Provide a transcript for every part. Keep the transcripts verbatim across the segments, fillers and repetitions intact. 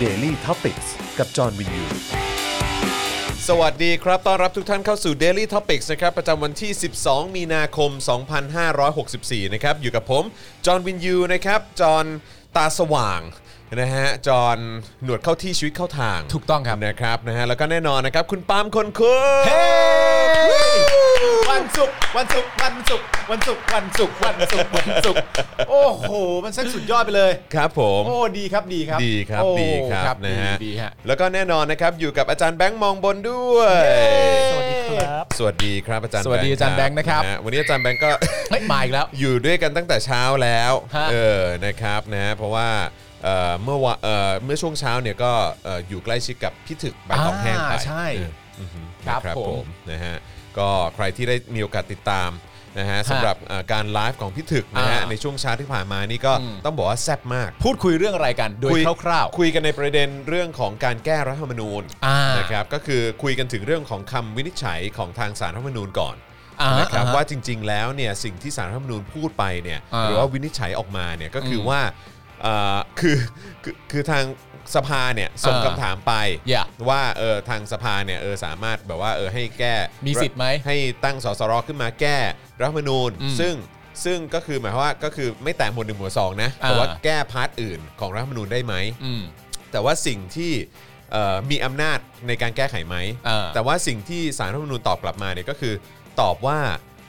Daily Topics กับจอห์นวินยูสวัสดีครับต้อนรับทุกท่านเข้าสู่ Daily Topics นะครับประจำวันที่สิบสองมีนาคมสองพันห้าร้อยหกสิบสี่นะครับอยู่กับผมจอห์นวินยูนะครับจอห์นตาสว่างนะฮะจอห์นหนวดเข้าที่ชีวิตเข้าทางถูกต้องครับนะครับนะฮะแล้วก็แน่นอนนะครับคุณปาล์มคนคุยเฮ้วันศุกร์วันศุกร์วันศุกร์วันศุกร์วันศุกร์วันศุกร์วันศุกร์โอ้โหมันสักสุดยอดไปเลยครับผมโอ้ดีครับดีครับดีครับดีครับนะฮะดีฮะแล้วก็แน่นอนนะครับอยู่กับอาจารย์แบงค์มองบนด้วยสวัสดีครับสวัสดีครับอาจารย์สวัสดีอาจารย์แบงค์นะครับวันนี้อาจารย์แบงค์ก็ไม่มาอีกแล้วอยู่ด้วยกันตั้งแต่เช้าแล้วเออนะครับนะเพราะว่าเอ่อเมื่อวันเอ่อเมื่อช่วงเช้าเนี่ยก็เอ่ออยู่ใกล้ชิดกับพี่ถึกใบตองแห้งไปใช่ครับผมนะฮะก็ใครที่ได้มีโอกาสติดตามนะฮะสำหรับการไลฟ์ของพี่ถึกนะฮะในช่วงเช้าที่ผ่านมานี่ก็ต้องบอกว่าแซ่บมากพูดคุยเรื่องอะไรกันโดยคร่าวๆคุยกันในประเด็นเรื่องของการแก้รัฐธรรมนูญนะครับก็คือคุยกันถึงเรื่องของคำวินิจฉัยของทางศาลรัฐธรรมนูญก่อนนะครับว่าจริงๆแล้วเนี่ยสิ่งที่ศาลรัฐธรรมนูญพูดไปเนี่ยหรือว่าวินิจฉัยออกมาเนี่ยก็คือว่าคือคือคือทางสภาเนี่ยส่งคำถามไป yeah. ว่าเออทางสภาเนี่ยเออสามารถแบบว่าเออให้แก้มีสิทธิ์ไหมให้ตั้งสสรขึ้นมาแก้รัฐธรรมนูญซึ่งซึ่งก็คือหมายความว่าก็คือไม่แตะหมวดหนึ่งหมวดสองนะแต่ว่าแก้พาร์ทอื่นของรัฐธรรมนูญได้ไหมแต่ว่าสิ่งที่มีอำนาจในการแก้ไขไหมแต่ว่าสิ่งที่ศาลรัฐธรรมนูญตอบกลับมาเนี่ยก็คือตอบว่า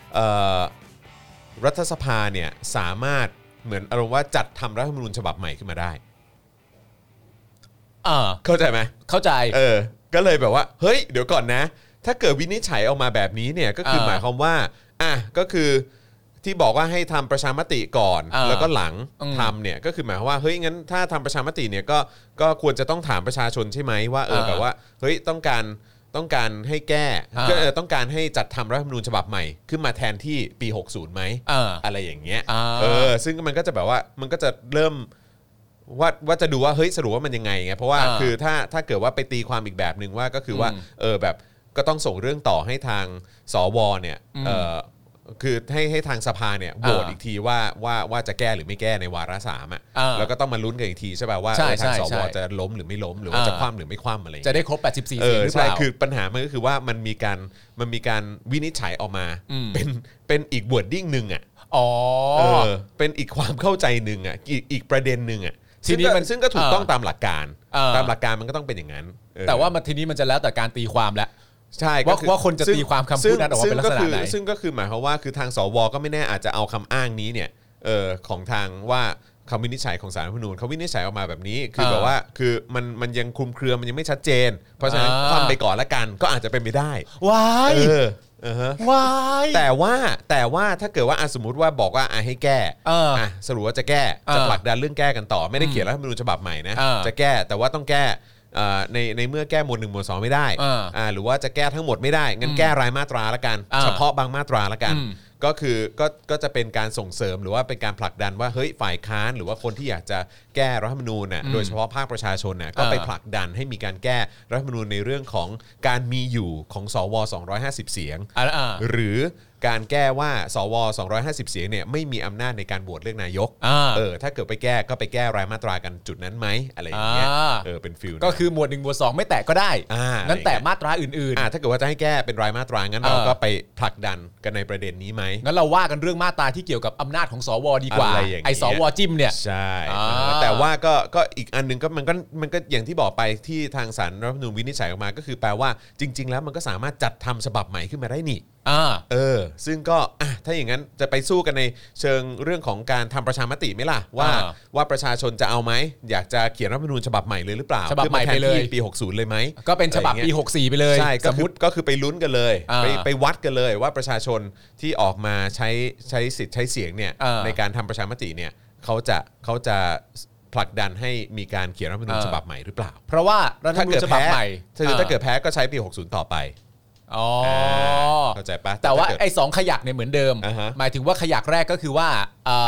รัฐสภาเนี่ยสามารถเหมือนอารมณ์ว่าจัดทำรัฐธรรมนูญฉบับใหม่ขึ้นมาได้เข้าใจไหมเข้าใจเออก็เลยแบบว่าเฮ้ยเดี๋ยวก่อนนะถ้าเกิดวินิจฉัยออกมาแบบนี้เนี่ยก็คือหมายความว่าอ่ะก็คือที่บอกว่าให้ทำประชามติก่อนแล้วก็หลังทำเนี่ยก็คือหมายความว่าเฮ้ยงั้นถ้าทำประชามติเนี่ยก็ก็ควรจะต้องถามประชาชนใช่ไหมว่าเออแบบว่าเฮ้ยต้องการต้องการให้แก้ก็ต้องการให้จัดทำรัฐธรรมนูญฉบับใหม่ขึ้นมาแทนที่ปีหกสิบไหมอะไรอย่างเงี้ยเออซึ่งมันก็จะแบบว่ามันก็จะเริ่มว่าว่าจะดูว่าเฮ้ยสรุปว่ามันยังไงไงเพราะว่าคือถ้าถ้าเกิดว่าไปตีความอีกแบบนึงว่าก็คือว่าเออแบบก็ต้องส่งเรื่องต่อให้ทางสวเนี่ยเออคือให้ให้ทางสภาเนี่ยโหวตอีกทีว่าว่าว่าจะแก้หรือไม่แก้ในวาระสามอ่ะแล้วก็ต้องมาลุ้นกันอีกทีใช่ป่ะว่าทางสวจะล้มหรือไม่ล้มหรือว่าจะคว่ำหรือไม่คว่ำอะไรจะได้ครบแปดสิบสี่เสียงหรือเปล่าใช่คือปัญหามันก็คือว่ามันมีการมันมีการวินิจฉัยออกมาเป็นเป็นอีกวอร์ดดิ้งนึงอ่ะอ๋อเออเป็นอีกความเข้าใจนึงอ่ะอีกอีกประเด็นนึงอ่ะทีนี้มันซึ่งก็ถูกต้องตามหลักการตามหลักการมันก็ต้องเป็นอย่างนั้นแต่ว่ามันทีนี้มันจะแล้วแต่การตีความแล้วใช่ว่าว่าคนจะตีความคำพูดนั้นออกมาเป็นลักษณะไหนซึ่งก็คือหมายความว่าคือทางสวก็ไม่แน่อาจจะเอาคำอ้างนี้เนี่ยเออของทางว่าคำวินิจฉัยของศาลรัฐธรรมนูญเขาวินิจฉัยออกมาแบบนี้คือแบบว่าคือมันมันยังคลุมเครือมันยังไม่ชัดเจนเพราะฉะนั้นคว่ำไปก่อนละกันก็อาจจะเป็นไปได้ว้ายเออเออฮะว้ายแต่ว่าแต่ว่าถ้าเกิดว่าสมมติว่าบอกว่าอ่ะให้แก้อ่ะสรุปว่าจะแก้จะผลักดันเรื่องแก้กันต่อไม่ได้เขียนรัฐธรรมนูญฉบับใหม่นะจะแก้แต่ว่าต้องแก้ในในเมื่อแก้หมวดหนึ่งหมวดสองไม่ได้อ่าหรือว่าจะแก้ทั้งหมดไม่ได้งั้นแก้รายมาตราละกันเฉพาะบางมาตราละกันก็คือก็ก็จะเป็นการส่งเสริมหรือว่าเป็นการผลักดันว่าเฮ้ยฝ่ายค้านหรือว่าคนที่อยากจะแก้รัฐธรรมนูญน่ะโดยเฉพาะภาคประชาชนน่ะก็ไปผลักดันให้มีการแก้รัฐธรรมนูญในเรื่องของการมีอยู่ของสวสองร้อยห้าสิบเสียงหรือการแก้ว่าสวสองร้อยห้าสิบเสียงเนี่ยไม่มีอำนาจในการโหวตเลือกนายกเออถ้าเกิดไปแก้ก็ไปแก้รายมาตรากันจุดนั้นไหมอะไรอย่างเงี้ยเออเป็นฟิลก็คือหมวดหนึ่งหมวดสองไม่แตะก็ได้งั้นแต่มาตราอื่นๆอ่าถ้าเกิดว่าจะให้แก้เป็นรายมาตรางั้นเราก็ไปผลักดันกันในประเด็นนี้ไหมงั้นเราว่ากันเรื่องมาตราที่เกี่ยวกับอำนาจของสวดีกว่าไอ้สวจิ้มเนี่ยใช่แต่ว่าก็ก็อีกอันนึงก็มันก็มันก็อย่างที่บอกไปที่ทางศาลรัฐธรรมนูญวินิจฉัยออกมาก็คือแปลว่าจริงๆแล้วมันก็สามารถจัดทำฉบับใหม่ขึ้นมาได้นี่เออซึ่งก็ถ้าอย่างนั้นจะไปสู้กันในเชิงเรื่องของการทำประชามติไหมล่ะว่าว่าประชาชนจะเอาไหมอยากจะเขียนรัฐธรรมนูญฉบับใหม่เลยหรือเปล่าฉบับใหม่ไปเลยปีหกสิบเลยไหมก็เป็นฉบับปีหกสิบสี่ไปเลยใช่สมมติก็คือไปลุ้นกันเลยไปไปวัดกันเลยว่าประชาชนที่ออกมาใช้ใช้สิทธิ์ใช้เสียงเนี่ยในการทำประชามติเนี่ยเขาจะเขาจะผลักดันให้มีการเขียนรัฐธรรมนูญฉบับใหม่หรือเปล่าเพราะว่ารัฐธรรมนูญฉบับใหม่ถ้าเกิดแพ้ก็ใช้ปีหกสิบต่อไปอ๋อเข้าใจปะแต่ว่าไอ้สองขยักเนี่ยเหมือนเดิมหมายถึงว่าขยักแรกก็คือว่า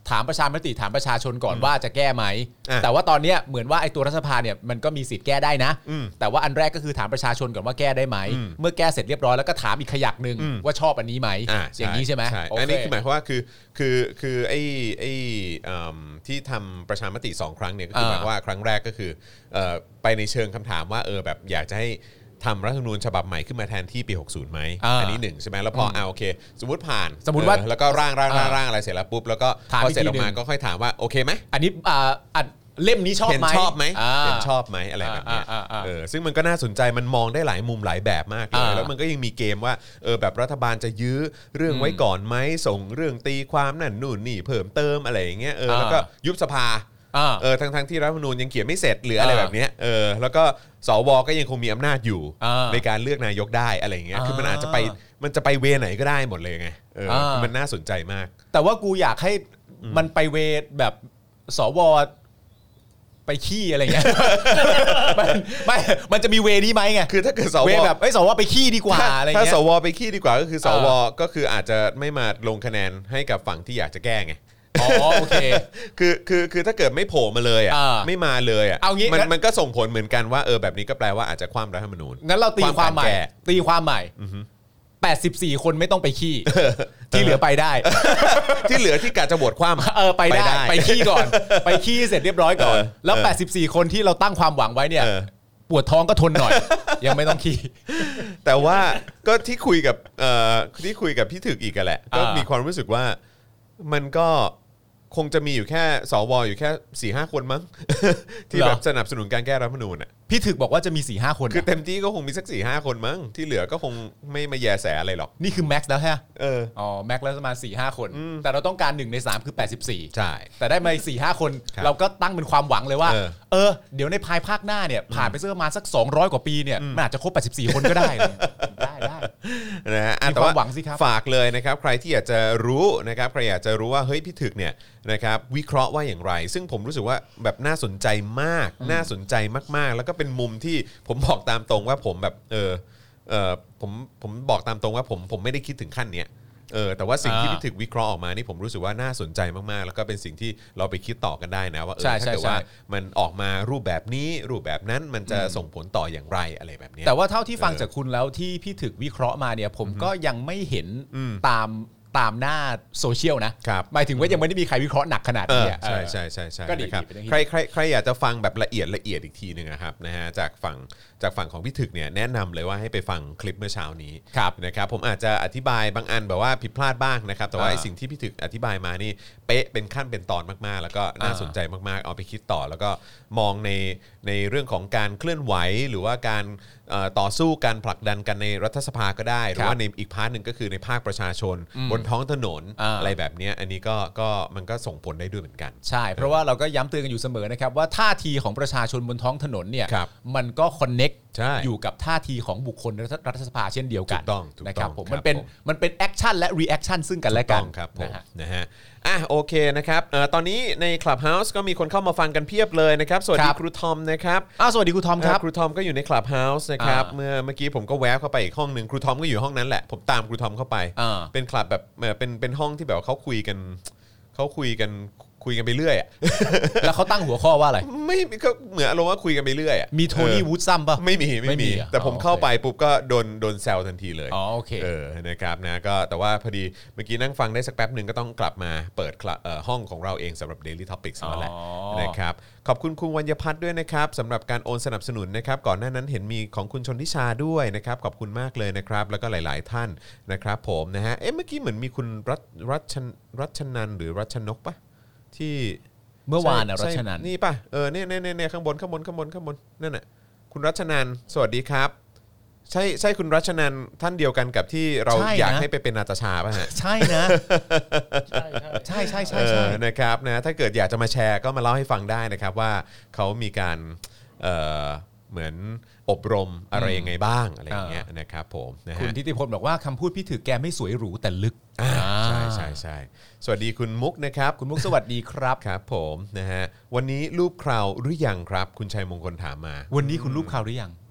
ถามประชามติถามประชาชนก่อนว่าจะแก้ไหมแต่ว่าตอนนี้เหมือนว่าไอ้ตัวรัฐสภาเนี่ยมันก็มีสิทธิ์แก้ได้นะแต่ว่าอันแรกก็คือถามประชาชนก่อนว่าแก้ได้ไหมเมื่อแก้เสร็จเรียบร้อยแล้วก็ถามอีกขยักนึงว่าชอบอันนี้ไหมอย่างนี้ใช่ไหมอันนี้คือหมายความว่าคือคือคือไอ้ไอ้ที่ทำประชามติสองครั้งเนี่ยก็คือหมายว่าครั้งแรกก็คือไปในเชิงคำถามว่าเออแบบอยากจะให้ทำรัฐธรรมนูญฉบับใหม่ขึ้นมาแทนที่ปีหกสิบไหม อ, อันนี้หนึ่งใช่ไหมแล้วพอเอาโอเคสมมติผ่านสมมติว่าแล้วก็ร่างร่างร่างอะไรเสร็จแล้วปุ๊บแล้วก็พอเสร็จออกมาก็ค่อยถามว่าโอเคไหมอันนี้อ่าเล่มนี้ชอบไหมเห็นชอบไหมเห็นชอบไหมอะไรแบบนี้เออซึ่งมันก็น่าสนใจมันมองได้หลายมุมหลายแบบมากเลยแล้วมันก็ยังมีเกมว่าเออแบบรัฐบาลจะยื้อเรื่องไว้ก่อนไหมส่งเรื่องตีความนั่นนู่นนี่เพิ่มเติมอะไรอย่างเงี้ยเออแล้วก็ยุบสภาเออทั้งทั้งที่รัฐธรรมนูญยังเขียนไม่เสร็จหรืออะไรแบบนี้เออแล้วก็สวก็ยังคงมีอำนาจอยู่ในการเลือกนายกได้อะไรอย่างเงี้ยคือมันอาจจะไปมันจะไปเวไหนก็ได้หมดเลยไงเออมันน่าสนใจมากแต่ว่ากูอยากให้มันไปเวแบบสวไปขี้อะไรเงี้ยมันไม่มันจะมีเวนี้ไหมไงคือถ้าเกิดสวเวแบบไอ้สวไปขี้ดีกว่าอะไรเงี้ยถ้าสวไปขี้ดีกว่าก็คือสวก็คืออาจจะไม่มาลงคะแนนให้กับฝั่งที่อยากจะแก้ไงอ๋อโอเคคือคือคือถ้าเกิดไม่โผล่มาเลยอ่ะไม่มาเลยอ่ะมันมันก็ส่งผลเหมือนกันว่าเออแบบนี้ก็แปลว่าอาจจะคว่ำรัฐธรรมนูญงั้นเราตีความใหม่ตีความใหม่แปดสิบสี่คนไม่ต้องไปขี้ที่เหลือไปได้ที่เหลือที่กะจะโหวตคว่ำเออไปได้ไปขี้ก่อนไปขี้เสร็จเรียบร้อยก่อนแล้วแปดสิบสี่คนที่เราตั้งความหวังไว้เนี่ยปวดท้องก็ทนหน่อยยังไม่ต้องขี้แต่ว่าก็ที่คุยกับเอ่อที่คุยกับพี่ถึกอีกกันแหละก็มีความรู้สึกว่ามันก็คงจะมีอยู่แค่สวอยู่แค่ สี่ห้า คนมั้งที่แบบสนับสนุนการแก้รัฐธรรมนูญอ่ะพี่ถึกบอกว่าจะมี สี่ห้า คนคือเต็มที่ก็คงมีสัก สี่ห้า คนมั้งที่เหลือก็คงไม่มาแย่แสอะไรหรอกนี่คือแม็กซ์แล้วฮะเอออ๋อแม็กซ์แล้วประมาณ สี่ห้า คนแต่เราต้องการหนึ่งในสามคือแปดสิบสี่ใช่แต่ได้มา สี่ห้า คนเราก็ตั้งเป็นความหวังเลยว่าเออเดี๋ยวในภายภาคหน้าเนี่ยผ่านไปสักประมาณสักสองร้อยกว่าปีเนี่ยมันอาจจะครบแปดสิบสี่คนก็ได้ได้ได้นะฮะแต่ว่าฝากเลยนะครับใครที่อยากจะรู้นะครับใครอยากจะรู้ว่าเฮ้ยพี่ถึกเนี่ยนะครับวิเคราะห์ว่าอย่างไรซึ่งผมรู้สึกว่าแบบน่าสนใจมากน่าสนใจมากๆแล้วก็เป็นมุมที่ผมบอกตามตรงว่าผมแบบเออเออผมผมบอกตามตรงว่าผมผมไม่ได้คิดถึงขั้นเนี้ยเออแต่ว่าสิ่งที่พี่ถึกวิเคราะห์ออกมานี่ผมรู้สึกว่าน่าสนใจมากๆแล้วก็เป็นสิ่งที่เราไปคิดต่อกันได้นะว่าเออถ้าเกิดว่ามันออกมารูปแบบนี้รูปแบบนั้นมันจะส่งผลต่ออย่างไรอะไรแบบนี้แต่ว่าเท่าที่ฟังจากคุณแล้วที่พี่ถึกวิเคราะห์มาเนี่ยผมก็ยังไม่เห็นตามตามหน้าโซเชียลนะหมายถึงว่ายังไม่ได้มีใครวิเคราะห์หนักขนาดนี้ใช่ใช่ใช่ใช่ก็ดีครับใครใครใครอยากจะฟังแบบละเอียดละเอียดอีกทีนึงนะครับนะฮะจากฝั่งจากฝั่งของพี่ถึกเนี่ยแนะนำเลยว่าให้ไปฟังคลิปเมื่อเช้านี้นะครับผมอาจจะอธิบายบางอันแบบว่าผิดพลาดบ้างนะครับแต่ว่าไอ้สิ่งที่พี่ถึกอธิบายมานี่เป๊ะเป็นขั้นเป็นตอนมากๆแล้วก็น่าสนใจมากๆเอาไปคิดต่อแล้วก็มองในในเรื่องของการเคลื่อนไหวหรือว่าการต่อสู้การผลักดันกันในรัฐสภาก็ได้หรือว่าในอีกพาร์ทหนึ่งก็คือในภาคประชาชนบนท้องถนนอะไรแบบนี้อันนี้ก็ก็มันก็ส่งผลได้ด้วยเหมือนกันใช่เพราะว่าเราก็ย้ำเตือนกันอยู่เสมอนะครับว่าท่าทีของประชาชนบนท้องถนนเนี่ยมันก็คอนเน็กอยู่กับท่าทีของบุคคลรัฐสภาเช่นเดียวกันนะครับผมมันเป็นมันเป็นแอคชั่นและรีแอคชั่นซึ่งกันและกันครับผมนะฮะอ่ะโอเคนะครับเอ่อตอนนี้ใน Clubhouse ก็มีคนเข้ามาฟังกันเพียบเลยนะครับสวัสดีครูทอมนะครับอ้าวสวัสดีครูทอมครับครูทอมก็อยู่ใน Clubhouse นะครับเมื่อเมื่อกี้ผมก็แวะเข้าไปอีกห้องนึงครูทอมก็อยู่ห้องนั้นแหละผมตามครูทอมเข้าไปเป็นคลับแบบเอ่อเป็นเป็นห้องที่แบบเขาคุยกันเขาคุยกันคุยกันไปเรื่อยอ่ะแล้วเขาตั้งหัวข้อว่าอะไรไม่ก็เหมือนอารมณ์ว่าคุยกันไปเรื่อยอ่ะมีโทนี่วูดซัมป่ะไม่มีไม่มีแต่ผมเข้าไปปุ๊บก็โดนโดนแซวทันทีเลยอ๋อโอเคเออนะครับนะก็แต่ว่าพอดีเมื่อกี้นั่งฟังได้สักแป๊บนึงก็ต้องกลับมาเปิดห้องของเราเองสำหรับ Daily Topics แล้วแหละนะครับขอบคุณคุณวัญญพัฒน์ด้วยนะครับสำหรับการโอนสนับสนุนนะครับก่อนหน้านั้นเห็นมีของคุณชนทิชาด้วยนะครับขอบคุณมากเลยนะครับแล้วก็หลายๆท่านนะครับผมนะฮะเอ๊ะเมื่อกี้เหมือนมีคุณรัชรัชรัชนันหรือรัชนกปะที่เมื่อวานน่ะรัชนันนี่ป่ะเออเนี่ยเนี่ยเนี่ยข้างบนข้างบนข้างบนข้างบนนั่นน่ะคุณรัชนันสวัสดีครับใช่ใช่คุณรัชนันท่านเดียวกันกับที่เราอยากให้ไปเป็นนาตาชาป่ะฮะใช่นะใช่ใช่ใช่ใช่ใช่นะครับนะถ้าเกิดอยากจะมาแชร์ก็มาเล่าให้ฟังได้นะครับว่าเขามีการเอ่อเหมือนอบรมอะไรยังไงบ้างอะไรอย่างเงี้ยนะครับผมนะฮะคุณทิติพลบอกว่าคำพูดพี่ถือแกไม่สวยหรูแต่ลึกใช่ใช่ใช่สวัสดีคุณมุกนะครับคุณมุกสวัสดีครับครับผมนะฮะวันนี้รูปคราวหรือยังครับคุณชัยมงคลถามมาวันนี้คุณรูปคราวหรือยัง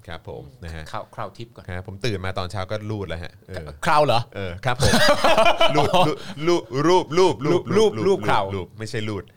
ครับผมนะฮะคราวคราวทิปก่อนครับผมตื่นมาตอนเช้าก็รูดแล้วฮะคราวเหรอเออครับผมรูดรูปรูปรูปรูปรูปรูปคราวไม่ใช่รูด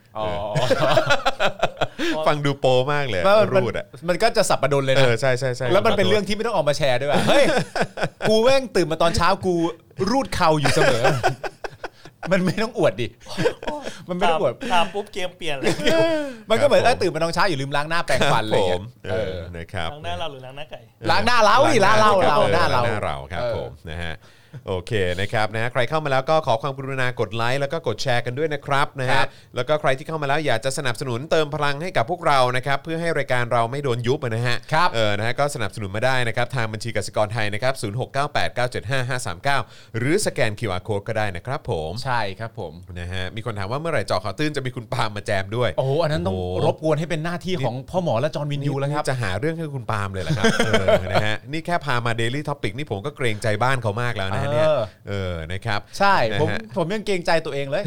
ฟังดูโปมากเลยรูดอ่ะมันก็จะสับประดนเลยนะเออใช่ใช่ใช่แล้วมันเป็นเรื่องที่ไม่ต้องออกมาแชร์ด้วยว่าเฮ้ยกูแม่งตื่นมาตอนเช้ากูรูดเข่าอยู่เสมอมันไม่ต้องอวดดิมันไม่ต้องอวดตามปุ๊บเกมเปลี่ยนเลยมันก็เหมือนตื่นมาตอนเช้าอย่าลืมล้างหน้าแปรงฟันเลยเออนะครับล้างหน้าเราหรือล้างหน้าไก่ล้างหน้าเราดิล้างเราเราหน้าเราหน้าเราครับผมนะฮะโอเคนะครับนะใครเข้ามาแล้วก็ขอความกรุณากดไลค์แล้วก็กดแชร์กันด้วยนะครับนะฮะแล้วก็ใครที่เข้ามาแล้วอยากจะสนับสนุนเติมพลังให้กับพวกเรานะครับเพื่อให้รายการเราไม่โดนยุบนะฮะเออนะฮะก็สนับสนุนมาได้นะครับทางบัญชีกสิกรไทยนะครับศูนย์ หก เก้า แปด เก้า เจ็ด ห้า ห้า สาม เก้าหรือสแกน คิว อาร์ Code ก็ได้นะครับผมใช่ครับผมนะฮะมีคนถามว่าเมื่อไหร่เจาะข่าวตื้นจะมีคุณปาล์มมาแจมด้วยโอ้อันนั้นต้องรบกวนให้เป็นหน้าที่ของพ่อหมอและจอห์นวินยูแล้วครับจะหาเรื่องให้คุณปาล์มเลยแหละครับเออนะฮะนี่แค่พามา Daily Topic นี่ผมก็เกรงใจบ้านเขามากแล้วนะเนี่ยเออนะครับใช่ผมผมยังเกรงใจตัวเองเลย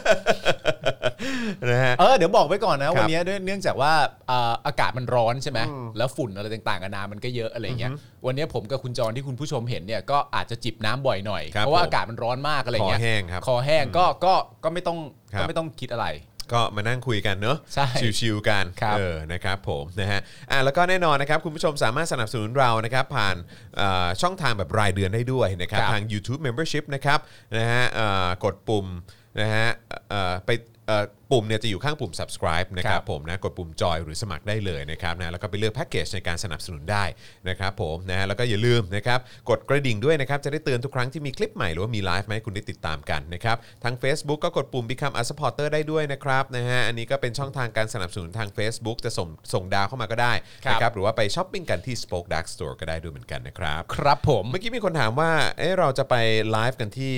นะฮะเออเดี๋ยวบอกไว้ก่อนนะวันนี้ด้วยเนื่องจากว่าอากาศมันร้อนใช่ไหมแล้วฝุ่นอะไรต่างๆกันานามันก็เยอะอะไรเงี้ยวันนี้ผมกับคุณจรที่คุณผู้ชมเห็นเนี่ยก็อาจจะจิบน้ำบ่อยหน่อยเพราะว่าอากาศมันร้อนมากอะไรเงี้ยคอแห้งครับคอแห้งก็ก็ก็ไม่ต้องก็ไม่ต้องคิดอะไรก็มานั่งคุยกันเนอะชิวๆกันเออนะครับผมนะฮะอ่ะแล้วก็แน่นอนนะครับคุณผู้ชมสามารถสนับสนุนเรานะครับผ่านช่องทางแบบรายเดือนได้ด้วยนะครับทาง YouTube Membership นะครับนะฮะกดปุ่มนะฮะไปปุ่มเนี่ยจะอยู่ข้างปุ่ม subscribe นะครับผมนะกดปุ่มจอยหรือสมัครได้เลยนะครับนะแล้วก็ไปเลือกแพ็กเกจในการสนับสนุนได้นะครับผมนะแล้วก็อย่าลืมนะครับกดกระดิ่งด้วยนะครับจะได้เตือนทุกครั้งที่มีคลิปใหม่หรือว่ามีไลฟ์มาให้คุณได้ติดตามกันนะครับทาง Facebook ก็กดปุ่ม Become a supporter ได้ด้วยนะครับนะฮะอันนี้ก็เป็นช่องทางการสนับสนุนทาง Facebook จะส่งส่งดาวเข้ามาก็ได้นะครับหรือว่าไปช้อปปิ้งกันที่ Spoke Dark Store ก็ได้ด้วยเหมือนกันนะครับครับผมเมื่อกี้มีคนถามว่าเอ๊ะเราจะไปไลฟ์กันที่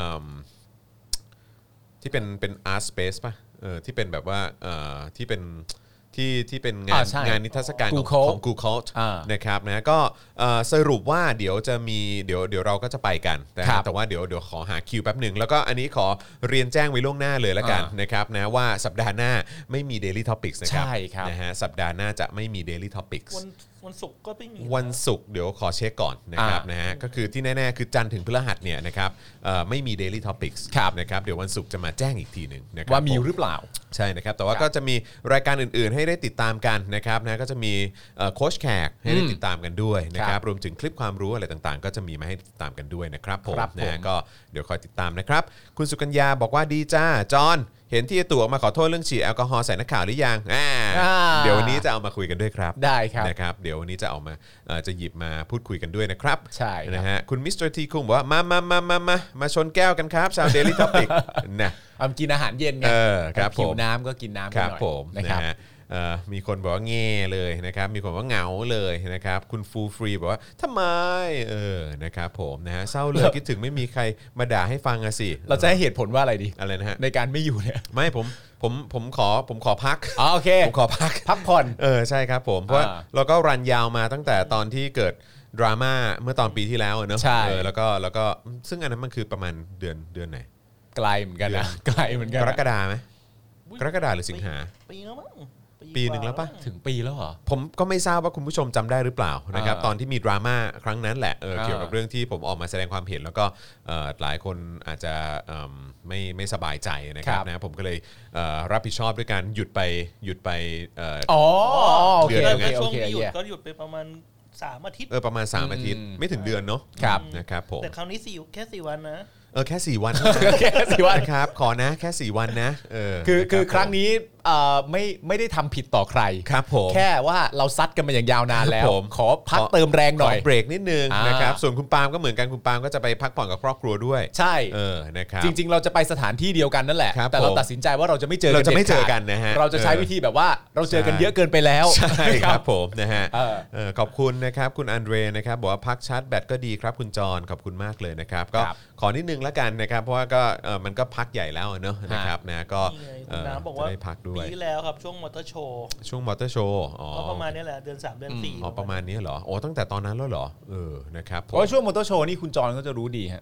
ที่เป็นเป็น Art Space ป่ะเออที่เป็นแบบว่าเอ่อที่เป็นที่ที่เป็นงานงานนิทรรศการของของ Google นะครับนะก็สรุปว่าเดี๋ยวจะมีเดี๋ยวเดี๋ยวเราก็จะไปกันแต่แต่ว่าเดี๋ยวเดี๋ยวขอหาคิวแป๊บหนึ่งแล้วก็อันนี้ขอเรียนแจ้งไว้ล่วงหน้าเลยแล้วกันนะครับนะว่าสัปดาห์หน้าไม่มี Daily Topics นะครับนะฮะสัปดาห์หน้าจะไม่มี Daily Topics วันศุกร์ก็ไม่มีวันศุกร์เดี๋ยวขอเช็คก่อนนะครับนะฮะก็คือที่แน่ๆคือจันทร์ถึงพฤหัสเนี่ยนะครับไม่มี Daily Topics นะครับเดี๋ยววันศุกร์จะมาแจ้งอีกทีนึงนะครับว่ามีหรือเปล่าใช่นะครับแต่ว่าก็จะมีรายการอื่นๆให้ได้ติดตามกันนะครับนะก็จะมีโค้ชแขกให้ได้ติดตามกันด้วยนะครับรวมถึงคลิปความรู้อะไรต่างๆก็จะมีมาให้ติดตามกันด้วยนะครับผมนะก็เดี๋ยวคอยติดตามนะครับคุณสุกัญญาบอกว่าดีจ้าจอนเห็นที่ตู่ออกมาขอโทษเรื่องฉีดแอลกอฮอล์ใส่นักข่าวหรือยังอ่าเดี๋ยววันนี้จะเอามาคุยกันด้วยครับได้ครับนะครับเดี๋ยววันนี้จะเอามาจะหยิบมาพูดคุยกันด้วยนะครับใช่นะฮะคุณมิสเตอร์ทีคุงบอกว่ามามามามามามาชนแก้วกันครับชาว Daily Topic นะเอากินอาหารเย็นไงหิวน้ำก็กินน้ำกันหน่อยนะครับมีคนบอกว่าแง่เลยนะครับมีคนว่าเหงาเลยนะครับคุณฟูฟรีบอกว่าทำไมเออนะครับผมนะฮะเศร้าเลยคิดถึงไม่มีใครมาด่าให้ฟังอะสิเราจะให้เหตุผลว่าอะไรดีอะไรนะฮะในการไม่อยู่เนี่ยไม่ผมผมผมขอผมขอพักอ๋อโอเคผมขอพักพักผ่อนเออใช่ครับผมเพราะเราก็รันยาวมาตั้งแต่ตอนที่เกิดดราม่าเมื่อตอนปีที่แล้วเนอะใช่แล้วก็แล้วก็ซึ่งอันนั้นมันคือประมาณเดือนเดือนไหนไกลเหมือนกันนะไกลเหมือนกันกรกฎาไหมกรกฎาหรือสิงหาปีแล้วมั้งปีหนึ่งแล้วป่ะถึงปีแล้วเหรอผมก็ไม่ทราบว่าคุณผู้ชมจำได้หรือเปล่านะครับตอนที่มีดราม่าครั้งนั้นแหละเออเกี่ยวกับเรื่องที่ผมออกมาแสดงความเห็นแล้วก็หลายคนอาจจะไม่ไม่สบายใจนะครับนะผมก็เลยรับผิดชอบด้วยการหยุดไปหยุดไปอ๋อโอเคโอเคช่วงที่หยุดก็หยุดไปประมาณสามอาทิตย์เออประมาณสามอาทิตย์ไม่ถึงเดือนเนาะนะครับผมแต่คราวนี้สี่แค่สี่วันนะเออแค่สี่วันแค่สี่วันครับขอนะแค่สี่วันนะเออคือคือครั้งนี้เอ่อไม่ไม่ได้ทำผิดต่อใครครับผมแค่ว่าเราซัดกันมาอย่างยาวนานแล้วขอพักเติมแรงหน่อยขอเบรกนิดนึงนะครับส่วนคุณปาล์มก็เหมือนกันคุณปาล์มก็จะไปพักผ่อนกับครอบครัวด้วยใช่เออนะครับจริงๆเราจะไปสถานที่เดียวกันนั่นแหละแต่เราตัดสินใจว่าเราจะไม่เจอกันเราจะไม่เจอกันนะฮะเราจะใช้วิธีแบบว่าเราเจอกันเยอะเกินไปแล้วใช่ครับผมนะฮะขอบคุณนะครับคุณอันเดรนะครับบอกว่าพักชาร์จแบตก็ดีครับคุณจรขอบคุณมากเลยนะครับก็ขอนิดนึงแล้วกันนะครับเพราะว่าก็มันก็พักใหญ่แล้วเนอะนะครับนะก็คุณน้ำบอกว่าปีที่แล้วครับช่วงมอเตอร์โชว์ช่วงมอเตอร์โชว์อ๋อประมาณนี้แหละเดือนสามเดือนสี่อ๋อประมาณนี้เหรอโอ้ตั้งแต่ตอนนั้นแล้วเหรอเออนะครับเพราะช่วงมอเตอร์โชว์นี่คุณจรก็จะรู้ดีฮะ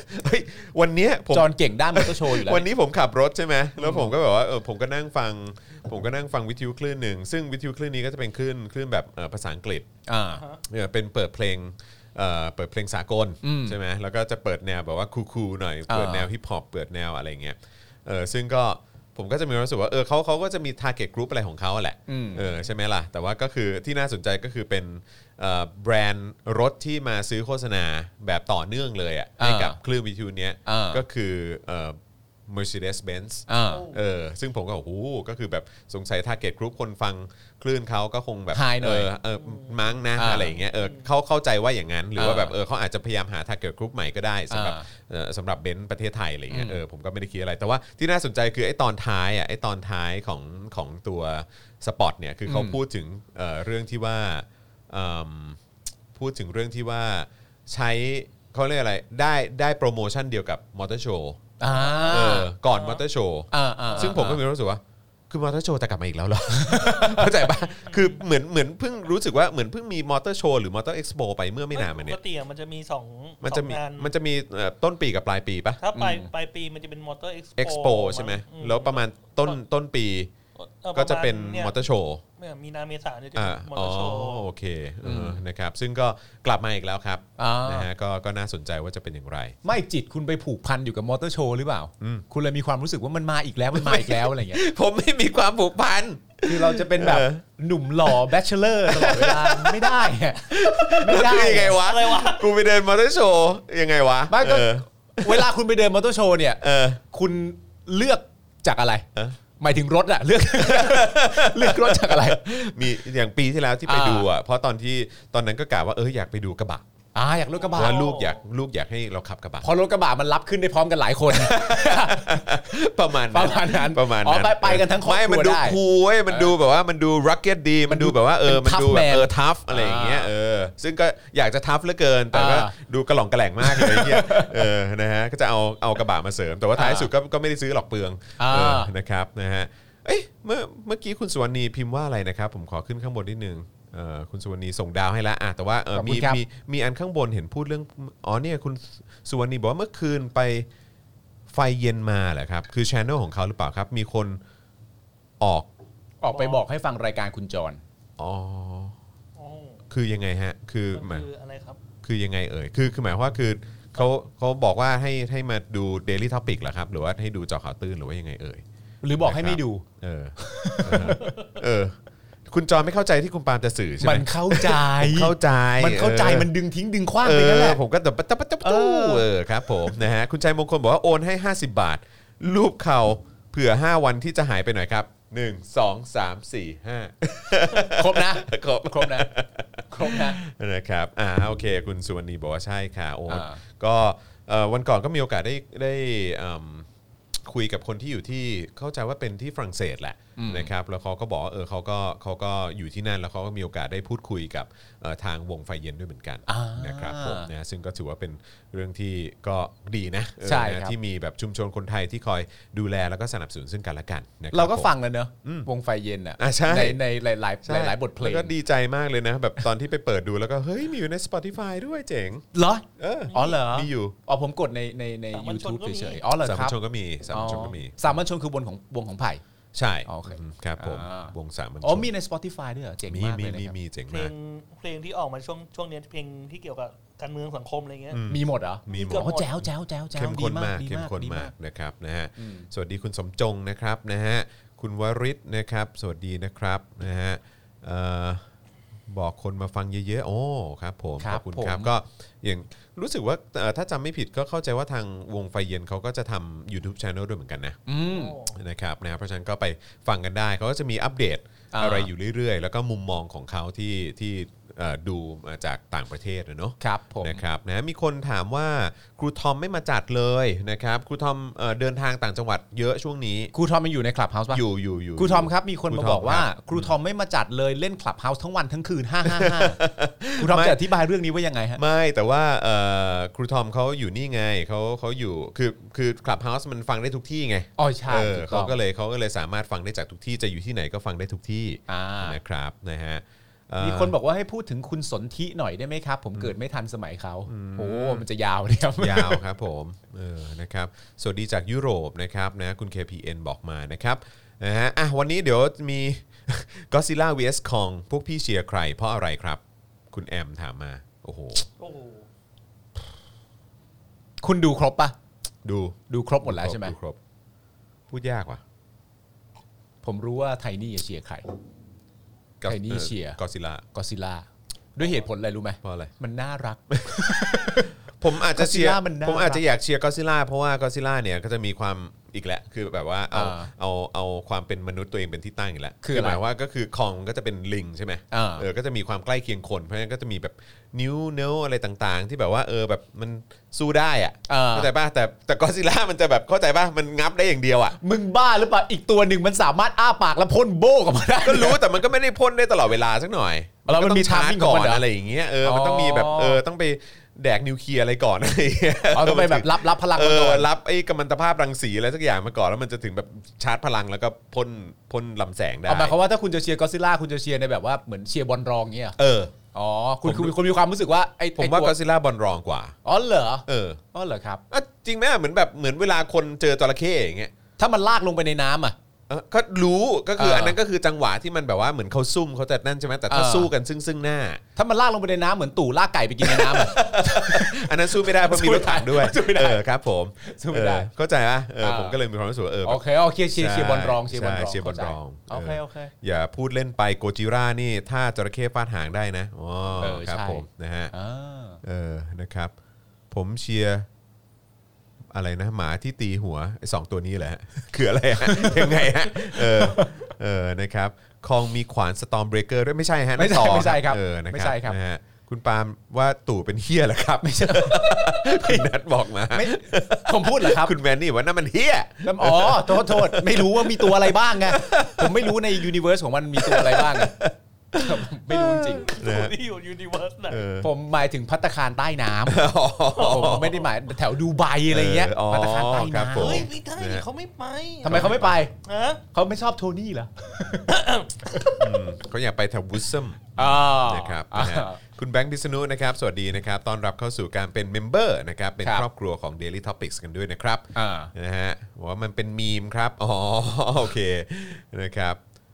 เฮ้ยวันเนี้ยผมจอห์นเก่งด้านมอเตอร์โชว์อยู่แล้ววันนี้ผมขับรถใช่ไหมแล้วผมก็แบบว่าเออผมก็นั่งฟังผมก็นั่งฟังวิทยุคลื่นหนึ่งซึ่งวิทยุคลื่นนี้ก็จะเป็นคลื่นคลื่นแบบภาษาอังกฤษอ่าเนี่ยเป็นเปิดเพลงเอ่อเปิดเพลงสากลใช่ไหมแล้วก็จะเปิดแนวแบบว่าคูลๆหน่อยเปิดแนวฮิปฮอปเปิดแนวอะไรเงี้ยเออซึ่งก็ผมก็จะมีความรู้สึกว่าเออเขาเขาก็จะมี target group อะไรของเขาแหละเออใช่ไหมล่ะแต่ว่าก็คือที่น่าสนใจก็คือเป็นแบรนด์รถที่มาซื้อโฆษณาแบบต่อเนื่องเลยอ่ะให้กับคลื่นวิทยุเนี้ยก็คือเอ่อ Mercedes-Benz เออซึ่งผมก็โอ้โหก็คือแบบสงสัย target group คนฟังคลื่นเขาก็คงแบบเออเออมั้งนะอะไรอย่างเงี้ยเออเขาเข้าใจว่าอย่างนั้นหรือว่าแบบเออเขาอาจจะพยายามหา target group ใหม่ก็ได้สำหรับสำหรับเบนซ์ประเทศไทยอะไรเงี้ยเออผมก็ไม่ได้คิดอะไรแต่ว่าที่น่าสนใจคือไอ้ตอนท้ายอ่ะไอ้ตอนท้ายของของตัวสปอตเนี่ยคือเขาพูดถึงเอ่อเรื่องที่ว่าพูดถึงเรื่องที่ว่าใช้เขาเรียกอะไรได้ได้โปรโมชั่นเดียวกับมอเตอร์โชว์ก่อนมอเตอร์โชว์ซึ่งผมก็มีรู้สึกว่าคือมอเตอร์โชว์จะกลับมาอีกแล้วเหรอ เข้าใจป่ะคือเหมือนเหมือนเพิ่งรู้สึกว่าเหมือนเพิ่งมีมอเตอร์โชว์หรือมอเตอร์เอ็กซ์โปไปเมื่อไม่นานมานี้ปกติมันจะมีสองมันจะมีมันจะมีต้นปีกับปลายปีป่ะถ้าปลายปลายปีมันจะเป็นมอเตอร์เอ็กซ์โปใช่ไหมแล้วประมาณต้นต้นปีก็จะเป็นมอเตอร์โชว์มีนาเมษาเนี่ยจะเป็นมอเตอร์โชว์โอเคนะครับซึ่งก็กลับมาอีกแล้วครับนะฮะก็ก็น่าสนใจว่าจะเป็นอย่างไรไม่จิตคุณไปผูกพันอยู่กับมอเตอร์โชว์หรือเปล่าคุณเลยมีความรู้สึกว่ามันมาอีกแล้วมันมาอีกแล้วอะไรเงี้ยผมไม่มีความผูกพันคือเราจะเป็นแบบหนุ่มหล่อแบชเชอร์ตลอดเวลาไม่ได้ไม่ได้ยังไงวะกูไปเดินมอเตอร์โชว์ยังไงวะไม่ก็เวลาคุณไปเดินมอเตอร์โชว์เนี่ยคุณเลือกจากอะไรหมายถึงรถอะเลือกเลือกรถจากอะไรมีอย่างปีที่แล้วที่ไปดูอะเพราะตอนที่ตอนนั้นก็กะว่าเอออยากไปดูกระบะอ่าอยากรถกระบะว่าลูกอยากลูกอยากให้เราขับกระบะพอรถกระบะมันรับขึ้นได้พร้อมกันหลายคนประมาณประมาณนั้นประมาณนั้นไปไปกันทั้งครอบครัวได้ไม่มันดูคูลเว้ยมันดูแบบว่ามันดูร็อกเก็ตดีมันดูแบบว่าเออมันดูแบบเออทัฟอะไรอย่างเงี้ยเออซึ่งก็อยากจะทัฟเหลือเกินแต่ก็ดูกระหล่องกระแหล่งมากเลยเงี้ยเออนะฮะก็จะเอาเอากระบะมาเสริมแต่ว่าท้ายสุดก็ก็ไม่ได้ซื้อหรอกเปลืองนะครับนะฮะเอ้ยเมื่อเมื่อกี้คุณสุวรรณีพิมพ์ว่าอะไรนะครับผมขอขึ้นข้างบนนิดนึงเอ่อคุณสุวรรณีส่งดาวให้แล้วอ่ะแต่ว่าเออมีมีมีอันข้างบนเห็นพูดเรื่องอ๋อเนี่ยคุณสุวรรณีบอกว่าเมื่อคืนไปไฟเย็นมาเหรอครับคือ channel ของเขาหรือเปล่าครับมีคนออกออกไปบอกให้ฟังรายการคุณจรอ๋อคือยังไงฮะคือหมายอะไรครับคือยังไงเอ่ยคือคือหมายว่าคือเขาเขาบอกว่าให้ให้มาดู Daily Topic เหรอครับหรือว่าให้ดูเจาะข่าวตื้นหรือว่ายังไงเอ่ยหรือบอกให้ไม่ดูเออเออคุณจอไม่เข้าใจที่คุณปาล์มจะสื่อใช่ไหมมันเข้าใจเข้าใจมันเข้าใจมันดึงทิ้งดึงขว้างไปนั่นแหละผมก็แต่ปั๊บปั๊บปั๊บเออครับผมนะฮะคุณชัยมงคลบอกว่าโอนให้ห้าสิบบาทรูปเข่าเผื่อห้าวันที่จะหายไปหน่อยครับหนึ่ง สอง สาม สี่ ห้าครบนะครบครบนะครบนะนะครับอ่าโอเคคุณสุวรรณีบอกว่าใช่ค่ะโอนก็วันก่อนก็มีโอกาสได้ได้คุยกับคนที่อยู่ที่เข้าใจว่าเป็นที่ฝรั่งเศสแหละนะครับแล้วเขาก็บอกเออเขาก็เขาก็อยู่ที่นั่นแล้วเขาก็มีโอกาสได้พูดคุยกับทางวงไฟเย็นด้วยเหมือนกันนะครับผมนะซึ่งก็ถือว่าเป็นเรื่องที่ก็ดีนะที่มีแบบชุมชนคนไทยที่คอยดูแลแล้วก็สนับสนุนซึ่งกันและกันเราก็ฟังแล้วเนอะวงไฟเย็นอ่ะในในหลายหลายหลายบทเพลงก็ดีใจมากเลยนะแบบตอนที่ไปเปิดดูแล้วก็เฮ้ยมีอยู่ใน Spotify ด้วยเจ๋งเหรออ๋อเหรอมีอยู่อ๋อผมกดในในใน YouTube เฉยๆอ๋อเหรอครับสามัญชนก็มีสามัญชนก็มีสามัญชนคือบนของวงของไผ่ใช่ครับผมวงสามัญชนอ๋อมีใน Spotify ด้วยเหรอเจ๋งมากเลยมีมีเจ๋งมากเพลงเพลงที่ออกมาช่วงช่วงนี้เพลงที่เกี่ยวกับการเมืองสังคมอะไรเงี้ยมีหมดเหรอมีหมดแจ๋วแจ๋วแจ๋วแจ๋วเข้มข้นมากเข้มข้นมากนะครับนะฮะสวัสดีคุณสมจงนะครับนะฮะคุณวริศนะครับสวัสดีนะครับนะฮะบอกคนมาฟังเยอะๆโอ้ครับผมขอบคุณครับก็อย่างรู้สึกว่าถ้าจำไม่ผิดก็เข้าใจว่าทางวงไฟเย็นเขาก็จะทำ YouTube Channel ด้วยเหมือนกันนะนะครับนะเพราะฉะนั้นก็ไปฟังกันได้เขาก็จะมีอัปเดตอะไรอยู่เรื่อยๆแล้วก็มุมมองของเขาที่ที่ดูมาจากต่างประเทศเนอะครับผมนะครับนะมีคนถามว่าครูทอมไม่มาจัดเลยนะครับครูทอมเดินทางต่างจังหวัดเยอะช่วงนี้ครูทอมมันอยู่ในคลับเฮาส์ป่ะอยู่อยู่อยู่ครูทอมครับมีคนมาบอกว่าครูทอมไม่มาจัดเลยเล่นคลับเฮาส์ทั้งวันทั้งคืนห้าห้าห้าครูทอมจะอธิบายเรื่องนี้ว่ายังไงฮะไม่แต่ว่าครูทอมเขาอยู่นี่ไงเขาเขาอยู่คือคือคลับเฮาส์มันฟังได้ทุกที่ไงอ๋อใช่เขาก็เลยเขาก็เลยสามารถฟังได้จากทุกที่จะอยู่ที่ไหนก็ฟังได้ทุกที่นะครับนะฮะมีคนบอกว่าให้พูดถึงคุณสนธิหน่อยได้ไหมครับผมเกิดไม่ทันสมัยเขาโอ้มันจะยาวเนี่ยครับยาวครับผมเออนะครับสวัสดีจากยุโรปนะครับนะคุณ เค พี เอ็น บอกมานะครับนะฮะอ่ะวันนี้เดี๋ยวมี Godzilla วี เอส Kong พวกพี่เชียร์ใครเพราะอะไรครับคุณแอมถามมาโอ้โหโอ้โหคุณดูครบปะดูดูครบหมดแล้วใช่ไหมดูครบพูดยากว่ะผมรู้ว่าไทนี่เชียร์ใครไทนี่เชียร์ Godzilla Godzilla ด้วยเหตุผลอะไรรู้ไหมเพราะอะไรมันน่ารักผมอาจจะเชียร์ผมอาจจะอยากเชียร์ Godzilla เพราะว่า Godzilla เนี่ยก็จะมีความอีกแล้วคือแบบว่าเอาเอาเอาความเป็นมนุษย์ตัวเองเป็นที่ตั้งอีกแล้วคือหมายว่าก็คือคองก็จะเป็นลิงใช่ไหมเออก็จะมีความใกล้เคียงคนเพราะฉะนั้นก็จะมีแบบนิ้วเนื้ออะไรต่างๆที่แบบว่าเออแบบมันสู้ได้อ่ะเข้าใจป่ะแต่แต่ Godzilla มันจะแบบเข้าใจป่ะมันงับได้อย่างเดียวอ่ะมึงบ้าหรือเปล่าอีกตัวหนึ่งมันสามารถอ้าปากแล้วพ่นโบ้กออกมาได้ก็รู้แต่มันก็ไม่ได้พ่นได้ตลอดเวลาสักหน่อยแล้วมันมีชาร์จก่อนอะไรอย่างเงี้ยเออมันต้องมีแบบเออต้องไปแดกนิวเคลียร์อะไรก่อนอะไรอย่างเงี้ยเอาต้องไปแบบรับรับพลังมาก่อนรับไอ้กัมมันตภาพรังสีอะไรสักอย่างมาก่อนแล้วมันจะถึงแบบชาร์จพลังแล้วก็พ่นพ่นลำแสงได้เอาหมายความว่าถ้าคุณจะเชียร์ก็อดซิลล่าคุณจะเชียร์ในแบบว่าเหมือนเชียร์บอลรองเงี้ยเอออ๋อคุณคุณคุณมีความรู้สึกว่าไอ้ผมว่าก็อดซิลล่าบอลรองกว่าอ๋อเหรอเอออ๋อเหรอครับจริงไหมเหมือนแบบเหมือนเวลาคนเจอจระเข้อย่างเงี้ยถ้ามันลากลงไปในน้ำอ่ะก็รู้ก็คืออันนั้นก็คือจังหวะที่มันแบบว่าเหมือนเขาซุ่มเขาแต่นั่นใช่ไหมแต่ถ้าสู้กันซึ่งซึ่งหน้าถ้ามันลากลงไปในน้ำเหมือนตู่ลากไก่ไปกินในน้ำอันนั้นสู้ไม่ได้เพราะมีรถถังด้วยเออครับผมสู้ไม่ได้เข้าใจป่ะเออผมก็เลยมีความรู้สึกเออโอเคโอเคเชียร์เชียร์บอลรองเชียร์บอลรองเชียร์บอลรองโอเคโอเคอย่าพูดเล่นไปโกจิร่านี่ถ้าจระเข้ฟาดหางได้นะอ๋อครับผมนะฮะเออนะครับผมเชียร์อะไรนะหมาที่ตีหัวไอ้สองตัวนี้แหละคืออะไรฮะยังไงฮะเออเออนะครับคองมีขวานสตอร์มเบรกเกอร์ด้วยไม่ใช่ฮะไม่ใช่ไม่ใช่ครับเออไม่ใช่ครับนะฮะคุณปาล์มว่าตู่เป็นเฮี้ยเหรอครับไม่ใช่คุณนัทบอกมาผมพูดเหรอครับคุณแมนนี่ว่านั่นมันเฮี้ยอ๋อโทษโทษไม่รู้ว่ามีตัวอะไรบ้างไงผมไม่รู้ในยูนิเวอร์สของมันมีตัวอะไรบ้างไม่รู้จริงที่อยู่ยูนิเวิร์สน่ะผมหมายถึงภัตตาคารใต้น้ำผมไม่ได้หมายแถวดูไบอะไรเงี้ยภัตตาคารใต้น้ำเฮ้ยไม่ได้เขาไม่ไปทำไมเขาไม่ไปเขาไม่ชอบโทนี่เหรอเขาอยากไปแถววูซัมนะครับคุณแบงค์พิษณุนะครับสวัสดีนะครับต้อนรับเข้าสู่การเป็นเมมเบอร์นะครับเป็นครอบครัวของ Daily Topics กันด้วยนะครับนะฮะว่ามันเป็นมีมครับอ๋อโอเคนะครับ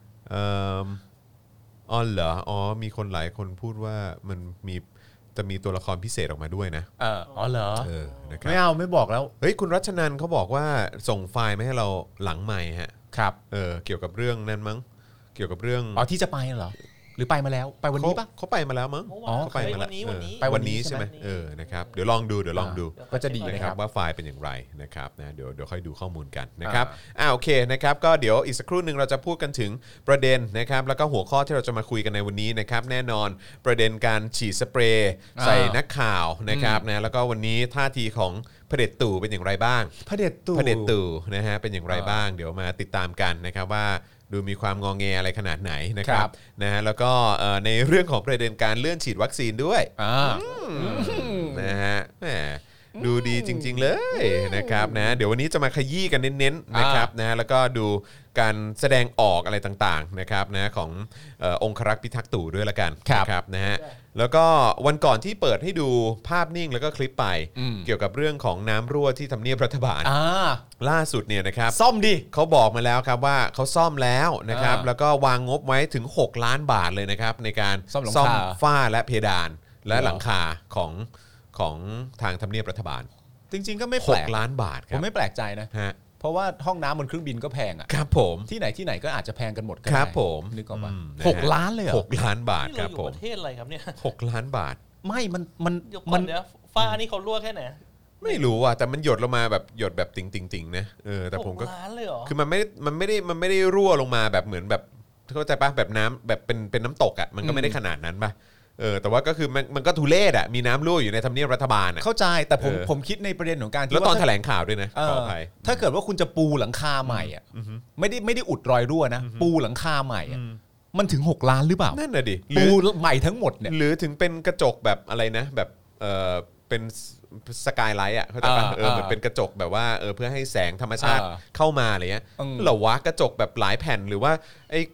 อ๋อเหรออ๋อมีคนหลายคนพูดว่ามันมีจะมีตัวละครพิเศษออกมาด้วยนะเอออ๋อเหรอเออนะครับไม่เอาไม่บอกแล้วเฮ้ยคุณรัชนันเขาบอกว่าส่งไฟล์มาให้เราหลังใหม่ฮะครับเออเกี่ยวกับเรื่องนั้นมั้งเกี่ยวกับเรื่องอ๋อที่จะไปเหรอหรือไปมาแล้วไปวันนี้ปะเขาไปมาแล้วมั้งอ๋อเขาไปมาแล้วไปวันนี้ใช่ไหมเออนะครับเดี๋ยวลองดูเดี๋ยวลองดูก็จะดีนะครับว่าไฟล์เป็นอย่างไรนะครับนะเดี๋ยวเดี๋ยวค่อยดูข้อมูลกันนะครับอ่าโอเคนะครับก็เดี๋ยวอีกสักครู่นึงเราจะพูดกันถึงประเด็นนะครับแล้วก็หัวข้อที่เราจะมาคุยกันในวันนี้นะครับแน่นอนประเด็นการฉีดสเปรย์ใส่นักข่าวนะครับนะแล้วก็วันนี้ท่าทีของเผด็จตู่เป็นอย่างไรบ้างเผด็จตู่เผด็จตู่นะฮะเป็นอย่างไรบ้างเดี๋ยวมาติดตามกันนะครับว่าดูมีความงอแงอะไรขนาดไหนนะครับนะฮะแล้วก็ในเรื่องของประเด็นการเลื่อนฉีดวัคซีนด้วยนะฮะแหมดูดีจริงๆเลยนะครับนะเดี๋ยววันนี้จะมาขยี้กันเน้นๆนะครับนะแล้วก็ดูการแสดงออกอะไรต่างๆนะครับนะขององครักษ์พิทักษ์ตู่ด้วยละกันนะครับนะฮะแล้วก็วันก่อนที่เปิดให้ดูภาพนิ่งแล้วก็คลิปไปเกี่ยวกับเรื่องของน้ำรั่วที่ทำเนียบรัฐบาลล่าสุดเนี่ยนะครับซ่อมดิเขาบอกมาแล้วครับว่าเขาซ่อมแล้วนะครับแล้วก็วางงบไว้ถึงหกล้านบาทเลยนะครับในการซ่อมฝ้าและเพดานและหลังคาของของทางทำเนียบรัฐบาลจริงๆก็ไม่แปลกหกล้านบาทครับผมไม่แปลกใจนะฮะเพราะว่าห้องน้ำบนเครื่องบินก็แพงอ่ะครับผมที่ไหนที่ไหนก็อาจจะแพงกันหมดก็ได้ครับผมนึกออกป่ะหกล้านเลยเหรอหกล้านบาทครับผมประเทศอะไรครับเนี่ยหกล้านบาทไม่มันมันมันฝ้านี่เขารั่วแค่ไหนไม่รู้อ่ะแต่มันหยดลงมาแบบหยดแบบติ่งๆๆนะเออแต่ผมก็คือมันไม่มันไม่ได้มันไม่ได้รั่วลงมาแบบเหมือนแบบเข้าใจป่ะแบบน้ำแบบเป็นเป็นน้ำตกอ่ะมันก็ไม่ได้ขนาดนั้นป่ะเออแต่ว่าก็คือมันมันก็ทุเรศอ่ะมีน้ำรั่วอยู่ในทำเนียบรัฐบาลอ่ะเข้าใจแต่ผมผมคิดในประเด็นของการที่แล้วตอนแถลงข่าวด้วยนะขออภัยถ้าเกิดว่าคุณจะปูหลังคาใหม่อ่ะไม่ได้ไม่ได้อุดรอยรั่วนะปูหลังคาใหม่อ่ะมันถึงหกล้านหรือเปล่านั่นน่ะดิปูใหม่ทั้งหมดเนี่ยหรือถึงเป็นกระจกแบบอะไรนะแบบเออเป็นสกายไลท์อ่ะเข้าใจป่ะเออเหมือนเป็นกระจกแบบว่าเออเพื่อให้แสงธรรมชาติเข้ามาอะไรเงี้ยหรอวะกระจกแบบหลายแผ่นหรือว่าไอ้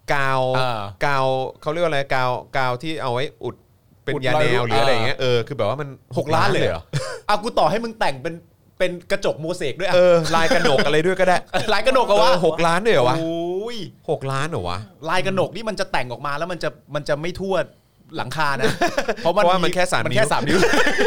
กาวเออกาวเขาเรียกว่าอะไรกาวกาวที่เอาไว้อุดเป็นอุดยารอยแนวรั่วหรืออะไรอย่างเงี้ยเออคือแบบว่ามันหกล้านเลยเหรออ่ะกูต่อให้มึงแต่งเป็นเป็นกระจกโมเสกด้วยอ่ะเออลายกระหนกอะไรด้วยก็ได้ลายกระหนกอะวะเออหกล้านด้วยเหรอวะโอ้ยหกล้านเหรอวะลายกระหนกนี่มันจะแต่งออกมาแล้วมันจะมันจะไม่ทั่วหลังคานะ เพราะเพราะว่ามันแค่สามมันนิ้วแค่สามนิ้ว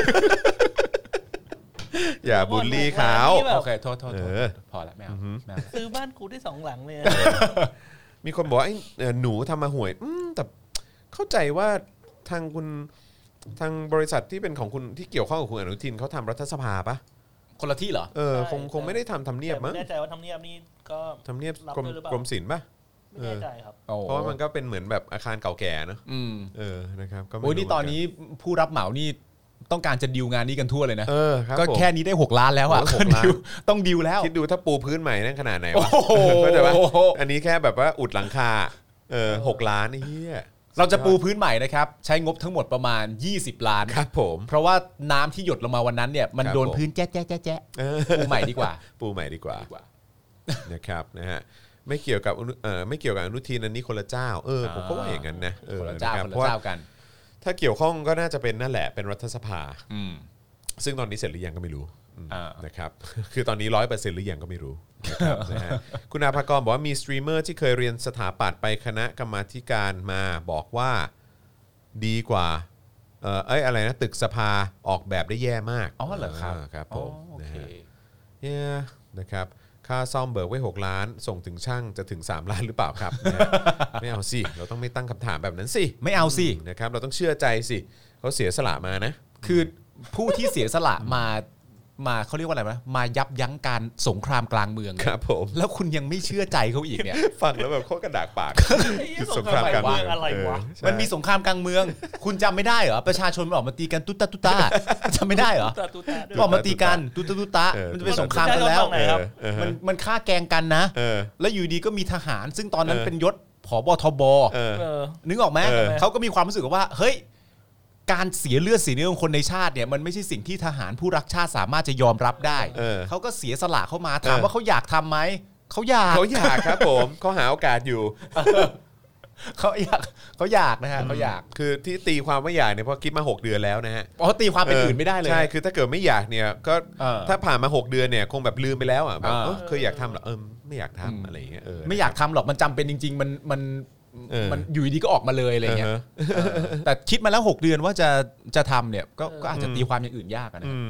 อย่าบูลลี่เขาโอเคโทษโทษเอโทอษพอแล้วไม่เอาไม่เอาซื้อบ้านกูได้สองหลังเลยอะมีคนบอกว่าไอ้เอ่อหนูทำมาห่วยอืมแต่เข้าใจว่าทางคุณทางบริษัทที่เป็นของคุณที่เกี่ยวข้องกับคุณอนุทินเขาทำรัฐสภาปะคนละที่เหรอเออคงคงไม่ได้ทำทำเนียบแต่มั้งไม่แน่ใจว่าทำเนียบนี่ก็ทำเนียบรับกรมด้วยหรือเปล่ากรมศิลป์ปะไม่แน่ใจครับเพราะว่ามันก็เป็นเหมือนแบบอาคารเก่าแก่เนอะอืมเออนะครับก็ไม่โอ้ยรู้นี่ตอนนี้ผู้รับเหมานี่ต้องการจะดิวงานนี้กันทั่วเลยนะเออครับก็ผมแค่นี้ได้หกล้านแล้วอ่ะโอ้ยหกล้านดิวต้องดิวแล้วคิดดูถ้าปูพื้นใหม่นั่นขนาดไหนโอ้วะโหเข้าใจปะอันนี้แค่แบบว่าอุดหลังคาเออหกล้านเฮียเราจะปูพื้นใหม่นะครับใช้งบทั้งหมดประมาณยี่สิบล้านครับผมเพราะว่าน้ำที่หยดลงมาวันนั้นเนี่ยมันครับโดนผมพื้นแจ๊ะแจ๊ะแจ๊ะแจ๊ะเออปูใหม่ดีกว่าปูใหม่ดีกว่าดีกว่านะครับนะฮะไม่เกี่ยวกับอนุเอ่อไม่เกี่ยวกับอนุทินอันนี้คนละเจ้าเออผมก็ว่าอย่างนั้นนะเออคนละเจ้าะรับคนเพละราะว่าเจ้ากันถ้าเกี่ยวข้องก็น่าจะเป็นนั่นแหละเป็นรัฐสภาอืมซึ่งตอนนี้เสร็จหรือยังก็ไม่รู้อืมอ่านะครับ คือตอนนี้ร้อยเปอร์เซ็นต์หรือยังก็ไม่รู้นะครับ นะฮะคุณอาภากรบอกว่ามีสตรีมเมอร์ที่เคยเรียนสถาปัตย์ไปคณะกรรมาธิการมาบอกว่าดีกว่าเออเอ้ยอะไรนะตึกสภาออกแบบได้แย่มากอ๋อเหรอครับครับผมอ๋อโอนะเคฮะเนี่ยนะครับค่าซ่อมเบิกไว้หกล้านส่งถึงช่างจะถึงสามล้านหรือเปล่าครับนะฮะไม่เอาสิเราต้องไม่ตั้งคำถามแบบนั้นสิไม่เอาสินะครับเราต้องเชื่อใจสิเขาเสียสละมานะคือผู้ที่เสียสละมามาเขาเรียกว่าอะไรนะมายับยั้งการสงครามกลางเมืองครับผมแล้วคุณยังไม่เชื่อใจเขาอีกเนี่ยฟังแล้วแบบโคตรกระดากปากคือสงครามกลางเมืองอะไรวะเออใช่มันมีสงครามกลางเมือง คุณจำไม่ได้เหรอประชาชนมันออกมาตีกันตุ๊ตตาตุ๊ตตาจำไม่ได้เหรอตาตูตาด้วยออกมาตีกันตุ๊ตตาตุ๊ตตาเออมันจะเป็นสงครามกันแล้วไหนครับเออมันมันฆ่าแกงกันนะเออแล้วอยู่ดีก็มีทหาร ซึ่งตอนนั้นเออเป็นยศผบทบเออเออนึกออกไหมเออเขาก็มีความรู้สึกว่าเฮ้ยการเสียเลือดเสียเนื้อของคนในชาติเนี่ยมันไม่ใช่สิ่งที่ทหารผู้รักชาติสามารถจะยอมรับได้เออเขาก็เสียสละเข้ามาถามเออว่าเขาอยากทำไหมเขาอยากเขาอยากครับผมเขาหาโอกาสอยู่เขาอยากเขาอยากนะฮะเขาอยากคือที่ตีความว่าอยากเนี่ยเพราะคิดมาหกเดือนแล้วนะฮะเพราะตีความเป็นอื่นไม่ได้เลยใช่คือถ้าเกิดไม่อยากเนี่ยก็เออถ้าผ่านมาหกเดือนเนี่ยคงแบบลืมไปแล้วอ่ะแบบเออเออเคยอยากทำเหรอเออไม่อยากทำอะไรอย่างเงี้ยเออไม่อยากทำหรอกมันจำเป็นจริง ๆ มันมันเออมันอยู่ดีก็ออกมาเลยอะไรเงี้ยออฮะเออแต่คิดมาแล้วหกเดือนว่าจะจะทำเนี่ยก็เออก็อาจจะตีความอย่างอื่นยากอะนะอืม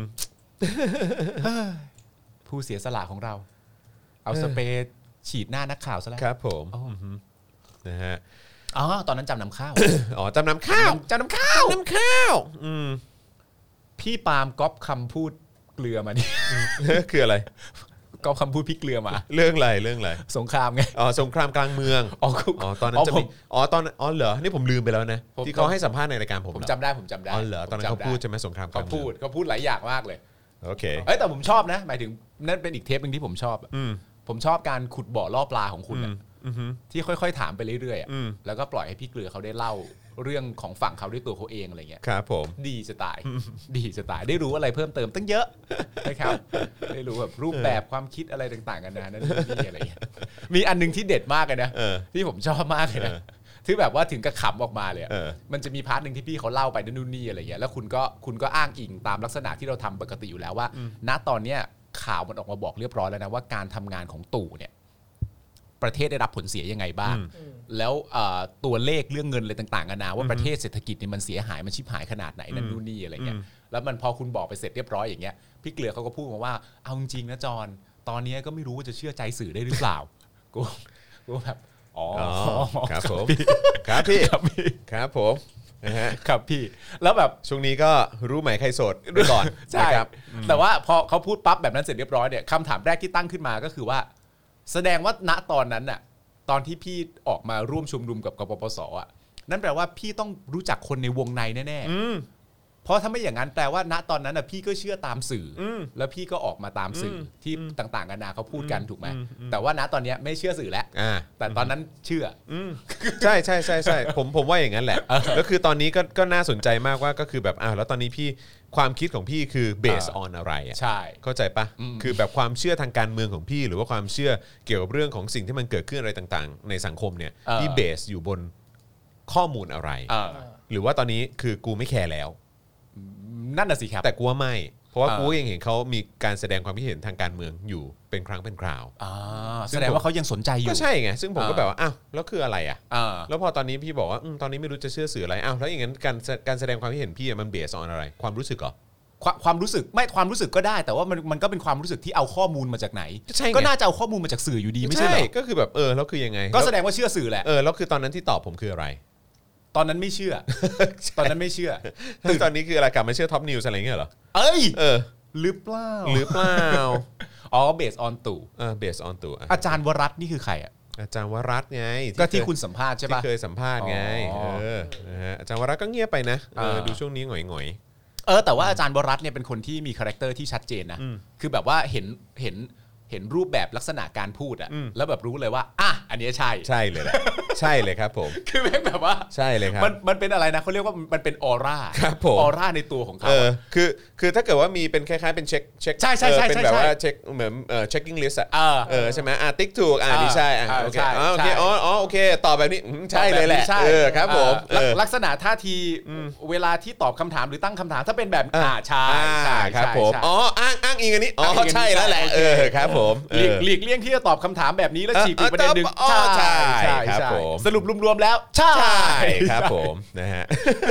ผู้เสียสละของเรา เอาสเปรย์ฉีดหน้านักข่าวซะแล้วครับผมอ๋ออือฮึนะฮะอ๋อตอนนั้นจำนำข้าวอ๋อจำนำข้าวจำนำข้าวจำนำข้าวอืมพี่ปาล์มก๊อปคำพูดเกลือมาดิคืออะไรก๊อปคำพูดพี่เกลือมาเรื่องอะไรเรื่องอะไรสงครามไงอ๋อสงครามกลางเมืองอ๋ออ๋อตอนนั้นอ๋อจะผมีมอ๋อตอนอ๋อเหรอนี่ผมลืมไปแล้วนะผมที่เขาให้สัมภาษณ์ในรายการผมผมเหรอจำได้ผมจำได้อ๋อเหรอตอนนั้นผมเขาจำไพูดใช่ไหมสงครามกลาเขางเมืพูองดเขาพูดหลายอย่างมากเลยโอเคเอ้ยแต่ผมชอบนะ หมายถึงนั่นเป็นอีกเทปหนึ่งที่ผมชอบอะอืมผมชอบการขุดบ่อล่อปลาของคุณอือะมอืมฮึที่ค่อยๆถามไปเรื่อยๆอะอืมแล้วก็ปล่อยให้พี่เกลือเขาได้เล่าเรื่องของฝั่งเขาด้วยตัวเขาเองอะไรเงี้ยครับผมดีจะตาย ดีจะตายได้รู้อะไรเพิ่มเติมตั้งเยอะนะครับได้รู้แบบรูปแบบความคิดอะไรต่างๆกันนะนั่นนี่อะไรเงี้ยมีอันนึงที่เด็ดมากเลยนะเออที่ผมชอบมากเลยนะเออที่แบบว่าถึงกับขำออกมาเลยอะเออมันจะมีพาร์ทหนึ่งที่พี่เขาเล่าไปนู่นนี่อะไรเงี้ยแล้วคุณก็คุณก็อ้างอิงตามลักษณะที่เราทำปกติอยู่แล้วว่า ณตอนเนี้ยข่าวมันออกมาบอกเรียบร้อยแล้วนะว่าการทำงานของตู่เนี่ยประเทศได้รับผลเสียยังไงบ้างอืมแล้วเอ่อตัวเลขเรื่องเงินอะไรต่างๆกันานาว่าประเทศเศรษฐกิจเนี่ยมันเสียหายมันชิบหายขนาดไหนนั่นนู่นนี่อะไรเงี้ยแล้วมันพอคุณบอกไปเสร็จเรียบร้อยอย่างเงี้ยพี่เกลือเขาก็พูดมาว่าเอาจริงๆนะจอนตอนนี้ก็ไม่รู้ว่าจะเชื่อใจสื่อได้หรือเปล่า กูกูแบบอ๋ออ๋ออครับผมครับพี่ครับผมนะฮะครับพี่แล้วแบบช่วงนี้ก็รู้ไหมใครโสดไปก่อนใช่นะครับแต่ว่าพอเขาพูดปั๊บแบบนั้นเสร็จเรียบร้อยเนี่ยคำถามแรกที่ตั้งขึ้นมาก็คือว่า แสดงว่าณตอนนั้นน่ะตอนที่พี่ออกมาร่วมชุมนุมกับกปปสอ่ะนั่นแปลว่าพี่ต้องรู้จักคนในวงในแน่อืมเพราะถ้าไม่อย่างนั้นแปลว่าณตอนนั้นน่ะพี่ก็เชื่อตามสื่ออแล้วพี่ก็ออกมาตามสื่อที่ต่างๆกันานาเขาพูดกันถูกไหมแต่ว่าณตอนนี้ไม่เชื่อสื่อแล้วแต่ตอนนั้นเชื่อใช่ใช่ใช่ใช่ผมผมว่าอย่างนั้นแหละแล้วคือตอนนี้ก็ก็น่าสนใจมากว่าก็คือแบบอ้าวแล้วตอนนี้พี่ความคิดของพี่คือ based on อะไรอ่ะใช่เข้าใจปะคือแบบความเชื่อทางการเมืองของพี่หรือว่าความเชื่อเกี่ยวกับเรื่องของสิ่งที่มันเกิดขึ้นอะไรต่างๆในสังคมเนี่ยพี่ base อยู่บนข้อมูลอะไรหรือว่าตอนนี้คือกูไม่แคร์แล้วนั่นน่ะสิครับแต่กูว่าไม่เพราะว่ากูยังเห็นเขามีการแสดงความคิดเห็นทางการเมืองอยู่เป็นครั้งเป็นคราวแสดงว่าเขายังสนใจอยู่ก็ใช่ไงซึ่งผมก็แบบว่าอ้าวแล้วคืออะไรอ่ะแล้วพอตอนนี้พี่บอกว่าตอนนี้ไม่รู้จะเชื่อสื่ออะไรอ้าวแล้วอย่างนั้นการการแสดงความคิดเห็นพี่มันเบสออนอะไรความรู้สึกเหรอความรู้สึกไม่ความรู้สึกก็ได้แต่ว่ามันมันก็เป็นความรู้สึกที่เอาข้อมูลมาจากไหนก็น่าจะเอาข้อมูลมาจากสื่ออยู่ดีไม่ใช่เหรอก็คือแบบเออแล้วคือยังไงก็แสดงว่าเชื่อสื่อแหละเออแล้วคือตอนนั้นที่ตอบผมคืออะไรตอนนั้นไม่เชื่อตอนนั้นไม่เชื่อตอนนี้คืออะไรกลับมาเชื่อท็อปนิวส์อะไรเงี้ยเหรอเอ้ยเออหรือเปล่าหรือเปล่าอ๋อ based on ตู่เออ based on ตู่อาจารย์วรัตน์นี่คือใครอ่ะอาจารย์วรัตน์ไงก็ที่คุณสัมภาษณ์ใช่ป่ะที่เคยสัมภาษณ์ไงเออนะฮะอาจารย์วรัตน์ก็เงียบไปนะเออดูช่วงนี้หงอยๆเออแต่ว่าอาจารย์วรัตน์เนี่ยเป็นคนที่มีคาแรคเตอร์ที่ชัดเจนนะคือแบบว่าเห็นเห็นเห็นรูปแบบลักษณะการพูดอ่ะแล้วแบบรู้เลยว่าอ่ะอันนี้ใช่ใช่เลยแหละใช่เลยครับผมคือแบบว่าใช่เลยครับมันมันเป็นอะไรนะเขาเรียกว่ามันเป็นออร่าครับผมออร่าในตัวของเขาเออคือคือถ้าเกิดว่ามีเป็นคล้ายๆเป็นเช็คเช็คใช่ใช่ใช่เป็นแบบว่าเช็คเหมือนเอ่อ checking list อ่ะเออใช่ไหมอ่ะติ๊กถูกอ่ะนี่ใช่อ่ะโอเคอ๋อโอเคอ๋ออ๋อโอเคตอบแบบนี้ใช่เลยแหละเออครับผมลักษณะท่าทีเวลาที่ตอบคำถามหรือตั้งคำถามถ้าเป็นแบบอ่าใช่ใช่ครับผมอ๋ออ้างอ้างอิงอันนี้อ๋อใช่แล้วแหละเออครับผมหลีกเลี่ยงที่จะตอบคำถามแบบนี้แล้วฉีกอีกประเด็นหนึ่งใช่ใช่ครับผมสรุปรวมๆแล้วใช่ครับผมนะฮะ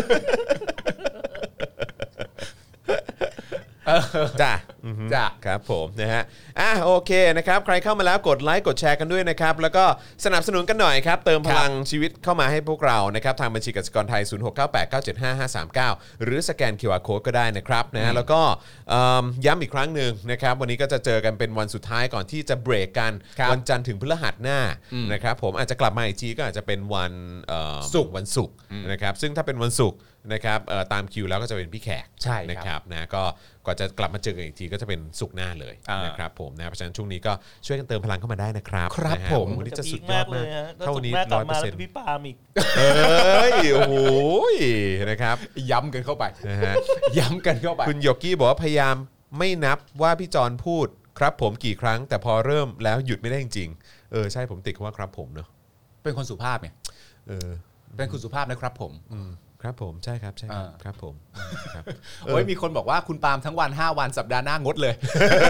จ้าจ้าครับผมนะฮะอ่ะโอเคนะครับใครเข้ามาแล้วกดไลค์กดแชร์กันด้วยนะครับแล้วก็สนับสนุนกันหน่อยครับเติมพลังชีวิตเข้ามาให้พวกเรานะครับทางบัญชีกสิกรไทยศูนย์ หก เก้า แปด เก้า เจ็ด ห้า ห้า สาม เก้าหรือสแกน คิว อาร์ Code ก็ได้นะครับนะฮะแล้วก็ย้ำอีกครั้งหนึ่งนะครับวันนี้ก็จะเจอกันเป็นวันสุดท้ายก่อนที่จะเบรกกันวันจันทร์ถึงพฤหัสหน้านะครับผมอาจจะกลับมาอีกทีก็อาจจะเป็นวันศุกร์วันศุกร์นะครับซึ่งถ้าเป็นวันศุกร์นะครับตามคิวแล้วก็จะเป็นพี่แขกใช่นะครับนะก็ก่อนจะกลับมาเจอกันอีกทีก็จะเป็นศุกร์หน้าเลยนะครับผมนะเพราะฉะนั้นช่วงนี้ก็ช่วยกันเติมพลังเข้ามาได้นะครับครับผมวันนี้จะสุดยอดมากเท่านี้ร้อยเปอร์เซ็นต์พี่ปาล์มอีกเอ้ยโอ้โหนะครับย้ำกันเข้าไปนะฮะย้ำกันเข้าไปคุณโยกี้บอกว่าพยายามไม่นับว่าพี่จอนพูดครับผมกี่ครั้งแต่พอเริ่มแล้วหยุดไม่ได้จริงๆเออใช่ผมติดคำว่าครับผมเนาะเป็นคนสุภาพไงเออเป็นคุณสุภาพนะครับผมครับผมใช่ครับใช่ครับผมครับโอ้ยมีคนบอกว่าคุณปาล์มทั้งวันห้าวันสัปดาห์หน้างดเลย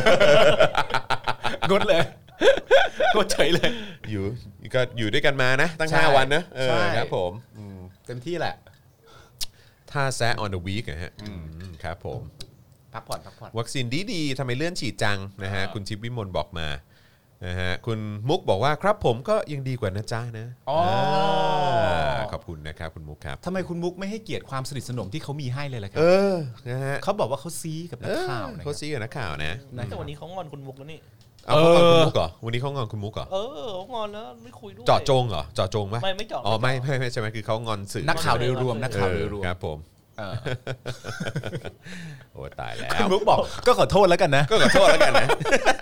งดเลยงดเฉยเลยอยู่ก็อยู่ด้วยกันมานะตั้งห้าวันนะเออครับผมเต็มที่แหละถ้าแซะ on the week นะฮะครับผมพักผ่อนพักผ่อนวัคซีนดีๆทำไมเลื่อนฉีดจังนะฮะคุณทิพย์วิมลบอกมานะฮะคุณมุกบอกว่าครับผมก็ยังดีกว่านะจ๊ะนะอ๋อขอบคุณนะครับคุณมุกครับทำไมคุณมุกไม่ให้เกียรติความสนิทสนมที่เขามีให้เลยล่ะครับเออนะฮะเขาบอกว่าเขาซีกับนักข่าวนะเขาซีกับนักข่าวนะแต่วันนี้เขางอนคุณมุกแล้วนี่เอาเขางอนคุณมุกเหรอวันนี้เขางอนคุณมุกเหรอเออเขางอนแล้วไม่คุยด้วยเจาะจงเหรอเจาะจงปะไม่ไม่เจาะอ๋อไม่ไม่ไม่ใช่ไหมคือเขางอนสื่อนักข่าวโดยรวมนักข่าวโดยรวมครับผมโอ้ตายแล้วคุณมุกบอกก็ขอโทษแล้วกันนะก็ขอโทษแล้วกันนะ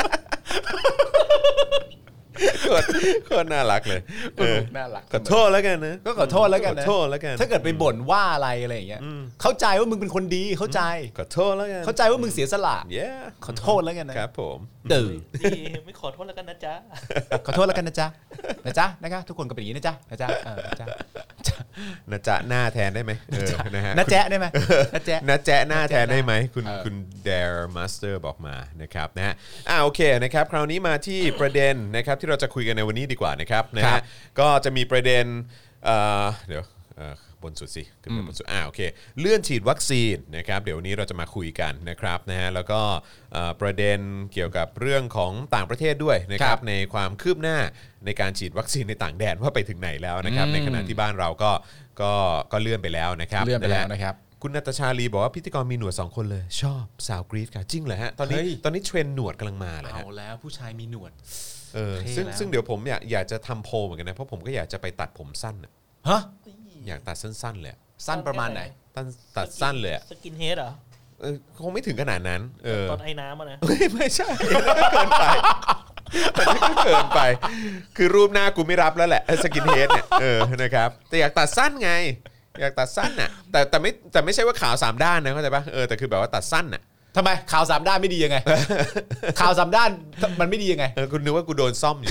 โคตรน่ารักเลยน่ารักขอโทษแล้วกันนะก็ขอโทษแล้วกันนะขอโทษแล้วกันถ้าเกิดไปบ่นว่าอะไรอะไรอย่างเงี้ยเข้าใจว่ามึงเป็นคนดีเข้าใจขอโทษแล้วกันเข้าใจว่ามึงเสียสละขอโทษแล้วกันนะครับผมตื่นไม่ขอโทษแล้วกันนะจ๊ะขอโทษแล้วกันนะจ๊ะนะจ๊ะนะครับทุกคนก็เป็นอย่างนี้นะจ๊ะนะจ๊ะนะจ๊ะนะจ๊ะหน้าแทนได้ไหมเออนะฮะนะแจ๊ะได้ไหมนะแจ๊ะนะแจ๊ะหน้าแทนได้ไหมคุณคุณ Dare Master บอกมานะครับนะฮะอ่าโอเคนะครับคราวนี้มาที่ประเด็นนะครับที่เราจะคุยกันในวันนี้ดีกว่านะครับนะฮะก็จะมีประเด็นเอ่อเดี๋ยวบนสุดสิขึ้นไปบนสุดอ่าโอเคเลื่อนฉีดวัคซีนนะครับเดี๋ยววันนี้เราจะมาคุยกันนะครับนะฮะแล้วก็ประเด็นเกี่ยวกับเรื่องของต่างประเทศด้วยนะครับในความคืบหน้าในการฉีดวัคซีนในต่างแดนว่าไปถึงไหนแล้วนะครับในขณะที่บ้านเราก็ก็ก็เลื่อนไปแล้วนะครับเลื่อนไปแล้วนะครับคุณณัฐชาลีบอกว่าพิธีกรมีหนวดสองคนเลยชอบสาวกรี๊ดค่ะจริงเหรอฮะตอนนี้ตอนนี้เทรนด์หนวดกำลังมาเลยฮะเอาแล้วผู้ชายมีหนวดเออซึ่งซึ่งเดี๋ยวผมอยากอยากจะทำโพลเหมือนกันนะเพราะผมก็อยากจะไปตัดผมสั้นฮะอยากตัดสั้นๆเลยสั้นประมาณไหนตัดตัดสั้นเลยอะสกินเฮดเหรอเออคงไม่ถึงขนาดนั้นเออตอนไอ้น้ำอะนะไม่ไม่ใช่เกินไปอันนี้ก็เกินไปคือรูปหน้ากูไม่รับแล้วแหละสกินเฮดเนี่ยเออนะครับแต่อยากตัดสั้นไงอยากตัดสั้นน่ะแต่แต่ไม่แต่ไม่ใช่ว่าขาวสามด้านนะเข้าใจป่ะเออแต่คือแบบว่าตัดสั้นน่ะทำไมข่าวสามด้านไม่ดียังไง ข่าวสามด้านมันไม่ดียังไงเออคุณนึกว่ากูโดนซ่อมอยู่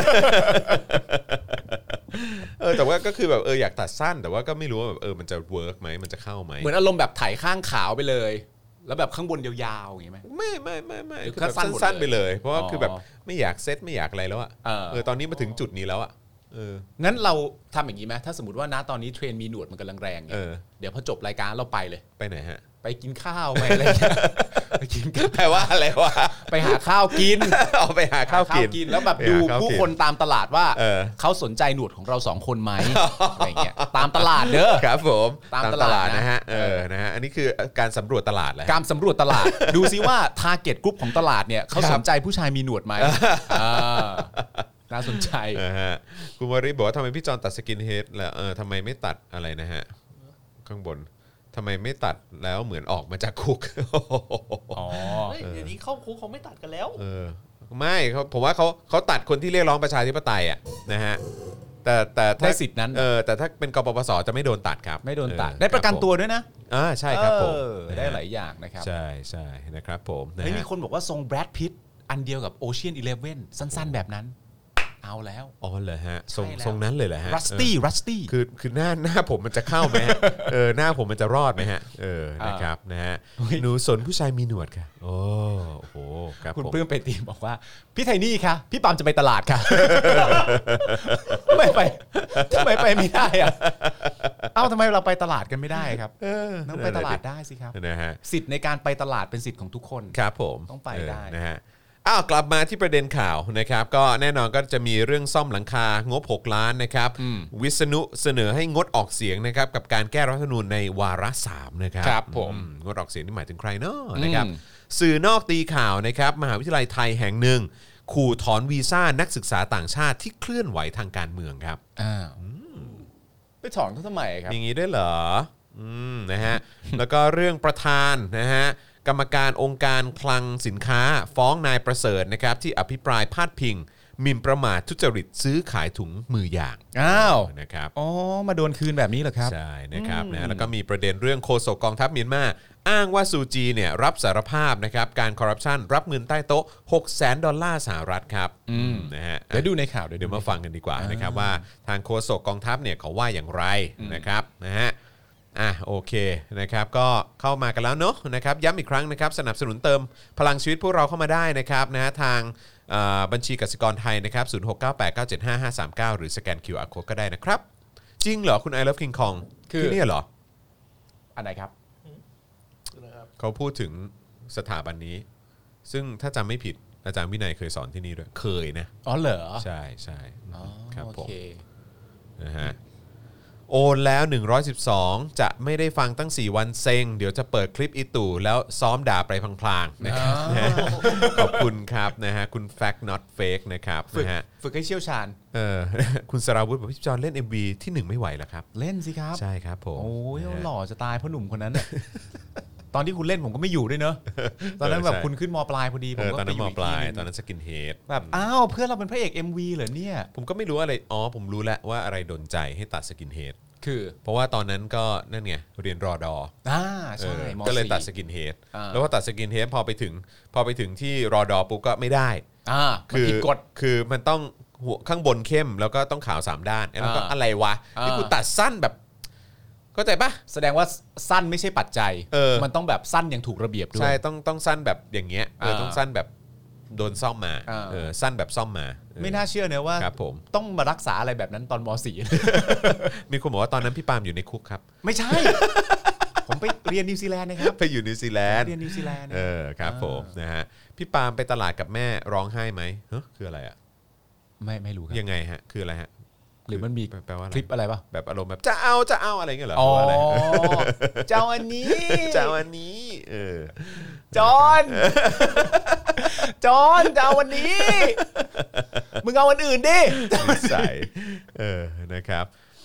เออแต่ว่าก็คือแบบเอออยากตัดสั้นแต่ว่าก็ไม่รู้ว่าแบบเออมันจะเวิร์กไหมมันจะเข้าไหมเหมือนอารมณ์แบบไถข้างขาวไปเลย แล้วแบบข้างบนยาวๆอย่างงี้ไหมไม่ไม่ไม่ไม่หรือคือแบบสั้นหมดเลยสั้นๆไปเลย เพราะว่าอ๋อคือแบบไม่อยากเซตไม่อยากอะไรแล้วอ่ะเออเออตอนนี้มาถึงจุดนี้แล้วอ่ะเอองั้นเราทำอย่างนี้ไหมถ้าสมมติว่าณตอนนี้เทรนมีหนวดมันกำลังแรงเอเนี่ยอเดี๋ยวพอจบรายการเราไปเลยไปไหนฮะไปกินข้าวไปอะไรอย่างเงี้ย ไปกินข้าวแปลว่าอะไรวะไปหาข้าวกินเอาไปหาข้าวกินกินแล้วแบบไปดูหาข้าวผู้กินคนตามตลาดว่าเออเขาสนใจหนวดของเราสองคนไหมอะไรเงี้ยตามตลาดเด้อครับผมตามตลาดนะนะฮะเออนะฮะอันนี้คือการสำรวจตลาดแหละการสำรวจตลาด ดูซิว่าทาร์เก็ตกรุ๊ปของตลาดเนี่ยเขาสนใจผู้ชายมีหนวดไหมอ่าน่าสนใจนะฮะคุณวริศบอกว่าทำไมพี่จอนตัดสกินเฮดแล้วเออทำไมไม่ตัดอะไรนะฮะข้างบนทำไมไม่ตัดแล้วเหมือนออกมาจากคุกอ๋อเฮ้ยเดี๋ยวนี้เข้าคุกเขาไม่ตัดกันแล้วเออไม่เขาผมว่าเขาเขาตัดคนที่เรียกร้องประชาธิปไตยอ่ะนะฮะแต่แต่ถ้าได้สิทธินั้นเออแต่ถ้าเป็นกปปสจะไม่โดนตัดครับไม่โดนตัดเออได้ประกันคบผมตัวด้วยนะอ่าใช่ครับผมเออได้หลายอย่างนะครับใช่ใช่นะครับผมนะเฮ้ยฮะมีคนบอกว่าทรงแบรดพิตต์อันเดียวกับโอเชียนอีเลฟเว่นสั้นๆแบบนั้น เอาแล้วอ๋อเหรอฮะทรงใช่แล้วทรงนั้นเลยเหรอฮะรัสตี้รัสตี้คือคือหน้าหน้าผมมันจะเข้าไหมฮะ เออหน้าผมมันจะรอดไหมฮะเออนะครับนะฮะหนูสนผู้ชายมีหนวดค่ะโอ้โหครับคุณผมปลื้มไปตีมบอกว่า พี่ไทนี่คะพี่ปาล์มจะไปตลาดค่ะ ทำไมไปทำไมไปไม่ได้อะเอ้าทำไมเราไปตลาดกันไม่ได้ครับต้องไปตลาดได้สิครับนะฮะสิทธิ์ในการไปตลาดเป็นสิทธิ์ของทุกคนครับผมต้องไปได้เออนะฮะอ้าวกลับมาที่ประเด็นข่าวนะครับก็แน่นอนก็จะมีเรื่องซ่อมหลังคางบหกล้านนะครับวิษณุเสนอให้งดออกเสียงนะครับกับการแก้รัฐธรรมนูญในวาระสามนะครับครับผมอืงดออกเสียงนี่หมายถึงใครเนาะนะครับสื่อนอกตีข่าวนะครับมหาวิทยาลัยไทยแห่งหนึ่งขู่ถอนวีซ่านักศึกษาต่างชาติที่เคลื่อนไหวทางการเมืองครับอ้าวไปถอนเขาทำไมครับอย่างนี้ด้วยเหรออืมนะฮะ แล้วก็เรื่องประธานนะฮะกรรมการองค์การคลังสินค้าฟ้องนายประเสริฐนะครับที่อภิปรายพาดพิงหมิ่นประมาททุจริตซื้อขายถุงมือยางอ้าวนะครับอ๋อมาโดนคืนแบบนี้เหรอครับใช่นะครับนะแล้วก็มีประเด็นเรื่องโฆษกกองทัพเมียนมาอ้างว่าซูจีเนี่ยรับสารภาพนะครับการคอร์รัปชันรับเงินใต้โต๊ะหกแสนดอลลาร์สหรัฐครับนะฮะเดี๋ยวดูในข่าวเดี๋ยวเดี๋ยวมาฟังกันดีกว่านะครับว่าทางโฆษกกองทัพเนี่ยเขาว่าอย่างไรนะครับนะฮะอ่ะโอเคนะครับก็เข้ามากันแล้วเนาะนะครับย้ำอีกครั้งนะครับสนับสนุนเติมพลังชีวิตพวกเราเข้ามาได้นะครับนะฮะทางเอ่อบัญชีกสิกรไทยนะครับศูนย์ หก เก้า แปด เก้า เจ็ด ห้า ห้า สาม เก้าหรือสแกน คิว อาร์ Code ก็ได้นะครับจริงเหรอคุณ I Love King Kong คือที่เนี่ยเหรออันไหนครับเขาพูดถึงสถาบันนี้ ซึ่งถ้าจำไม่ผิดอาจารย์วินัยเคยสอนที่นี่ด้วยเคยนะอ๋อเหรอใช่ใช่อ๋อครับโอผมเคนะฮะโอนแล้วหนึ่งร้อยสิบสองจะไม่ได้ฟังตั้งสี่วันเซ็งเดี๋ยวจะเปิดคลิปอีตู่แล้วซ้อมด่าไปพลางๆนะครับนะฮะขอบคุณครับนะฮะคุณ fact not fake นะครับฝึกนะฮะฝึกให้เชี่ยวชาญเออ คุณสราวุธบอกพี่จอนเล่น เอ็ม วี ที่หนึ่งไม่ไหวแล้วครับเล่นสิครับใช่ครับผมโอ้ยนะฮะหล่อจะตายเพราะหนุ่มคนนั้นน่ะ ตอนที่คุณเล่นผมก็ไม่อยู่ด้วยเนอะตอนนั้นแบบใช่คุณขึ้นมปลายพอดีผเอมอก็ตอนไปนั้นอมยู่อีกปลายที่หนึ่งตอนนั้นสกินเฮดแบบอ้าวเพื่อนเราเป็นพระเอก เอ็ม วี เหรอเนี่ยผมก็ไม่รู้อะไรอ๋อผมรู้แล้วว่าอะไรดลใจให้ตัดสกินเฮดคือเพราะว่าตอนนั้นก็นั่นไงเรียนรอดออ่าเอใช่อมก็เลยสี่ตัดสกินเฮดอ่าแล้วพอตัดสกินเฮดพอไปถึงพอไปถึงที่รอดอปุ๊บก็ไม่ได้อ่ามันผิดกฎคือมันต้องหัวข้างบนเข้มแล้วก็ต้องขาวสามด้านแล้วก็อ่าอะไรวะอ่านี่กูตัดสั้นแบบเข้าใจปะแสดงว่าสั้นไม่ใช่ปัจจัยเออมันต้องแบบสั้นอย่างถูกระเบียบด้วยใช่ต้องต้องสั้นแบบอย่างเงี้ยเอออ่าต้องสั้นแบบโดนซ่อมมาอ่าเออสั้นแบบซ่อมมาเออไม่น่าเชื่อเนอะว่าครับผมต้องมารักษาอะไรแบบนั้นตอนม สี่มีคนบอกว่าตอนนั้นพี่ปาล์มอยู่ในคุกครับไม่ใช่ ผมไปเรียนนิวซีแลนด์นะครับไปอยู่นิวซีแลนด์เรียนนิวซีแลนด์เออครับผมนะฮะพี่ปาล์มไปตลาดกับแม่ร้องไห้ไหมเฮ้ยคืออะไรอ่ะไม่ไม่รู้ครับยังไงฮะคืออะไรฮะหรือมันมีแปลว่าอะไรคลิปอะไรป่ะแบบอารมณ์แบบจะเอาจะเอาอะไรเงี้ยเหรออ๋อหรือว่าอะไรเจ้าอันนี้จะเอาอันนี้เออจอนจอนจะเอาวันนี้ มึงเอาวันอื่นดินิสัยเออนะครับ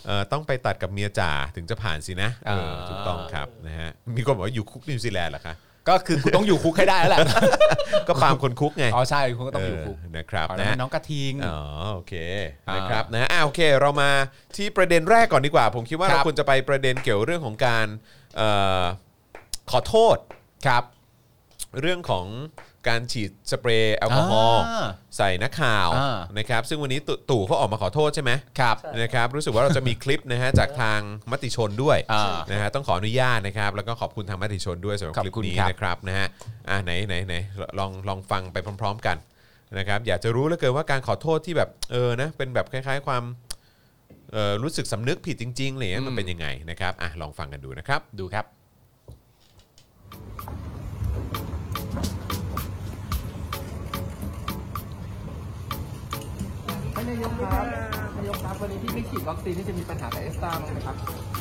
เอ่อต้องไปตัดกับเมียจ่าถึงจะผ่านสินะเออถูกต้องครับนะฮะมีคนบอกว่าอยู่คุกนิวซีแลนด์เหรอคะก็คือกูต้องอยู่คุกให้ได้แล้วแหละก็ปาล์มคนคุกไงอ๋อใช่คุณก็ต้องอยู่คุกนะครับนะน้องกระทิงอ๋อโอเคนะครับนะอ่าโอเคเรามาที่ประเด็นแรกก่อนดีกว่าผมคิดว่าเราควรจะไปประเด็นเกี่ยวเรื่องของการเอ่อขอโทษครับเรื่องของการฉีดสเปรย์แอลกอฮอล์ใส่นักข่าวนะครับซึ่งวันนี้ตู่เขาออกมาขอโทษใช่ไหมครับนะครับรู้สึกว่าเราจะมีคลิปนะฮะจากทางมติชนด้วยนะฮะต้องขออนุญาตนะครับแล้วก็ขอบคุณทางมติชนด้วยสำหรับคลิปนี้นะครับนะฮะอ่ะไหนไหนไหนลองลองฟังไปพร้อมๆกันนะครับอยากจะรู้เหลือเกินว่าการขอโทษที่แบบเออนะเป็นแบบคล้ายๆความเอ่อรู้สึกสำนึกผิดจริงๆอะไรเงี้ยมันเป็นยังไงนะครับอ่ะลองฟังกันดูนะครับดูครับนายกครับนายกครับวันนี้ที่ไม่ฉีดวัคซีนนี่จะมีปัญหากับเอสตาบ้างไหมครับ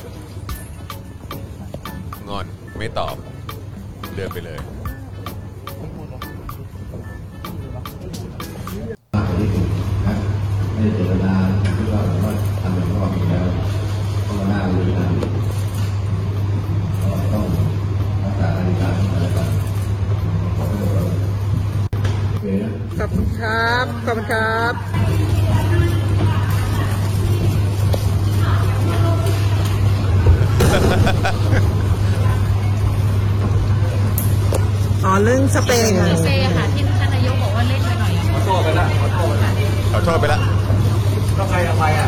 งอนไม่ตอบเดินไปเลยไม่ได้เจตนาที่ว่าว่าทำอย่างรอบอยู่แล้วเพราะว่าหน้าเลยนะก็ต้องรักษานาฬิกาที่มาแล้วกันขอบคุณครับขอบคุณครับอ๋อเรื่องสเปรย์สเปรย์ค่ะที่ท่านนายกบอกว่าเล่นไปหน่อยขอโทษไปละขอโทษไปละขอโทษไปละก็ใครเอาไปอ่ะ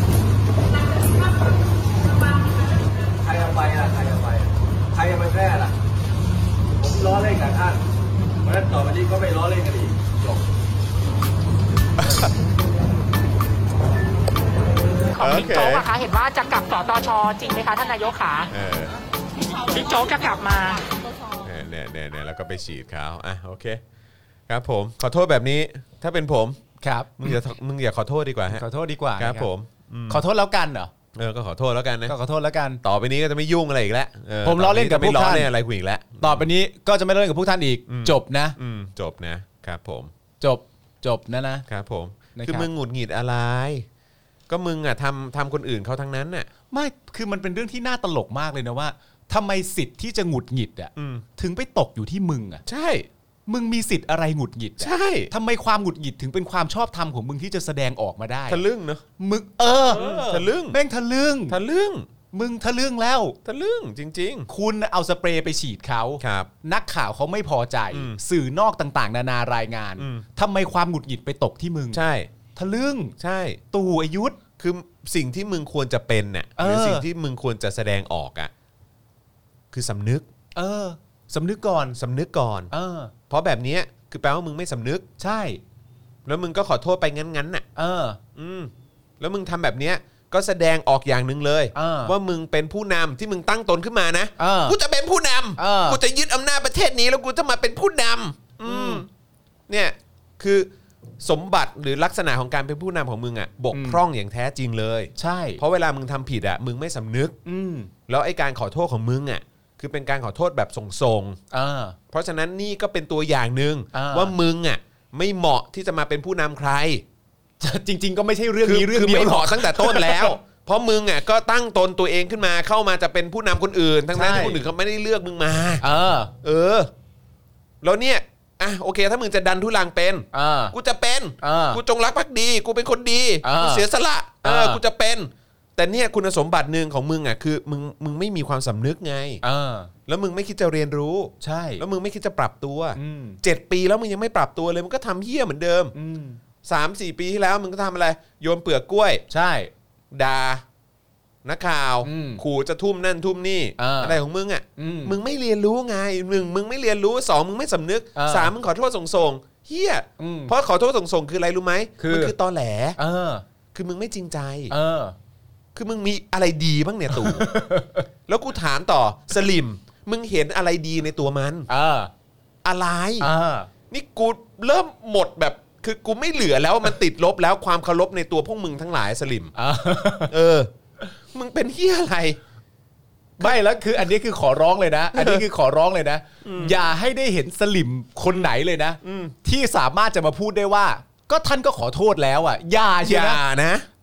ใครเอาไปล่ะใครเอาไปใครเอาไปแพ้ล่ะผมล้อเล่นกับท่านเพราะฉะนั้นต่อไปนี้ก็ไม่ล้อเล่นกันอีกจบของบิ๊กโจ๊กอะคะเห็นว่าจะกลับสตช.จริงไหมคะท่านนายกขาบิ๊กโจ๊กจะกลับมาเนี่ยเนี่ยเนี่ยแล้วก็ไปฉีดเขาอ่ะโอเคครับผมขอโทษแบบนี้ถ้าเป็นผมครับมึงอย่ามึงอย่าขอโทษดีกว่าฮะขอโทษดีกว่าครับผมขอโทษแล้วกันเหรอเออก็ขอโทษแล้วกันนะก็ขอโทษแล้วกันต่อไปนี้ก็จะไม่ยุ่งอะไรอีกแล้วผมล้อเล่นกับพวกท่านอะไรคุยอีกแล้วต่อไปนี้ก็จะไม่เล่นกับพวกท่านอีกจบนะจบนะครับผมจบจบนะนะครับผมคือมึงหงุดหงิดอะไรก็มึงอ่ะทำทำคนอื่นเขาทั้งนั้นน่ะไม่คือมันเป็นเรื่องที่น่าตลกมากเลยนะว่าทำไมสิทธิ์ที่จะหงุดหงิดอ่ะถึงไปตกอยู่ที่มึงอ่ะใช่มึงมีสิทธิ์อะไรหงุดหงิดใช่ทำไมความหงุดหงิดถึงเป็นความชอบธรรมของมึงที่จะแสดงออกมาได้ทะลึ่งเนอะมึงเออทะลึ่งแม่งทะลึ่งทะลึ่งมึงทะลึ่งแล้วทะลึ่งจริงๆคุณเอาสเปรย์ไปฉีดเขาครับนักข่าวเขาไม่พอใจสื่อนอกต่างๆนานารายงานทำไมความหงุดหงิดไปตกที่มึงใช่ทะลึ่งใช่ตู่อยุธคือสิ่งที่มึงควรจะเป็นเนี่ยหรือสิ่งที่มึงควรจะแสดงออกอ่ะคือสำนึกเออสำนึกก่อนสำนึกก่อนเออเพราะแบบนี้คือแปลว่ามึงไม่สำนึกใช่แล้วมึงก็ขอโทษไปงั้นๆน่ะเอออืมแล้วมึงทำแบบเนี้ยก็แสดงออกอย่างหนึ่งเลยว่ามึงเป็นผู้นำที่มึงตั้งตนขึ้นมานะกูจะเป็นผู้นำกูจะยึดอำนาจประเทศนี้แล้วกูจะมาเป็นผู้นำอืมเนี่ยคือสมบัติหรือลักษณะของการเป็นผู้นำของมึงอ่ะบกพร่องอย่างแท้จริงเลยใช่เพราะเวลามึงทำผิดอ่ะมึงไม่สำนึกแล้วไอ้การขอโทษของมึงอ่ะคือเป็นการขอโทษแบบส่งๆเพราะฉะนั้นนี่ก็เป็นตัวอย่างหนึ่งว่ามึงอ่ะไม่เหมาะที่จะมาเป็นผู้นำใครจริงๆก็ไม่ใช่เรื่องนี้เรื่องเดียวไม่เหมาะตั้งแต่ต้นแล้วเพราะมึงอ่ะก็ตั้งตนตัวเองขึ้นมาเข้ามาจะเป็นผู้นำคนอื่นทั้งนั้นที่คนอื่นเขาไม่ได้เลือกมึงมาเออเออแล้วเนี่ยอ่ะโอเคถ้ามึงจะดันทุลังเป็นกูจะเป็นกูจงรักภักดีกูเป็นคนดีกูเสียสละเออกูจะเป็นแต่เนี่ยคุณสมบัติหนึ่งของมึงอ่ะคือมึงมึงไม่มีความสำนึกไงแล้วมึงไม่คิดจะเรียนรู้ใช่แล้วมึงไม่คิดจะปรับตัวเจ็ดปีแล้วมึงยังไม่ปรับตัวเลยมึงก็ทำเหี้ยเหมือนเดิมสามสี่ปีที่แล้วมึงก็ทำอะไรโยนเปลือกกล้วยใช่ด่านักข่าวขู่จะทุ่มนั่นทุ่มนี่อะไรของมึงอ่ะมึงไม่เรียนรู้ไงหนึ่งมึงไม่เรียนรู้สองมึงไม่สำนึกสามมึงขอโทษส่งๆเฮียเพราะขอโทษส่งๆคืออะไรรู้ไหมมันคือตอแหลคือมึงไม่จริงใจคือมึงมีอะไรดีบ้างเนี่ยตู่แล้วกูถามต่อสลิมมึงเห็นอะไรดีในตัวมันอะไรนี่กูเริ่มหมดแบบคือกูไม่เหลือแล้วมันติดลบแล้วความเคารพในตัวพวกมึงทั้งหลายสลิมเออมึงเป็นเหี้ยอะไรไม่แล้วคืออันนี้คือขอร้องเลยนะอันนี้คือขอร้องเลยนะอย่าให้ได้เห็นสลิมคนไหนเลยนะที่สามารถจะมาพูดได้ว่าก็ท่านก็ขอโทษแล้วอ่ะอย่าเชียวนะ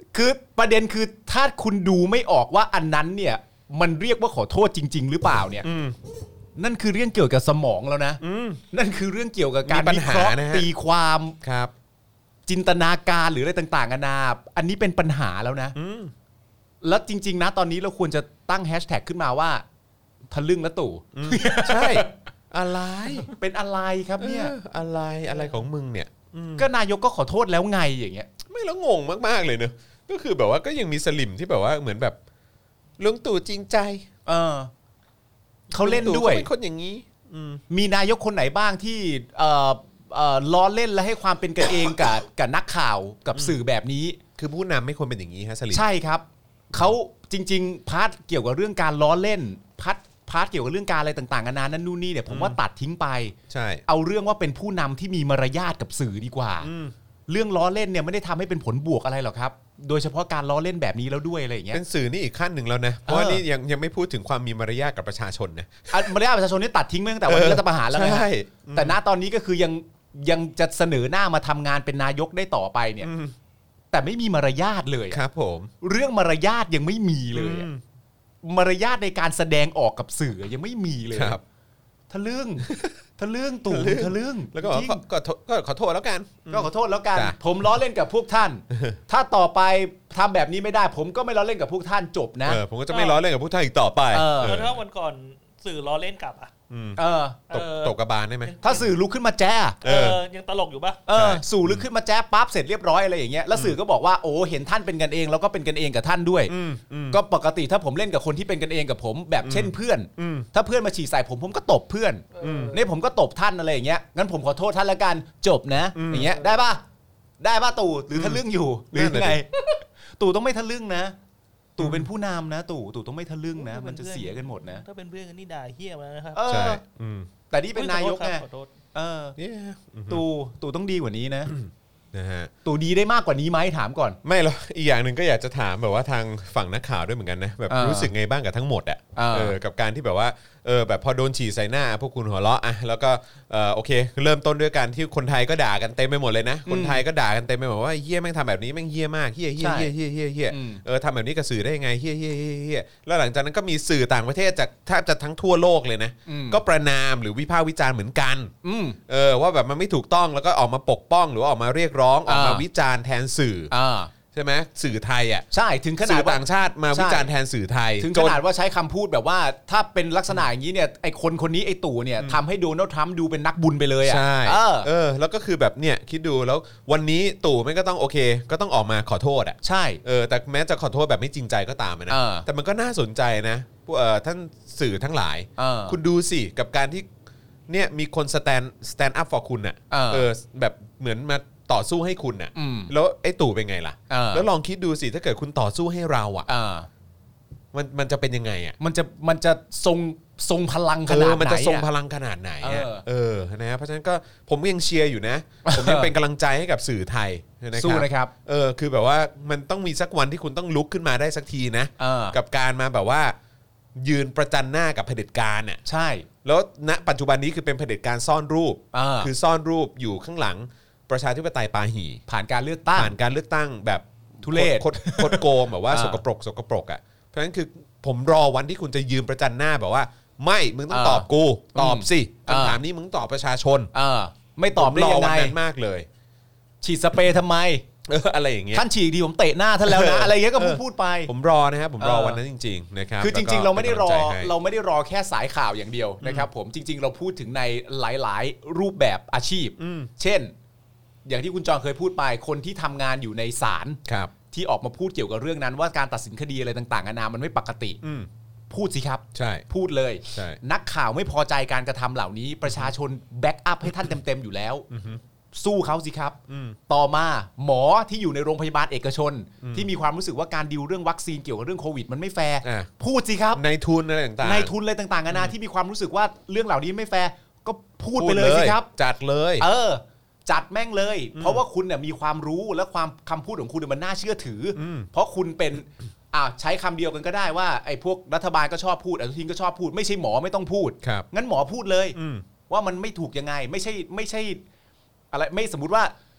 คือประเด็นคือถ้าคุณดูไม่ออกว่าอันนั้นเนี่ยมันเรียกว่าขอโทษจริงๆหรือเปล่าเนี่ยนั่นคือเรื่องเกี่ยวกับสมองแล้วนะนั่นคือเรื่องเกี่ยวกับการวิเคราะห์ตีความครับจินตนาการหรืออะไรต่างๆนานาอันนี้เป็นปัญหาแล้วนะแล้วจริงๆนะตอนนี้เราควรจะตั้งแฮชแท็กขึ้นมาว่าทะลึ่งและตู่ใช่อะไรเป็นอะไรครับเนี่ยอะไรอะไรของมึงเนี่ยก็นายกก็ขอโทษแล้วไงอย่างเงี้ยไม่แล้วงงมากๆเลยเนอะก็คือแบบว่าก็ยังมีสลิมที่แบบว่าเหมือนแบบลุงตู่จริงใจเออเขาเล่นด้วยเป็นคนอย่างนี้มีนายกคนไหนบ้างที่เอ่อเอ่อล้อเล่นและให้ความเป็นกันเองกับกับนักข่าวกับสื่อแบบนี้คือผู้นำไม่ควรเป็นอย่างนี้ฮะสลิมใช่ครับเขาจริงๆพาร์ทเกี่ยวกับเรื่องการล้อเล่นพาร์ทพาร์ทเกี่ยวกับเรื่องการอะไรต่างๆนานานั่นนู่นนี่เนี่ยผมว่าตัดทิ้งไปใช่เอาเรื่องว่าเป็นผู้นำที่มีมารยาทกับสื่อดีกว่าเรื่องล้อเล่นเนี่ยไม่ได้ทำให้เป็นผลบวกอะไรหรอกครับโดยเฉพาะการล้อเล่นแบบนี้แล้วด้วยอะไรอย่างเงี้ยเป็นสื่อนี่อีกขั้นหนึ่งแล้วนะเพราะว่านี่ยังยังไม่พูดถึงความมีมารยาทกับประชาชนนะมารยาทประชาชนนี่ตัดทิ้งไปตั้งแต่วันรัฐประหารแล้วนะแต่ณตอนนี้ก็คือยังยังจะเสนอหน้ามาทำงานเป็นนายกได้ต่อไปเนี่ยแต่ไม่มีมารยาทเลยครับผมเรื่องมารยาทยังไม่มีเลยมารยาทในการแสดงออกกับสื่อยังไม่มีเลยครับทะลึ่งทะลึ่งตู่ทะลึ่งแล้วก็ก็ก็ขอโทษแล้วกันก็ขอโทษแล้วกันผมล้อเล่นกับพวกท่านถ้าต่อไปทำแบบนี้ไม่ได้ผมก็ไม่ล้อเล่นกับพวกท่านจบนะผมก็จะไม่ล้อเล่นกับพวกท่านอีกต่อไปแล้วถ้าวันก่อนสื่อล้อเล่นกับอ่ะเออตกตกกระบาลได้ไหมถ้าสื่อลุกขึ้นมาแจ้เออยังตลกอยู่ป่ะเออสื่อลุกขึ้นมาแจ้ปั๊บเสร็จเรียบร้อยอะไรอย่างเงี้ยแล้วสื่อก็บอกว่าโอ้เห็นท่านเป็นกันเองแล้วก็เป็นกันเองกับท่านด้วยก็ปกติถ้าผมเล่นกับคนที่เป็นกันเองกับผมแบบเช่นเพื่อนถ้าเพื่อนมาฉี่ใส่ผมผมก็ตบเพื่อนนี่ผมก็ตบท่านอะไรอย่างเงี้ยงั้นผมขอโทษท่านละกันจบนะอย่างเงี้ยได้ป่ะได้ป่ะตู่หรือทะลึ่งอยู่หรือไงตู่ต้องไม่ทะลึ่งนะตู่เป็นผู้นำนะตู่ตู่ต้องไม่ทะลึ่งนะมันจะเสียกันหมดนะถ้าเป็นเพื่อนกันนี่ด่าเหี้ยมานะครับใช่แต่นี่เป็นนายกไงเออตู่ตู่ต้องดีกว่านี้นะนะฮะตู่ดีได้มากกว่านี้ไหมถามก่อนไม่หรอกอีกอย่างหนึ่งก็อยากจะถามแบบว่าทางฝั่งนักข่าวด้วยเหมือนกันนะแบบรู้สึกไงบ้างกับทั้งหมดอ่ะเออกับการที่แบบว่าเออแบบพอโดนฉี่ใส่หน้าพวกคุณหัวเราะอ่ะแล้วก็เออโอเคเริ่มต้นด้วยการที่คนไทยก็ด่ากันเต็มไปหมดเลยนะคนไทยก็ด่ากันเต็มไปหมดว่าเฮี้ยแม่งทำแบบนี้แม่งเฮี้ยมากเฮี้ยเฮี้ยเฮี้ยเฮี้ยเฮี้ยเฮี้ยเออทำแบบนี้กับสื่อได้ยังไงเฮี้ยเฮี้ยเฮี้ยเฮี้ยแล้วหลังจากนั้นก็มีสื่อต่างประเทศจากแทบจะทั้งทั่วโลกเลยนะก็ประณามหรือวิพากษ์วิจารณ์เหมือนกันเออว่าแบบมันไม่ถูกต้องแล้วก็ออกมาปกป้องหรือออกมาเรียกร้องออกมาวิจารณ์แทนสื่อใช่ไหมสื่อไทยอ่ะใช่ถึงขนาดสื่อต่างชาติมาวิจารณ์แทนสื่อไทยถึงขนาดว่าใช้คำพูดแบบว่าถ้าเป็นลักษณะอย่างนี้เนี่ยไอคนคนนี้ไอตู่เนี่ยทำให้โดนัลด์ทรัมป์ดูเป็นนักบุญไปเลยอ่ะใช่เออแล้วก็คือแบบเนี่ยคิดดูแล้ววันนี้ตู่ไม่ก็ต้องโอเคก็ต้องออกมาขอโทษอ่ะใช่เออแต่แม้จะขอโทษแบบไม่จริงใจก็ตามนะแต่มันก็น่าสนใจนะพวกเอ่อท่านสื่อทั้งหลายคุณดูสิกับการที่เนี่ยมีคนสแตนสแตนด์อัพ for คุณอ่ะเออแบบเหมือนมาต่อสู้ให้คุณน่ะแล้วไอ้ตู่เป็นไงล่ะแล้วลองคิดดูสิถ้าเกิดคุณต่อสู้ให้เราอ่ะมันมันจะเป็นยังไงอ่ะมันจะมันจะทรงทรงพลังขนาดไหนมันจะทรงพลังขนาดไหนเออนะเพราะฉะนั้นก็ผมยังเชียร์อยู่นะผมยังเป็นกำลังใจให้กับสื่อไทยนะครับสู้นะครับเออคือแบบว่ามันต้องมีสักวันที่คุณต้องลุกขึ้นมาได้สักทีนะกับการมาแบบว่ายืนประจันหน้ากับเผด็จการน่ะใช่แล้วณปัจจุบันนี้คือเป็นเผด็จการซ่อนรูปคือซ่อนรูปอยู่ข้างหลังประชาธิปไตยปาหี่ผ่านการเลือกตั้งผ่านการเลือกตั้งแบบทุเรศโคตรโกงแบบว่าสกปรกสกปรกอ่ะเพราะฉะนั้นคือผมรอวันที่คุณจะยืนประจันหน้าแบบว่าไม่มึงต้องตอบกูตอบสิคำถามนี้มึงตอบประชาชนไม่ตอบได้ยังไงมากเลยฉีดสเปรย์ทำไมเอออะไรอย่างเงี้ยท่านฉีดดีผมเตะหน้าท่านแล้วนะอะไรอย่างเงี้ยก็พูดพูดไปผมรอนะครับผมรอวันนั้นจริงๆนะครับคือจริงๆเราไม่ได้รอเราไม่ได้รอแค่สายข่าวอย่างเดียวนะครับผมจริงๆเราพูดถึงในหลายๆรูปแบบอาชีพเช่นอย่างที่คุณจองเคยพูดไปคนที่ทำงานอยู่ในศาลที่ออกมาพูดเกี่ยวกับเรื่องนั้นว่าการตัดสินคดีอะไรต่างๆนานามันไม่ปกติพูดสิครับใช่พูดเลยนักข่าวไม่พอใจการกระทำเหล่านี้ประชาชนแบ็กอัพให้ท่านเต็มๆอยู่แล้วสู้เขาสิครับต่อมาหมอที่อยู่ในโรงพยาบาลเอกชนที่มีความรู้สึกว่าการดิวเรื่องวัคซีนเกี่ยวกับเรื่องโควิดมันไม่แฟร์พูดสิครับในทุนอะไรต่างๆในทุนอะไรต่างๆนานาที่มีความรู้สึกว่าเรื่องเหล่านี้ไม่แฟร์ก็พูดไปเลยสิครับจัดเลยเออจัดแม่งเลยเพราะว่าคุณเนี่ยมีความรู้และความคำพูดของคุณมันน่าเชื่อถือเพราะคุณเป็นอ่าใช้คำเดียวกันก็ได้ว่าไอ้พวกรัฐบาลก็ชอบพูดอนุทินก็ชอบพูดไม่ใช่หมอไม่ต้องพูดงั้นหมอพูดเลยว่ามันไม่ถูกยังไงไม่ใช่ไม่ใช่อะไรไม่สมมุติว่า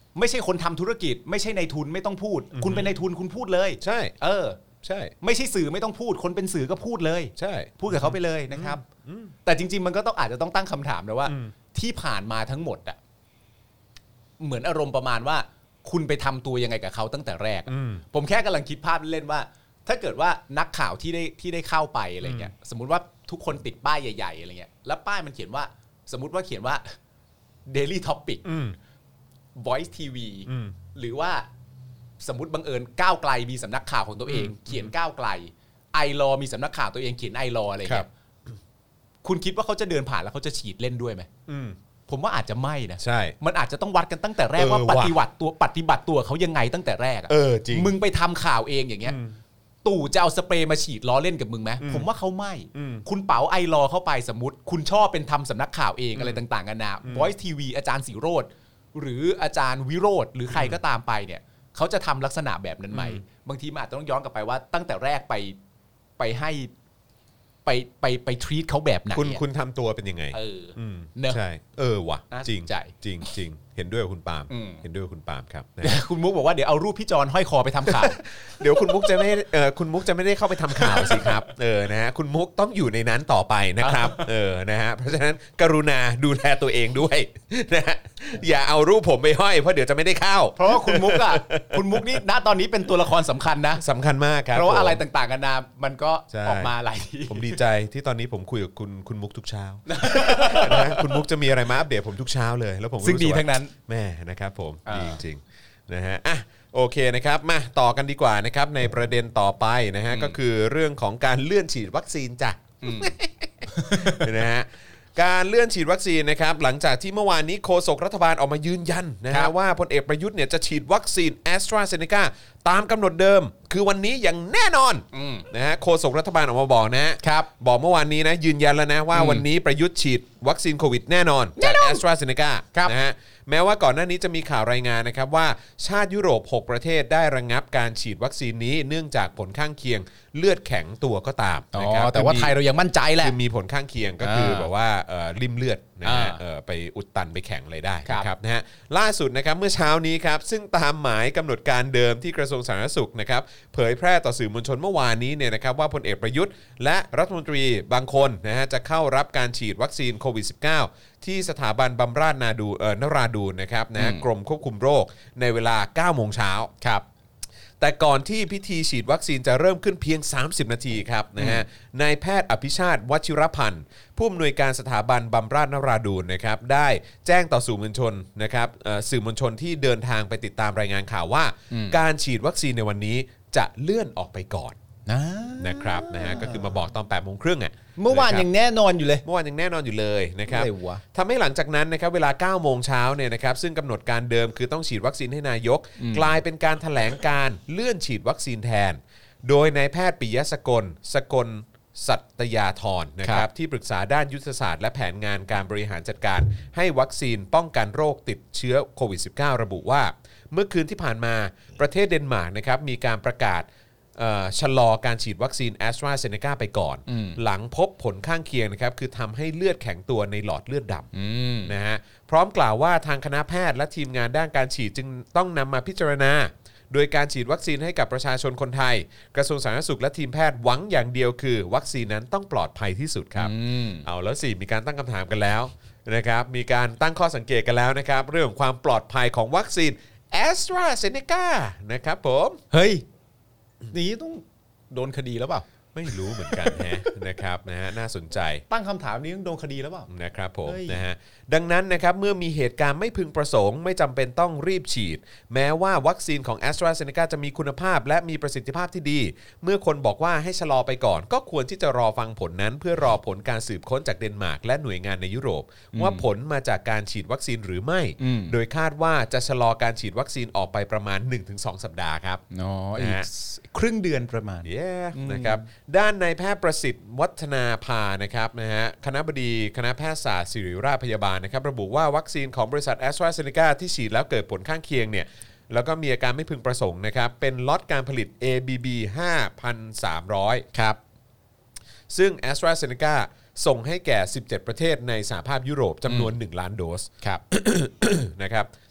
ไม่ใช่คนทำธุรกิจไม่ใช่ในทุนไม่ต้องพูดคุณเป็นในทุนคุณพูดเลยใช่เออใช่ไม่ใช่สื่อไม่ต้องพูดคนเป็นสื่อก็พูดเลยใช่พูดกับเขาไปเลยนะครับแต่จริงๆมันก็ต้องอาจจะต้องตั้งคำถามนะว่าที่ผ่านมาทั้งหมดอ่ะเหมือนอารมณ์ประมาณว่าคุณไปทำตัวยังไงกับเขาตั้งแต่แรกผมแค่กำลังคิดภาพเล่นๆว่าถ้าเกิดว่านักข่าวที่ได้ที่ได้เข้าไปอะไรเงี้ยสมมุติว่าทุกคนติดป้ายใหญ่ๆอะไรเงี้ยแล้วป้ายมันเขียนว่าสมมุติว่าเขียนว่า Daily Topic Voice ที วี หรือว่าสมมติบังเอิญก้าวไกลมีสำนักข่าวของตัวเองเขียนก้าวไกลไอรอมีสำนักข่าวตัวเองเขียนไอรออะไรเงี้ยคุณคิดว่าเขาจะเดินผ่านแล้วเขาจะฉีดเล่นด้วยไหมผมว่าอาจจะไม่นะใช่มันอาจจะต้องวัดกันตั้งแต่แรกว่าปฏิบัติตัวปฏิบัติตัวเขายังไงตั้งแต่แรกอ่ะมึงไปทำข่าวเองอย่างเงี้ยตู่จะเอาสเปรย์มาฉีดล้อเล่นกับมึงไหมผมว่าเขาไม่คุณเป๋าไอรอเข้าไปสมมติคุณชอบเป็นทำสำนักข่าวเองอะไรต่างๆกันานา Voice ที วี อาจารย์ศิโรจน์หรืออาจารย์วิโรจน์หรือใครก็ตามไปเนี่ยเขาจะทำลักษณะแบบนั้นไหมบางทีมันอาจจะต้องย้อนกลับไปว่าตั้งแต่แรกไปไปให้ไปไปไปทรีตเขาแบบไหนคุณคุณทำตัวเป็นยังไงเออใช่เออว่ะจริงจริงจริงเห็นด้วยคุณปาล์มเห็นด้วยคุณปาล์มครับคุณมุกบอกว่าเดี๋ยวเอารูปพี่จอนห้อยคอไปทำข่าวเดี๋ยวคุณมุกจะไม่เออคุณมุกจะไม่ได้เข้าไปทำข่าวสิครับเออนะฮะคุณมุกต้องอยู่ในนั้นต่อไปนะครับเออนะฮะเพราะฉะนั้นกรุณาดูแลตัวเองด้วยนะฮะอย่าเอารูปผมไปห้อยเพราะเดี๋ยวจะไม่ได้เข้าเพราะว่าคุณมุกอ่ะคุณมุกนี่ณตอนนี้เป็นตัวละครสำคัญนะสำคัญมากครับเพราะว่าอะไรต่างๆกันนามันก็ออกมาหลายทีผมดีใจที่ตอนนี้ผมคุยกับคุณคุณมุกทุกเช้านะคุณมุกจะมีอะไรมาอัปเดตผมทุกเช้าเลยแล้วผมซึ่งดีทั้งนั้นแม่นะครับผมดีจริงๆนะฮะอ่ะโอเคนะครับมาต่อกันดีกว่านะครับในประเด็นต่อไปนะฮะก็คือเรื่องของการเลื่อนฉีดวัคซีนจ้ะนะฮะการเลื่อนฉีดวัคซีนนะครับหลังจากที่เมื่อวานนี้โฆษกรัฐบาลออกมายืนยันนะฮะว่าพลเอกประยุทธ์เนี่ยจะฉีดวัคซีน AstraZeneca ตามกำหนดเดิมคือวันนี้อย่างแน่นอนนะฮะโฆษกรัฐบาลออกมาบอกนะครับบอกเมื่อวานนี้นะยืนยันแล้วนะว่าวันนี้ประยุทธ์ฉีดวัคซีนโควิดแน่นอนจาก AstraZeneca นะฮะแม้ว่าก่อนหน้านี้จะมีข่าวรายงานนะครับว่าชาติยุโรปหกประเทศได้ระงับการฉีดวัคซีนนี้เนื่องจากผลข้างเคียงเลือดแข็งตัวก็ตามนะครับแต่ว่าไทยเรายังมั่นใจแหละคือมีผลข้างเคียงก็คือแบบว่าริ่มเลือดนะฮะไปอุดตันไปแข็งเลยได้นะครับนะฮะล่าสุดนะครับเมื่อเช้านี้ครับซึ่งตามหมายกำหนดการเดิมที่กระทรวงสาธารณสุขนะครับเผยแพร่ต่อสื่อมวลชนเมื่อวานนี้เนี่ยนะครับว่าพลเอกประยุทธ์และรัฐมนตรีบางคนนะฮะจะเข้ารับการฉีดวัคซีนโควิด สิบเก้า ที่สถาบันบำราศนาดูเอ่อนราดูนนะครับนะกรมควบคุมโรคในเวลา เก้าโมงเช้าครับแต่ก่อนที่พิธีฉีดวัคซีนจะเริ่มขึ้นเพียงสามสิบนาทีครับนะฮะนายแพทย์อภิชาติวชิรพันธ์ผู้อำนวยการสถาบันบำราศนราดูนนะครับได้แจ้งต่อสื่อมวลชนนะครับสื่อมวลชนที่เดินทางไปติดตามรายงานข่าวว่าการฉีดวัคซีนในวันนี้จะเลื่อนออกไปก่อนนะครับนะฮะก็คือมาบอกตอน แปดโมงครึ่งอ่ะเมื่อวานยังแน่นอนอยู่เลยเมื่อวานยังแน่นอนอยู่เลยนะครับทำให้หลังจากนั้นนะครับเวลา เก้าโมงเช้าเนี่ยนะครับซึ่งกำหนดการเดิมคือต้องฉีดวัคซีนให้นายกกลายเป็นการแถลงการเลื่อนฉีดวัคซีนแทนโดยนายแพทย์ปิยะสกลสกลสัตยาธรนะครับที่ปรึกษาด้านยุทธศาสตร์และแผนงานการบริหารจัดการให้วัคซีนป้องกันโรคติดเชื้อโควิด สิบเก้า ระบุว่าเมื่อคืนที่ผ่านมาประเทศเดนมาร์กนะครับมีการประกาศชะลอการฉีดวัคซีน AstraZeneca ไปก่อนหลังพบผลข้างเคียงนะครับคือทำให้เลือดแข็งตัวในหลอดเลือดดำนะฮะพร้อมกล่าวว่าทางคณะแพทย์และทีมงานด้านการฉีดจึงต้องนำมาพิจารณาโดยการฉีดวัคซีนให้กับประชาชนคนไทยกระทรวงสาธารณสุขและทีมแพทย์หวังอย่างเดียวคือวัคซีนนั้นต้องปลอดภัยที่สุดครับเอาแล้วสิมีการตั้งคำถามกันแล้วนะครับมีการตั้งข้อสังเกตกันแล้วนะครับเรื่องของความปลอดภัยของวัคซีน AstraZeneca นะครับผมเฮ้ยนี้ต้องโดนคดีแล้วเปล่าไม่รู้เหมือนกันฮะนะครับนะฮะน่าสนใจตั้งคำถามนี้ต้องโดนคดีแล้วเปล่านะครับผมนะฮะดังนั้นนะครับเมื่อมีเหตุการณ์ไม่พึงประสงค์ไม่จำเป็นต้องรีบฉีดแม้ว่าวัคซีนของ AstraZeneca จะมีคุณภาพและมีประสิทธิภาพที่ดีเมื่อคนบอกว่าให้ชะลอไปก่อนก็ควรที่จะรอฟังผลนั้นเพื่อรอผลการสืบค้นจากเดนมาร์กและหน่วยงานในยุโรปว่าผลมาจากการฉีดวัคซีนหรือไม่โดยคาดว่าจะชะลอการฉีดวัคซีนออกไปประมาณ หนึ่งถึงสอง สัปดาห์ครับอ๋ออีกครึ่งเดือนประมาณ yeah นะครับด้านนายแพทย์ประสิทธิ์วัฒนาภานะครับนะฮะคณบดีคณะแพทยศาสตร์ศิริราชพยาบาลนะครับระบุว่าวัคซีนของบริษัท AstraZeneca ที่ฉีดแล้วเกิดผลข้างเคียงเนี่ยแล้วก็มีอาการไม่พึงประสงค์นะครับเป็นล็อตการผลิต เอ บี บี ห้าพันสามร้อย ครับซึ่ง AstraZeneca ส่งให้แก่สิบเจ็ดประเทศในสหภาพยุโรปจำนวนหนึ่งล้านโดสครับ นะครับ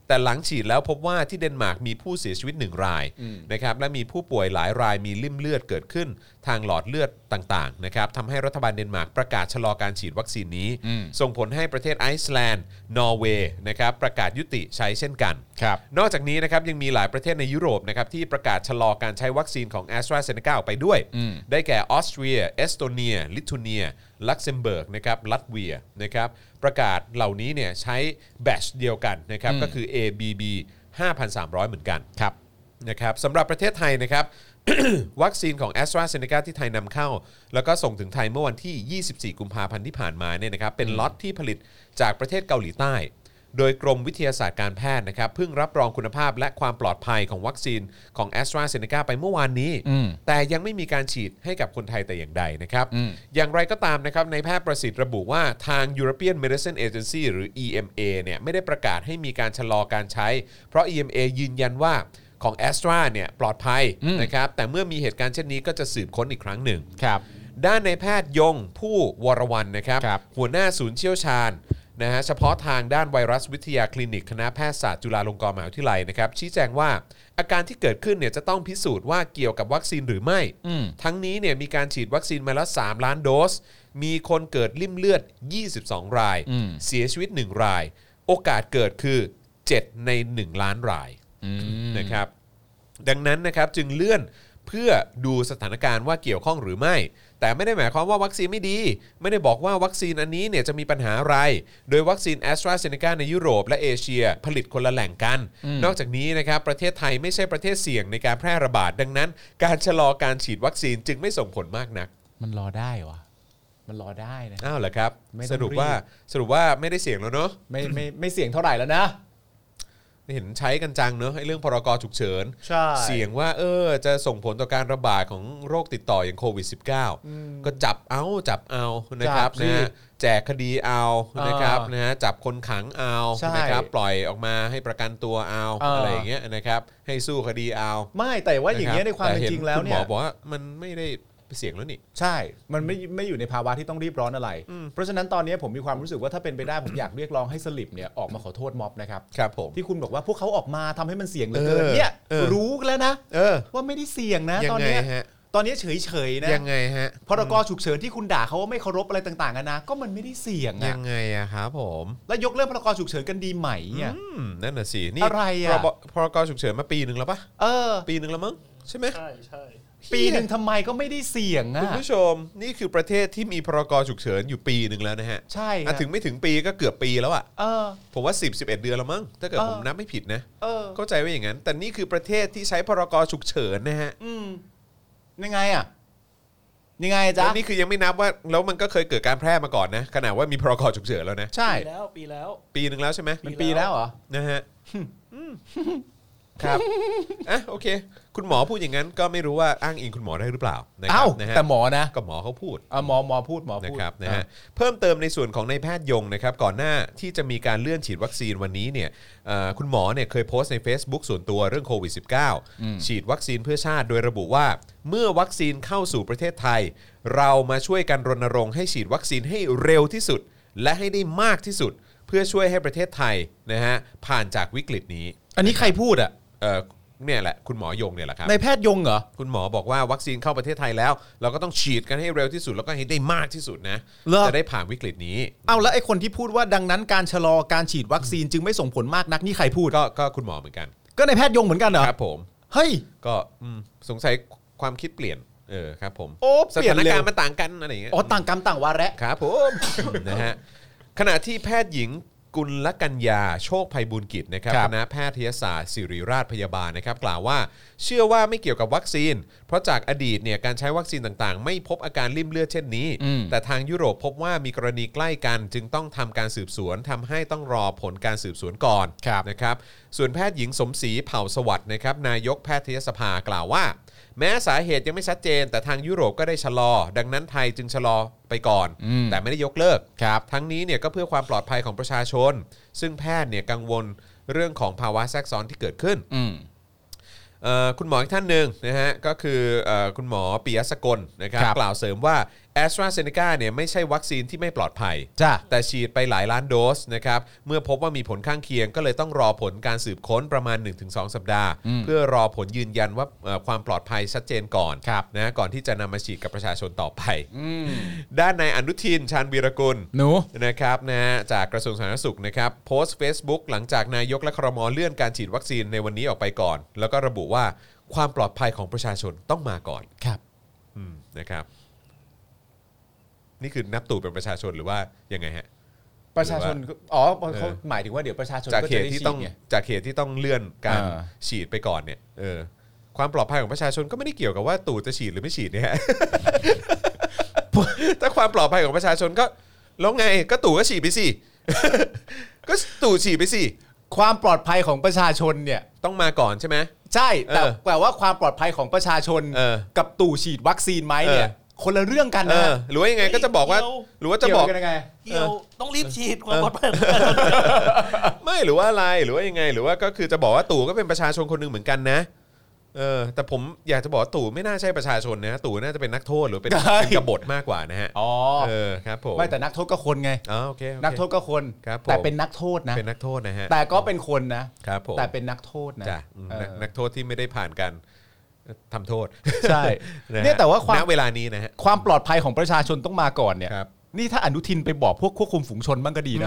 แต่หลังฉีดแล้วพบว่าที่เดนมาร์กมีผู้เสียชีวิตหนึ่งรายนะครับและมีผู้ป่วยหลายรายมีลิ่มเลือดเกิดขึ้นทางหลอดเลือดต่างๆนะครับทำให้รัฐบาลเดนมาร์กประกาศชะลอการฉีดวัคซีนนี้ส่งผลให้ประเทศไอซ์แลนด์นอร์เวย์นะครับประกาศยุติใช้เช่นกันนอกจากนี้นะครับยังมีหลายประเทศในยุโรปนะครับที่ประกาศชะลอการใช้วัคซีนของ AstraZeneca ออกไปด้วยได้แก่ออสเตรียเอสโตเนียลิทัวเนียลักเซมเบิร์กนะครับลัตเวียนะครับประกาศเหล่านี้เนี่ยใช้แบตช์เดียวกันนะครับก็คือ เอ บี บี ห้าพันสามร้อย เหมือนกันครับนะครับสำหรับประเทศไทยนะครับ วัคซีนของ AstraZeneca ที่ไทยนำเข้าแล้วก็ส่งถึงไทยเมื่อวันที่ยี่สิบสี่กุมภาพันธ์ที่ผ่านมาเนี่ยนะครับเป็นล็อตที่ผลิตจากประเทศเกาหลีใต้โดยกรมวิทยาศาสตร์การแพทย์นะครับเพิ่งรับรองคุณภาพและความปลอดภัยของวัคซีนของ AstraZeneca ไปเมื่อวานนี้แต่ยังไม่มีการฉีดให้กับคนไทยแต่อย่างใดนะครับอย่างไรก็ตามนะครับในแพทย์ประสิทธิ์ระบุว่าทาง European Medicine Agency หรือ อี เอ็ม เอ เนี่ยไม่ได้ประกาศให้มีการชะลอการใช้เพราะ อี เอ็ม เอ ยืนยันว่าของ Astra เนี่ยปลอดภัยนะครับแต่เมื่อมีเหตุการณ์เช่นนี้ก็จะสืบค้นอีกครั้งหนึ่งด้านในแพทย์ยงผู้วรวรรณนะครับหัวหน้าศูนย์เชี่ยวชาญนะฮะเฉพาะทางด้านไวรัสวิทยาคลินิกคณะแพทยศาสตร์จุฬาลงกรณ์มหาวิทยาลัยนะครับชี้แจงว่าอาการที่เกิดขึ้นเนี่ยจะต้องพิสูจน์ว่าเกี่ยวกับวัคซีนหรือไม่ทั้งนี้เนี่ยมีการฉีดวัคซีนมาแล้วสามล้านโดสมีคนเกิดลิ่มเลือดยี่สิบสองรายเสียชีวิตหนึ่งรายโอกาสเกิดคือเจ็ดในหนึ่งล้านรายนะครับดังนั้นนะครับจึงเลื่อนเพื่อดูสถานการณ์ว่าเกี่ยวข้องหรือไม่แต่ไม่ได้หมายความว่าวัคซีนไม่ดีไม่ได้บอกว่าวัคซีนอันนี้เนี่ยจะมีปัญหาอะไรโดยวัคซีน AstraZeneca ในยุโรปและเอเชียผลิตคนละแหล่งกันนอกจากนี้นะครับประเทศไทยไม่ใช่ประเทศเสี่ยงในการแพร่ระบาดดังนั้นการชะลอการฉีดวัคซีนจึงไม่ส่งผลมากนักมันรอได้วะมันรอได้นะอ้าวเหรอครับสรุปว่าสรุปว่าไม่ได้เสี่ยงแล้วเนอะไม่ไม่ไม่เสี่ยงเท่าไหร่แล้วนะเห็นใช้กันจังเนอะไอ้เรื่องพรกฉุกเฉินเสี่ยงว่าเออจะส่งผลต่อการระบาดของโรคติดต่ออย่างโควิด สิบเก้า ก็จับเอาจับเอานะครับนะฮะแจกคดีเอานะครับนะฮะจับคนขังเอานะครับปล่อยออกมาให้ประกันตัวเอาอะไรอย่างเงี้ยนะครับให้สู้คดีเอาไม่แต่ว่าอย่างเงี้ยในความเป็นจริงแล้วเนี่ยคุณหมอบอกว่ามันไม่ได้เสี่ยงแล้วนี่ใช่มันไม่ไม่อยู่ในภาวะที่ต้องรีบร้อนอะไรเพราะฉะนั้นตอนนี้ผมมีความรู้สึกว่าถ้าเป็นไปได้ผมอยากเรียกร้องให้สลิปเนี่ยออกมาขอโทษม็อบนะครับครับผมที่คุณบอกว่าพวกเขาออกมาทำให้มันเสี่ยงเหลือเกินเนี่ยรู้แล้วนะว่าไม่ได้เสี่ยงนะตอนนี้ตอนนี้เฉยๆนะยังไงฮะพรกฉุกเฉินที่คุณด่าเขาว่าไม่เคารพอะไรต่างๆกันนะก็มันไม่ได้เสี่ยงยังไงอะครับผมแล้วยกเลิกพรกฉุกเฉินกันดีไหมอ่ะนั่นน่ะสินี่อะไรอะพรกฉุกเฉินมาปีนึงแล้วปะเออปีนึงแล้วมั้งใช่ไหมใช่ใช่ปีหนึ่งทำไมก็ไม่ได้เสี่ยงอ่ะคุณผู้ชมนี่คือประเทศที่มีพรกฉุกเฉินอยู่ปีหนึ่งแล้วนะฮะใช่ถึงไม่ถึงปีก็เกือบปีแล้วอ่ะผมว่าสิบ สิบเอ็ดเดือนแล้วมั้งถ้าเกิดผมนับไม่ผิดนะเข้าใจว่าอย่างนั้นแต่นี่คือประเทศที่ใช้พรกฉุกเฉินนะฮะยังไงอ่ะยังไงจ๊ะนี่คือยังไม่นับว่าแล้วมันก็เคยเกิดการแพร่มาก่อนนะขนาดว่ามีพรกฉุกเฉินแล้วนะใช่ปีแล้วปีแล้วปีนึงแล้วใช่ไหมมันปีแล้วเหรอนะฮะครับอ่ะโอเคคุณหมอพูดอย่างนั้นก็ไม่รู้ว่าอ้างอิงคุณหมอได้หรือเปล่านะครับนะฮะแต่หมอนะก็หมอเขาพูดอ่ะหมอหมอพูดหมอพูดนะครับนะฮะเพิ่มเติมในส่วนของนายแพทย์ยงนะครับก่อนหน้าที่จะมีการเลื่อนฉีดวัคซีนวันนี้เนี่ยคุณหมอเนี่ยเคยโพสต์ใน Facebook ส่วนตัวเรื่องโควิด สิบเก้า ฉีดวัคซีนเพื่อชาติโดยระบุว่าเมื่อวัคซีนเข้าสู่ประเทศไทยเรามาช่วยกันรณรงค์ให้ฉีดวัคซีนให้เร็วที่สุดและให้ได้มากที่สุดเพื่อช่วยให้ประเทศไทยนะฮะผ่านจากวิกฤตนี้อันนี้ใครพูดอ่ะเออเนี่ยแหละคุณหมอยงเนี่ยแหละครับในแพทย์ยงเหรอคุณหมอบอกว่าวัคซีนเข้าประเทศไทยแล้วเราก็ต้องฉีดกันให้เร็วที่สุดแล้วก็ให้ได้มากที่สุดนะจะได้ผ่านวิกฤตนี้เอาแล้วไอ้คนที่พูดว่าดังนั้นการชะลอการฉีดวัคซีนจึงไม่ส่งผลมากนักนี่ใครพูดก็ก็คุณหมอเหมือนกันก็ในแพทย์ยงเหมือนกันเหรอครับผมเฮ้ยก็สงสัยความคิดเปลี่ยนเออครับผมโอ้สถานการณ์มันต่างกันอะไรอย่างเงี้ยอ๋อต่างกรรมต่างวาระครับผมนะฮะขณะที่แพทย์หญิงกุลกัญญาโชคไพบูลย์กิจนะครับคณะแพทยศาสตร์ศิริราชพยาบาลนะครับกล่าวว่าเชื่อว่าไม่เกี่ยวกับวัคซีนเพราะจากอดีตเนี่ยการใช้วัคซีนต่างๆไม่พบอาการริ่มเลือดเช่นนี้แต่ทางยุโรปพบว่ามีกรณีใกล้กันจึงต้องทำการสืบสวนทำให้ต้องรอผลการสืบสวนก่อนนะครับส่วนแพทย์หญิงสมศรีเผ่าสวัสดิ์นะครับนายกแพทยสภากล่าวว่าแม้สาเหตุยังไม่ชัดเจนแต่ทางยุโรปก็ได้ชะลอดังนั้นไทยจึงชะลอไปก่อนแต่ไม่ได้ยกเลิกทั้งนี้เนี่ยก็เพื่อความปลอดภัยของประชาชนซึ่งแพทย์เนี่ยกังวลเรื่องของภาวะแทรกซ้อนที่เกิดขึ้นคุณหมออีกท่านหนึ่งนะฮะก็คือคุณหมอปิยะสกลนะครับกล่าวเสริมว่า AstraZeneca เนี่ยไม่ใช่วัคซีนที่ไม่ปลอดภัยจ้ะแต่ฉีดไปหลายล้านโดสนะครับเมื่อพบว่ามีผลข้างเคียงก็เลยต้องรอผลการสืบค้นประมาณ หนึ่งถึงสอง สัปดาห์ เพื่อรอผลยืนยันว่าเอ่อความปลอดภัยชัดเจนก่อนครับนะก่อนที่จะนำมาฉีดกับประชาชนต่อไปด้านนายอนุทินชาญวีรกุลหนูนะครับนะฮะจากกระทรวงสาธารณสุขนะครับโพสต์ Facebook หลังจากนายกและครม.เลื่อนการฉีดวัคซีนในวันนี้ออกไปก่อน แล้วก็ระบุว่าความปลอดภัยของประชาชนต้องมาก่อนครับอืมนะครับนี่คือนับตู่เป็นประชาชนหรือว่ายังไงฮะประชาชนอ๋อเขาเออหมายถึงว่าเดี๋ยวประชาชนจากก็เหจะตุได้ที่ฉีต้อดงไงจากเหตุที่ต้องเลื่อนการอ่าฉีดไปก่อนเนี่ยเออความปลอดภัยของประชาชนก็ไม่ได้เกี่ยวกับว่าตู่จะฉีดหรือไม่ฉีดเนี่ยฮะ ถ้าความปลอดภัยของประชาชนก็แล้วไงก็ตู่ก็ฉีดไปสิ ก็ตู่ฉีดไปสิความปลอดภัยของประชาชนเนี่ยต้องมาก่อนใช่ไหมใช่แต่เออแต่ว่าความปลอดภัยของประชาชนเออกับตู่ฉีดวัคซีนไหมเนี่ยเออคนละเรื่องกันเอนะอหรือว่ายังไงก็จะบอกว่าเกี่ยวหรือว่าจะบอกเกี่ยวกันยังไงเกี่ยวต้องรีบฉีดความปลอดภัยของประชาชนไม่หรือว่าอะไรหรือว่ายังไง หรือว่าก็คือจะบอกว่าตู่ก็เป็นประชาชนคนหนึ่งเหมือนกันนะเออแต่ผมอยากจะบอกว่าตู่ไม่น่าใช่ประชาชนนะตู่น่าจะเป็นนักโทษหรือเป็นใช่เป็นกบฏมากกว่านะฮะอ๋อเออครับผมไม่แต่นักโทษก็คนไงอ๋อโอเคโอเคนักโทษก็คนครับผมแต่เป็นนักโทษนะเป็นนักโทษนะฮะแต่ก็เป็นคนนะครับผมแต่เป็นนักโทษนะจ้ะอืมเออนักนักโทษที่ไม่ได้ผ่านการทำโทษใช่ะฮะเนี่ยแต่ว่าความณเวลานี้นะฮะความปลอดภัยของประชาชนต้องมาก่อนเนี่ยครับนี่ถ้าอนุทินไปบอกพวกควบคุมฝูงชนบ้างก็ดีนะ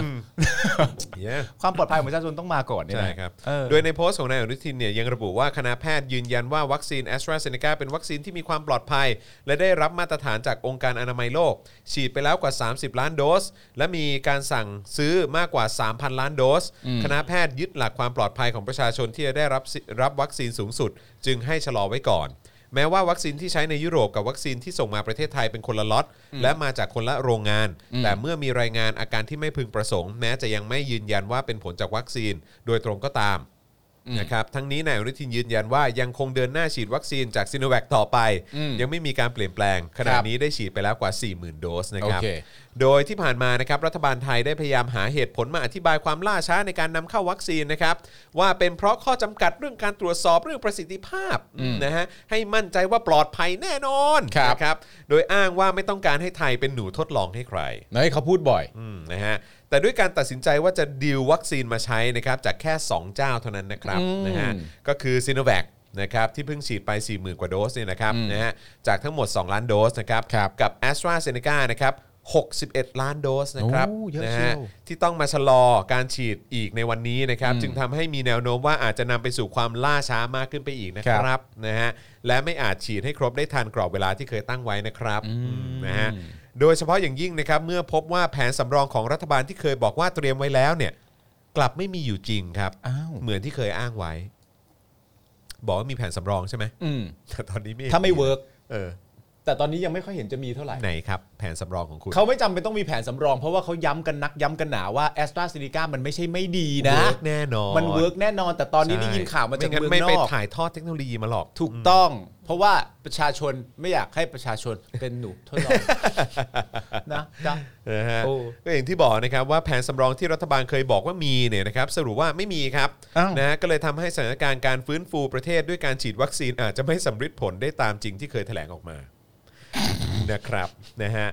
Yeah ความปลอดภัยของประชาชนต้องมาก่อนเนี่ยใช่นะครับ เออโดยในโพสต์ของนายอนุทินเนี่ยยังระบุว่าคณะแพทย์ยืนยันว่าวัคซีน AstraZeneca เป็นวัคซีนที่มีความปลอดภัย และได้รับมาตรฐานจากองค์การอนามัยโลก ฉีดไปแล้วกว่า สามสิบ ล้านโดส และมีการสั่งซื้อมากกว่า สามพัน ล้านโดส คณะแพทย์ยึดหลักความปลอดภัยของประชาชนที่จะได้รับรับวัคซีนสูงสุด จึงให้ชะลอไว้ก่อน แม้ว่าวัคซีนที่ใช้ในยุโรปกับวัคซีนที่ส่งมาประเทศไทยเป็นคนละล็อตและมาจากคนละโรงงาน แต่เมื่อมีรายงานอาการที่ไม่พึงประสงค์แม้จะยังไม่ยืนยันว่าเป็นผลจากวัคซีนโดยตรงก็ตามนะครับทั้งนี้นายอนุทินยืนยันว่ายังคงเดินหน้าฉีดวัคซีนจากซิโนแวคต่อไป ยังไม่มีการเปลี่ยนแปลงขณะนี้ได้ฉีดไปแล้วกว่า สี่หมื่น โดสนะครับโอเคโดยที่ผ่านมานะครับรัฐบาลไทยได้พยายามหาเหตุผลมาอธิบายความล่าช้าในการนำเข้าวัคซีนนะครับว่าเป็นเพราะข้อจำกัดเรื่องการตรวจสอบเรื่องประสิทธิภาพนะฮะให้มั่นใจว่าปลอดภัยแน่นอนครับนะครับโดยอ้างว่าไม่ต้องการให้ไทยเป็นหนูทดลองให้ใครเฮ้ยเขาพูดบ่อยอืมนะฮะแต่ด้วยการตัดสินใจว่าจะดีลวัคซีนมาใช้นะครับจากแค่สองเจ้าเท่านั้นนะครับอืมนะฮะก็คือซิโนแวคนะครับที่เพิ่งฉีดไป สี่หมื่น กว่าโดสเนี่ยนะครับนะฮะจากทั้งหมด สอง ล้านโดสนะครับครับกับ AstraZeneca นะครับหกสิบเอ็ด ล้านโดสนะครับโอ้เยอะนะเชีฮะยวที่ต้องมาชะลอการฉีดอีกในวันนี้นะครับจึงทำให้มีแนวโน้มว่าอาจจะนำไปสู่ความล่าช้ามากขึ้นไปอีกนะคครัรับบ นะฮะและไม่อาจฉีดให้ครบได้ทันกรอบเวลาที่เคยตั้งไว้นะครับนะฮะโดยเฉพาะอย่างยิ่งนะครับเมื่อพบว่าแผนสำรองของรัฐบาลที่เคยบอกว่าเตรียมไว้แล้วเนี่ยกลับไม่มีอยู่จริงครับอ้าวเหมือนที่เคยอ้างไว้ บอกว่ามีแผนสำรองใช่ไหมอืมแต่ตอนนี้ไม่ถ้าไม่เวิร์กเออแต่ตอนนี้ยังไม่ค่อยเห็นจะมีเท่าไหร่ไหนครับแผนสำรองของคุณเขาไม่จำเป็นต้องมีแผนสำรองเพราะว่าเขาย้ำกันนักย้ำกันหนาว่าแอสตราเซเนกามันไม่ใช่ไม่ดีนะเวิร์กแน่นอนมันเวิร์กแน่นอน แต่ตอนนี้ใช่ได้ยินข่าวมาจากไงั้นเมืองไม่นไปอกถ่ายทอดเทคโนโลยีมาหรอกถูกต้อง เพราะว่าประชาชนไม่อยากให้ประชาชนเป็นหนูทดลองนะจ๊ะนะฮะโอ้ก็อย่างที่บอกนะครับว่าแผนสำรองที่รัฐบาลเคยบอกว่ามีเนี่ยนะครับสรุปว่าไม่มีครับอ้าวนะฮะก็เลยทำให้สถานการณ์การฟื้นฟูประเทศด้วยการฉีดวัคซีนอาจจะไม่สำเร็จผลได้ตามจริงที่เคยแถลงออกมานะครับนะฮะ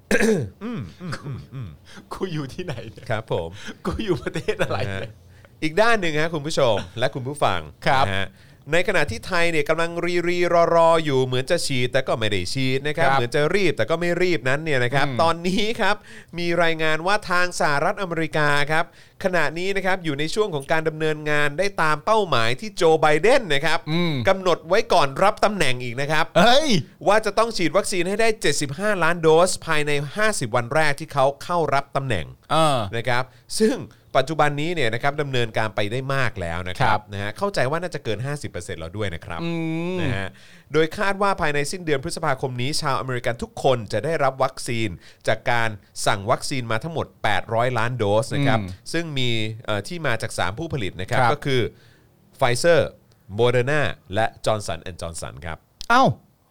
กูอยู่ที่ไหนเนี่ยครับผมกูอยู่ประเทศอะไรนะฮะเนี่ยอีกด้านหนึ่งฮะคุณผู้ชมและคุณผู้ฟังครับนะฮะในขณะที่ไทยเนี่ยกำลังรีรีรอรออยู่เหมือนจะฉีดแต่ก็ไม่ได้ฉีดนะครับครับเหมือนจะรีบแต่ก็ไม่รีบนั้นเนี่ยนะครับอืมตอนนี้ครับมีรายงานว่าทางสหรัฐอเมริกาครับขณะนี้นะครับอยู่ในช่วงของการดำเนินงานได้ตามเป้าหมายที่โจไบเดนนะครับกำหนดไว้ก่อนรับตำแหน่งอีกนะครับเฮ้ยว่าจะต้องฉีดวัคซีนให้ได้เจ็ดสิบห้าล้านโดสภายในห้าสิบวันแรกที่เขาเข้ารับตำแหน่งเออนะครับซึ่งปัจจุบันนี้เนี่ยนะครับดำเนินการไปได้มากแล้วนะคครัรับบ นะฮะเข้าใจว่าน่าจะเกิน ห้าสิบเปอร์เซ็นต์ แล้วด้วยนะครับอืมนะฮะโดยคาดว่าภายในสิ้นเดือนพฤษภาคมนี้ชาวอเมริกันทุกคนจะได้รับวัคซีนจากการสั่งวัคซีนมาทั้งหมดแปดร้อยล้านโดสนะครับซึ่งมีเอ่อที่มาจากสามผู้ผลิตนะครับครับก็คือไฟเซอร์โมเดอร์นาและจอห์นสันแอนด์จอห์นสันครับเอ้า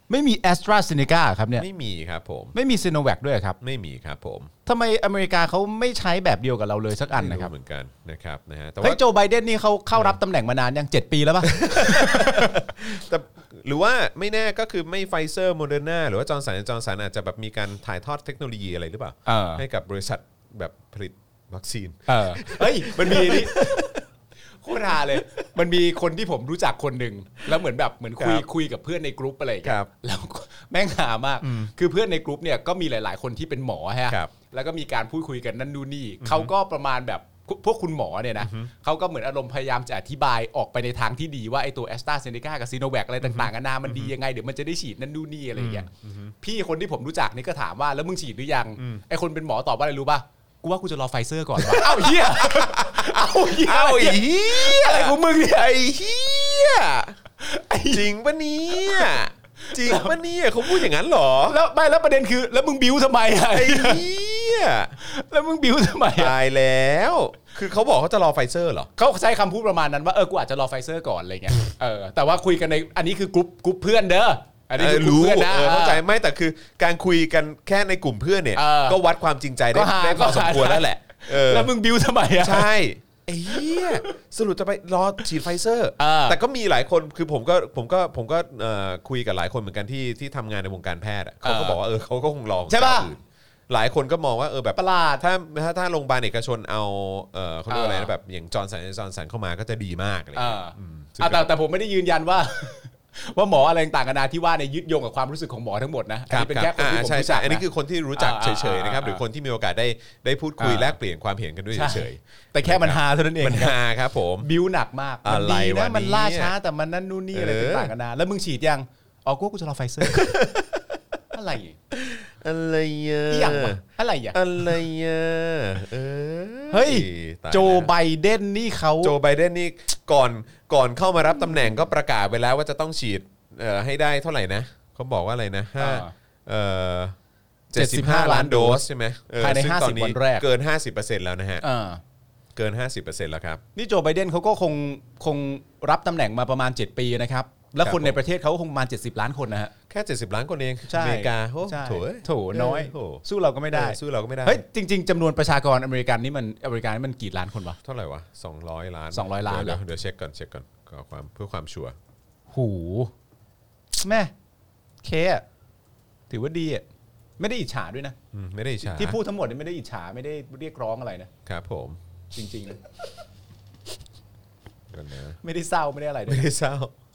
ไม่มี AstraZeneca ครับเนี่ยไม่มีครับผมไม่มี Sinovac ด้วยครับไม่มีครับผมทำไมอเมริกาเขาไม่ใช้แบบเดียวกับเราเลยสักอันนะครับเหมือนกันนะครับนะฮะแต่ว่าโจไบเดนนี่เขาเข้ารับตำแหน่งมานานยังเจ็ดปีแล้วป่ะแต่หรือว่าไม่แน่ก็คือไม่ไฟเซอร์โมเดอร์นาหรือว่าจอร์นสันจอร์นสันอาจจะแบบมีการถ่ายทอดเทคโนโลยีอะไรหรือเปล่าให้กับบริษัทแบบผลิตวัคซีนเออเฮ้ยมันมีนี่โคตรฮาเลยมันมีคนที่ผมรู้จักคนหนึ่งแล้วเหมือนแบบเหมือนคุยคุยกับเพื่อนในกรุ๊ปอะไรกันแล้วแม่งหามากคือเพื่อนในกรุ๊ปเนี่ยก็มีหลายๆคนที่เป็นหมอฮะแล้วก็มีการพูดคุยกันนั่นนู่นนี่เขาก็ประมาณแบบพวกคุณหมอเนี่ยนะเขาก็เหมือนอารมณ์พยายามจะอธิบายออกไปในทางที่ดีว่าไอ้ตัว AstraZeneca กับ Sinovac อะไรต่างๆกันานามันดียังไงเดี๋ยวมันจะได้ฉีดนั่นนู่นนี่อะไรอย่างเงี้ยพี่คนที่ผมรู้จักนี่ก็ถามว่าแล้วมึงฉีดหรือยังไอ้คนเป็นหมอตอบว่าอะไรรู้ป่ะกูว่ากูจะรอไฟเซอร์ก่อนว่ะเอ้าเหี้ยเอ้าเหี้ยเอ้าเหี้ยอะไรของมึงเนี่ยไอ้เหี้ยจริงปะเนี่ยจริงปะเนี่ยเขาพูดอย่างนั้นหรอแล้วไม่แล้วประเด็นคือแล้วมึงบิ้วทำไมไอ้เหี้ยแล้วมึงบิ้วทำไมตายแล้วคือเขาบอกเขาจะรอไฟเซอร์เหรอเขาใช้คำพูดประมาณนั้นว่าเออกูอาจจะรอไฟเซอร์ก่อนอะไรเงี้ยเออแต่ว่าคุยกันในอันนี้คือกรุ๊ปกรุ๊ปเพื่อนเด้ออันนี้คือรู้เพื่อนนะเข้าใจไม่แต่คือการคุยกันแค่ในกลุ่มเพื่อนเนี่ยก็วัดความจริงใจได้ได้พอสมควรแล้วแหละแล้วมึงบิ้วทำไมอ่ะใช่ไอ้เหี้ยสรุปจะไปรอฉีดไฟเซอร์แต่ก็มีหลายคนคือผมก็ผมก็ผมก็คุยกับหลายคนเหมือนกันที่ที่ทำงานในวงการแพทย์เขาก็บอกว่าเออเขาก็คงรอใช่ป่ะหลายคนก็มองว่าเออแบบประหลาดถ้าถ้าถ้าโรงพยาบาลเอกชนเอาเออเขาเรียกอะไรนะแบบอย่างจอร์นสันจอร์นสันเข้ามาก็จะดีมากอะไรอย่างเงี้ยแต่แต่ผมไม่ได้ยืนยันว่าว่าหมออะไรต่างกันานาที่ว่าในยึดโยงกับความรู้สึกของหมอทั้งหมดนะอันนี้เป็นแค่คนที่ผมรู้จักอันนี้คือคนที่รู้จักเฉยๆนะครับหรือคนที่มีโอกาสได้ได้พูดคุยแลกเปลี่ยนความเห็นกันด้วยเฉยๆแต่แค่มันฮาเท่านั้นเองมันฮาครับผมบิวหนักมากมันดีนะมันล่าช้าแต่มันนั่นนู่นนี่อะไรต่างกันานาแล้วมึงฉีดยังอ๋อกูกูจะรอไฟเซอร์อะไรอะไรอ่ะอะไรอ่ะอะไรอ่ะเออเฮ้ยโจไบเดนนี่เขาโจไบเดนนี่ก่อนก่อนเข้ามารับตำแหน่งก็ประกาศไปแล้วว่าจะต้องฉีดเอ่อให้ได้เท่าไหร่นะเขาบอกว่าอะไรนะห้าเอ่อเจ็ดสิบห้าล้านโดสใช่ไหมภายในห้าสิบวันแรกเกิน ห้าสิบเปอร์เซ็นต์ แล้วนะฮะเกิน ห้าสิบเปอร์เซ็นต์ แล้วครับนี่โจไบเดนเขาก็คงคงรับตำแหน่งมาประมาณเจ็ดปีนะครับแล้วคนในประเทศเขาคงประมาณเจ็ดสิบล้านคนนะฮะแค่เจ็ดสิบล้านคนเองอเมริกาโอ้โถโถน้อยสู้เราก็ไม่ได้สู้เราก็ไม่ได้เฮ้ยจริงๆจำนวนประชากรอเมริกันนี่มันอเมริกันนี่มันกี่ล้านคนวะเท่าไหร่วะสองร้อยล้านสองร้อยล้านเดี๋ยวเดี๋ยวเช็คก่อนเช็คก่อนขอความเพื่อความชัวร์หูแม่เคอ่ะถือว่าดีอ่ะไม่ได้อิจฉาด้วยนะไม่ได้อิจฉาที่พูดทั้งหมดนี่ไม่ได้อิจฉาไม่ได้เรียกร้องอะไรนะครับผมจริงๆเลยไม่ได้เศร้าไม่ได้อะไรไม่ได้เศร้า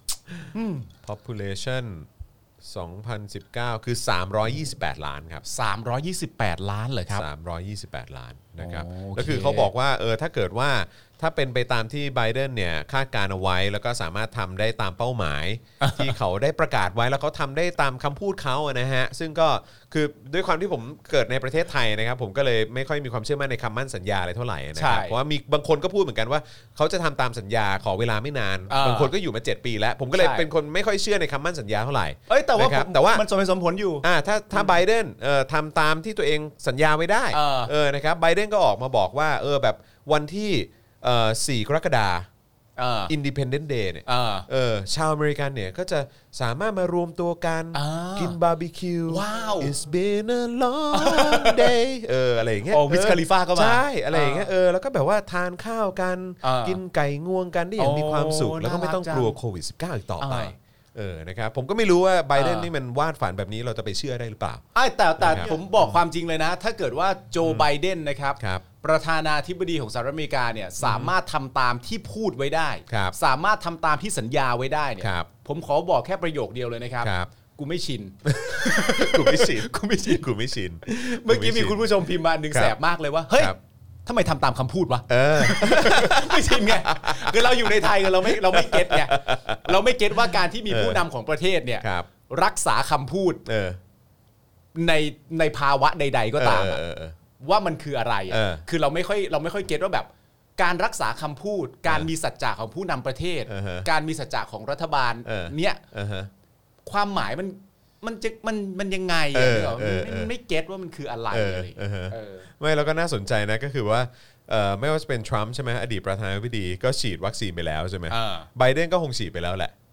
population สองพันสิบเก้าคือสามร้อยยี่สิบแปดล้านครับสามร้อยยี่สิบแปดล้านเหรอครับสามร้อยยี่สิบแปดล้านนะครับก็คือเขาบอกว่าเออถ้าเกิดว่าถ้าเป็นไปตามที่ไบเดนเนี่ยคาดการเอาไว้แล้วก็สามารถทำได้ตามเป้าหมาย ที่เขาได้ประกาศไว้แล้วเขาทำได้ตามคำพูดเขาอะนะฮะซึ่งก็คือด้วยความที่ผมเกิดในประเทศไทยนะครับผมก็เลยไม่ค่อยมีความเชื่อมั่นในคำมั่นสัญญาอะไรเท่าไหร่นะครับเพราะว่ามีบางคนก็พูดเหมือนกันว่าเขาจะทำตามสัญญาขอเวลาไม่นานบางคนก็อยู่มาเจ็ดปีแล้วผมก็เลยเป็นคนไม่ค่อยเชื่อในคำมั่นสัญญาเท่าไหร่เอ้ยแต่ว่าแต่ว่ามันสมเหตุสมผลอยู่อ่าถ้าถ้าไบเดนเอ่อทำตามที่ตัวเองสัญญาไว้ได้เออนะครับไบเดนก็ออกมาบอกว่าเออแบบวันที่เอ่อสี่กรกฎาคม Independence Day เนี่ยเออชาวอเมริกันเนี่ยก็จะสามารถมารวมตัวกันกินบาร์บีคิว It's been a long day เอออะไรอย่างเงี้ยโอ้วิสคาลิฟ่าก็มาใช่อะไรอย่างเงี้ยเออแล้วก็แบบว่าทานข้าวกันกินไก่งวงกันได้อย่างมีความสุขแล้วก็ไม่ต้องกลัวโควิด สิบเก้า อีกต่อไปเออนะครับผมก็ไม่รู้ว่าไบเดนนี่มันวาดฝันแบบนี้เราจะไปเชื่อได้หรือเปล่าไอ้แต่แต่ผมบอกความจริงเลยนะถ้าเกิดว่าโจไบเดนนะครับประธานาธิบดีของสหรัฐอเมริกาเนี่ยสามารถทำตามที่พูดไว้ได้สามารถทำตามที่สัญญาไว้ได้เนี่ยผมขอบอกแค่ประโยคเดียวเลยนะครับกูไม่ชินกูไม่ชินกูไม่ชินกูไม่ชินเมื่อกี้มีคุณผู้ชมพิมพ์มาหนึ่งแสบมากเลยว่าเฮ้ยทำไมทำตามคำพูดวะไม่ชินไงคือเราอยู่ในไทยเราไม่เราไม่เก็ตไงเราไม่เก็ตว่าการที่มีผู้นำของประเทศเนี่ยรักษาคำพูดในในภาวะใดๆก็ตามว่ามันคืออะไรคือเราไม่ค่อยเราไม่ค่อยเก็ตว่าแบบการรักษาคำพูดการมีสัจจะของผู้นำประเทศการมีสัจจะของรัฐบาลเนี่ยความหมายมันมันจะมันมันยังไงอ่ะไม่ไม่เก็ตว่ามันคืออะไรอะไรไม่แล้วก็น่าสนใจนะก็คือว่าไม่ว่าจะเป็นทรัมป์ใช่ไหมอดีตประธานาธิบดีก็ฉีดวัคซีนไปแล้วใช่ไหมไบเดนก็คงฉีดไปแล้วแหละ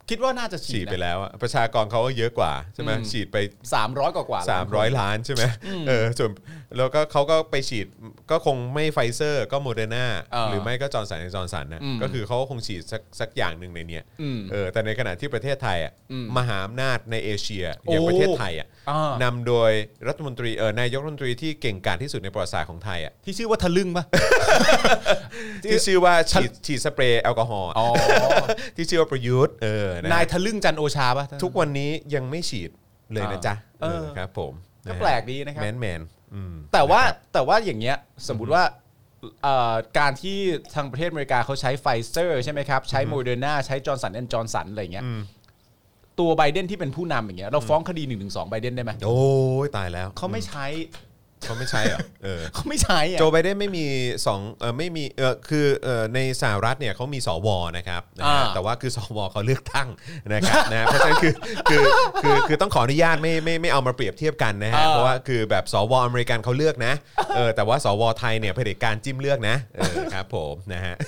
คิดว่าน่าจะฉีฉีดดไปแล้วอะประชากรเขาก็เยอะกว่าใช่ไหมฉีดไปสามร้อยกว่ากว่าสามร้อยล้านใช่ไหมเออส่วนแล้วก็เขาก็ไปฉีดก็คงไม่ไฟเซอร์ก็โมเดอร์นาหรือไม่ก็จอร์นสันแอนด์จอร์นสันนะก็คือเขาคงฉีดสักสักอย่างหนึ่งในเนี้ยเออแต่ในขณะที่ประเทศไทยอ่ะมหาอำนาจในเอเชียอย่างประเทศไทยอ่ะนำโดยรัฐมนตรีเออนายกรัฐมนตรีที่เก่งกาจที่สุดในประวัติศาสตร์ของไทยอ่ะที่ชื่อว่าทะลึ่งป่ะที่ชื่อว่าฉีดฉีดสเปรย์แอลกอฮอล์ที่ชื่อว่าประยุทธ์เออนายทะลึ่งจันโอชาป่ะทุกวันนี้ยังไม่ฉีดเลยนะจ๊ะเออครับผมก็แปลกดีนะครับแมนแมนแต่ว่าแต่ว่าอย่างเงี้ยสมมุติว่าการที่ทางประเทศอเมริกาเขาใช้ไฟเซอร์ใช่ไหมครับใช้โมเดอร์นาใช้จอร์นสันแอนด์จอร์นสันอะไรเงี้ยตัวไบเดนที่เป็นผู้นำอย่างเงี้ยเราฟ้องคดีหนึ่งหนึ่งสองไบเดนได้ไหมโอ้ยตายแล้วเขาไม่ใช้เขาไม่ใช่เหรอเออเขาไม่ใช่โจไบเดนไม่มีสองเออไม่มีเออคือเออในสหรัฐเนี่ยเขามีสวนะครับนะฮะแต่ว่าคือสวเขาเลือกตั้งนะครับนะเพราะฉะนั้นคือคือคือคือต้องขออนุญาตไม่ไม่ไม่เอามาเปรียบเทียบกันนะฮะเพราะว่าคือแบบสวอเมริกันเขาเลือกนะเออแต่ว่าสวไทยเนี่ยเผด็จการจิ้มเลือกนะเออครับผมนะฮะ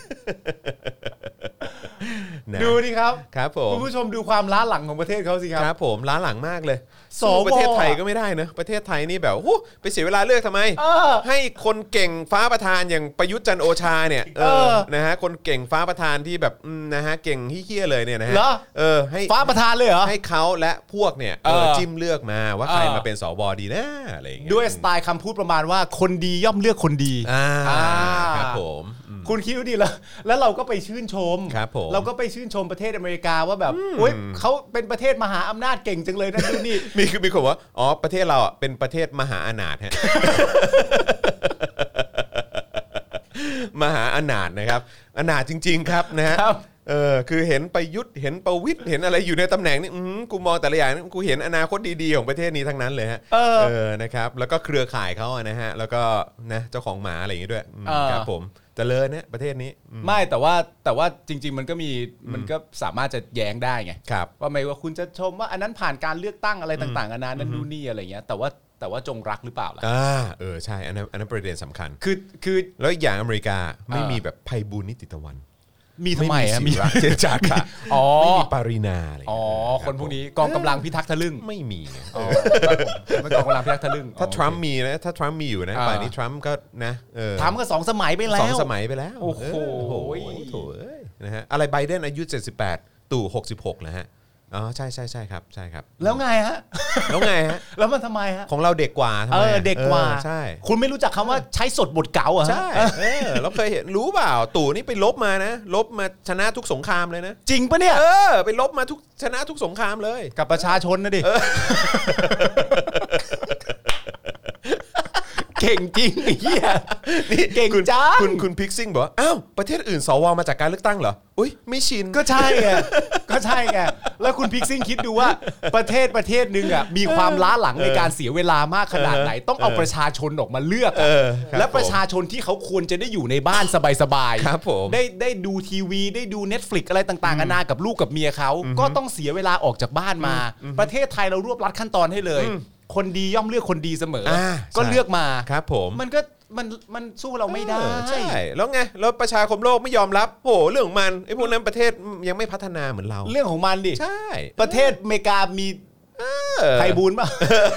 ดูดิครับครับผมคุณผู้ชมดูความล้าหลังของประเทศเขาสิครับครับผมล้าหลังมากเลยสู้ประเทศไทยก็ไม่ได้นะประเทศไทยนี่แบบโอ้ไปเสียเวลาเลือกทำไมให้คนเก่งฟ้าประธานอย่างประยุทธ์จันทร์โอชาเนี่ยเออนะฮะคนเก่งฟ้าประธานที่แบบนะฮะเก่งเหี้ยเลยเนี่ยนะฮะเออให้ฟ้าประธานเลยเหรอให้เขาและพวกเนี่ยเออจิ้มเลือกมาว่าใครมาเป็นสวดีนะอะไรอย่างเงี้ยด้วยสไตล์คำพูดประมาณว่าคนดีย่อมเลือกคนดีอ่าครับผมคุณคิดดูดิแล้วแล้วเราก็ไปชื่นชมครับผมเราก็ไปชื่นชมประเทศอเมริกาว่าแบบโอ๊ยเขาเป็นประเทศมหาอำนาจเก่งจังเลยนะดูนี่มีคือมีคนว่าอ๋อประเทศเราอ่ะเป็นประเทศมหาอนาถฮะ มหาอนาถนะครับอนาถจริงๆครับนะฮะเออคือเห็นประยุทธ์เห็นประวิตรเห็นอะไรอยู่ในตำแหน่งนี่กูมองแต่ละอย่างกูเห็นอนาคตดีๆของประเทศนี้ทั้งนั้นเลยฮะเออนะครับแล้วก็เครือข่ายเขาอะนะฮะแล้วก็นะเจ้าของหมาอะไรอย่างงี้ด้วยครับผมเจริญนะประเทศนี้ไม่แต่ว่าแต่ว่าจริงๆมันก็มีมันก็สามารถจะแย้งได้ไงว่าไม่ว่าคุณจะชมว่าอันนั้นผ่านการเลือกตั้งอะไรต่างๆนานานั้นนู่นนี่อะไรเงี้ยแต่ว่าแต่ว่าจงรักหรือเปล่าล่ะอ่าเออใช่อันนั้นอันนั้นประเด็นสำคัญคือคือแล้วอย่างอเมริกาไม่มีแบบไพบูลย์นิติตะวันมีทำไมอ่ะมีเจนจากค่ะไม่มีปารินาอะไรอ๋อคนพวกนี้กองกำลังพิทักษ์ทะลึ่งไม่มีไม่กองกำลังพิทักษ์ทะลึ่งถ้าทรัมป์มีนะถ้าทรัมป์มีอยู่นะป่านนี้ทรัมป์ก็นะทรัมป์ก็สองสมัยไปแล้วสองสมัยไปแล้วโอ้โหโถนะฮะอะไรไบเดนอายุเจ็ดสิบแปดตู่หกสิบหกนะฮะอ๋อใช่ใช่ใช่ครับใช่ครับแล้วไงฮะแล้วไงฮะแล้วมันทำไมฮะของเราเด็กกว่าทำไมเออเด็กกว่าใช่คุณไม่รู้จักคำว่าใช้สดบทเก่าอ่ะใช่เออเราเคยเห็นรู้เปล่าตู่นี่ไปลบมานะลบมาชนะทุกสงครามเลยนะจริงปะเนี่ยเออไปลบมาทุกชนะทุกสงครามเลยกับประชาชนนะดิเก่งจริงไอ้เหี้ยเก่งจ้าคุณคุณพิกซิ่งบอกอ้าวประเทศอื่นสวมาจากการเลือกตั้งเหรออุ้ยไม่ชินก็ใช่ไงก็ใช่ไงแล้วคุณพิกซิ่งคิดดูว่าประเทศประเทศนึงอ่ะมีความล้าหลังในการเสียเวลามากขนาดไหนต้องเอาประชาชนออกมาเลือกและประชาชนที่เขาควรจะได้อยู่ในบ้านสบายๆได้ได้ดูทีวีได้ดู Netflix อะไรต่างๆนานากับลูกกับเมียเขาก็ต้องเสียเวลาออกจากบ้านมาประเทศไทยเรารวบรัดขั้นตอนให้เลยคนดีย่อมเลือกคนดีเสมอก็เลือกมาครับผมมันก็มันมันสู้เราไม่ได้ใช่แล้วไงแล้วประชาคมโลกไม่ยอมรับโหเรื่องของมันไอ้พวกนั้นประเทศยังไม่พัฒนาเหมือนเราเรื่องของมันดิใช่ประเทศอเมริกามีไพบูลย์ป่ะ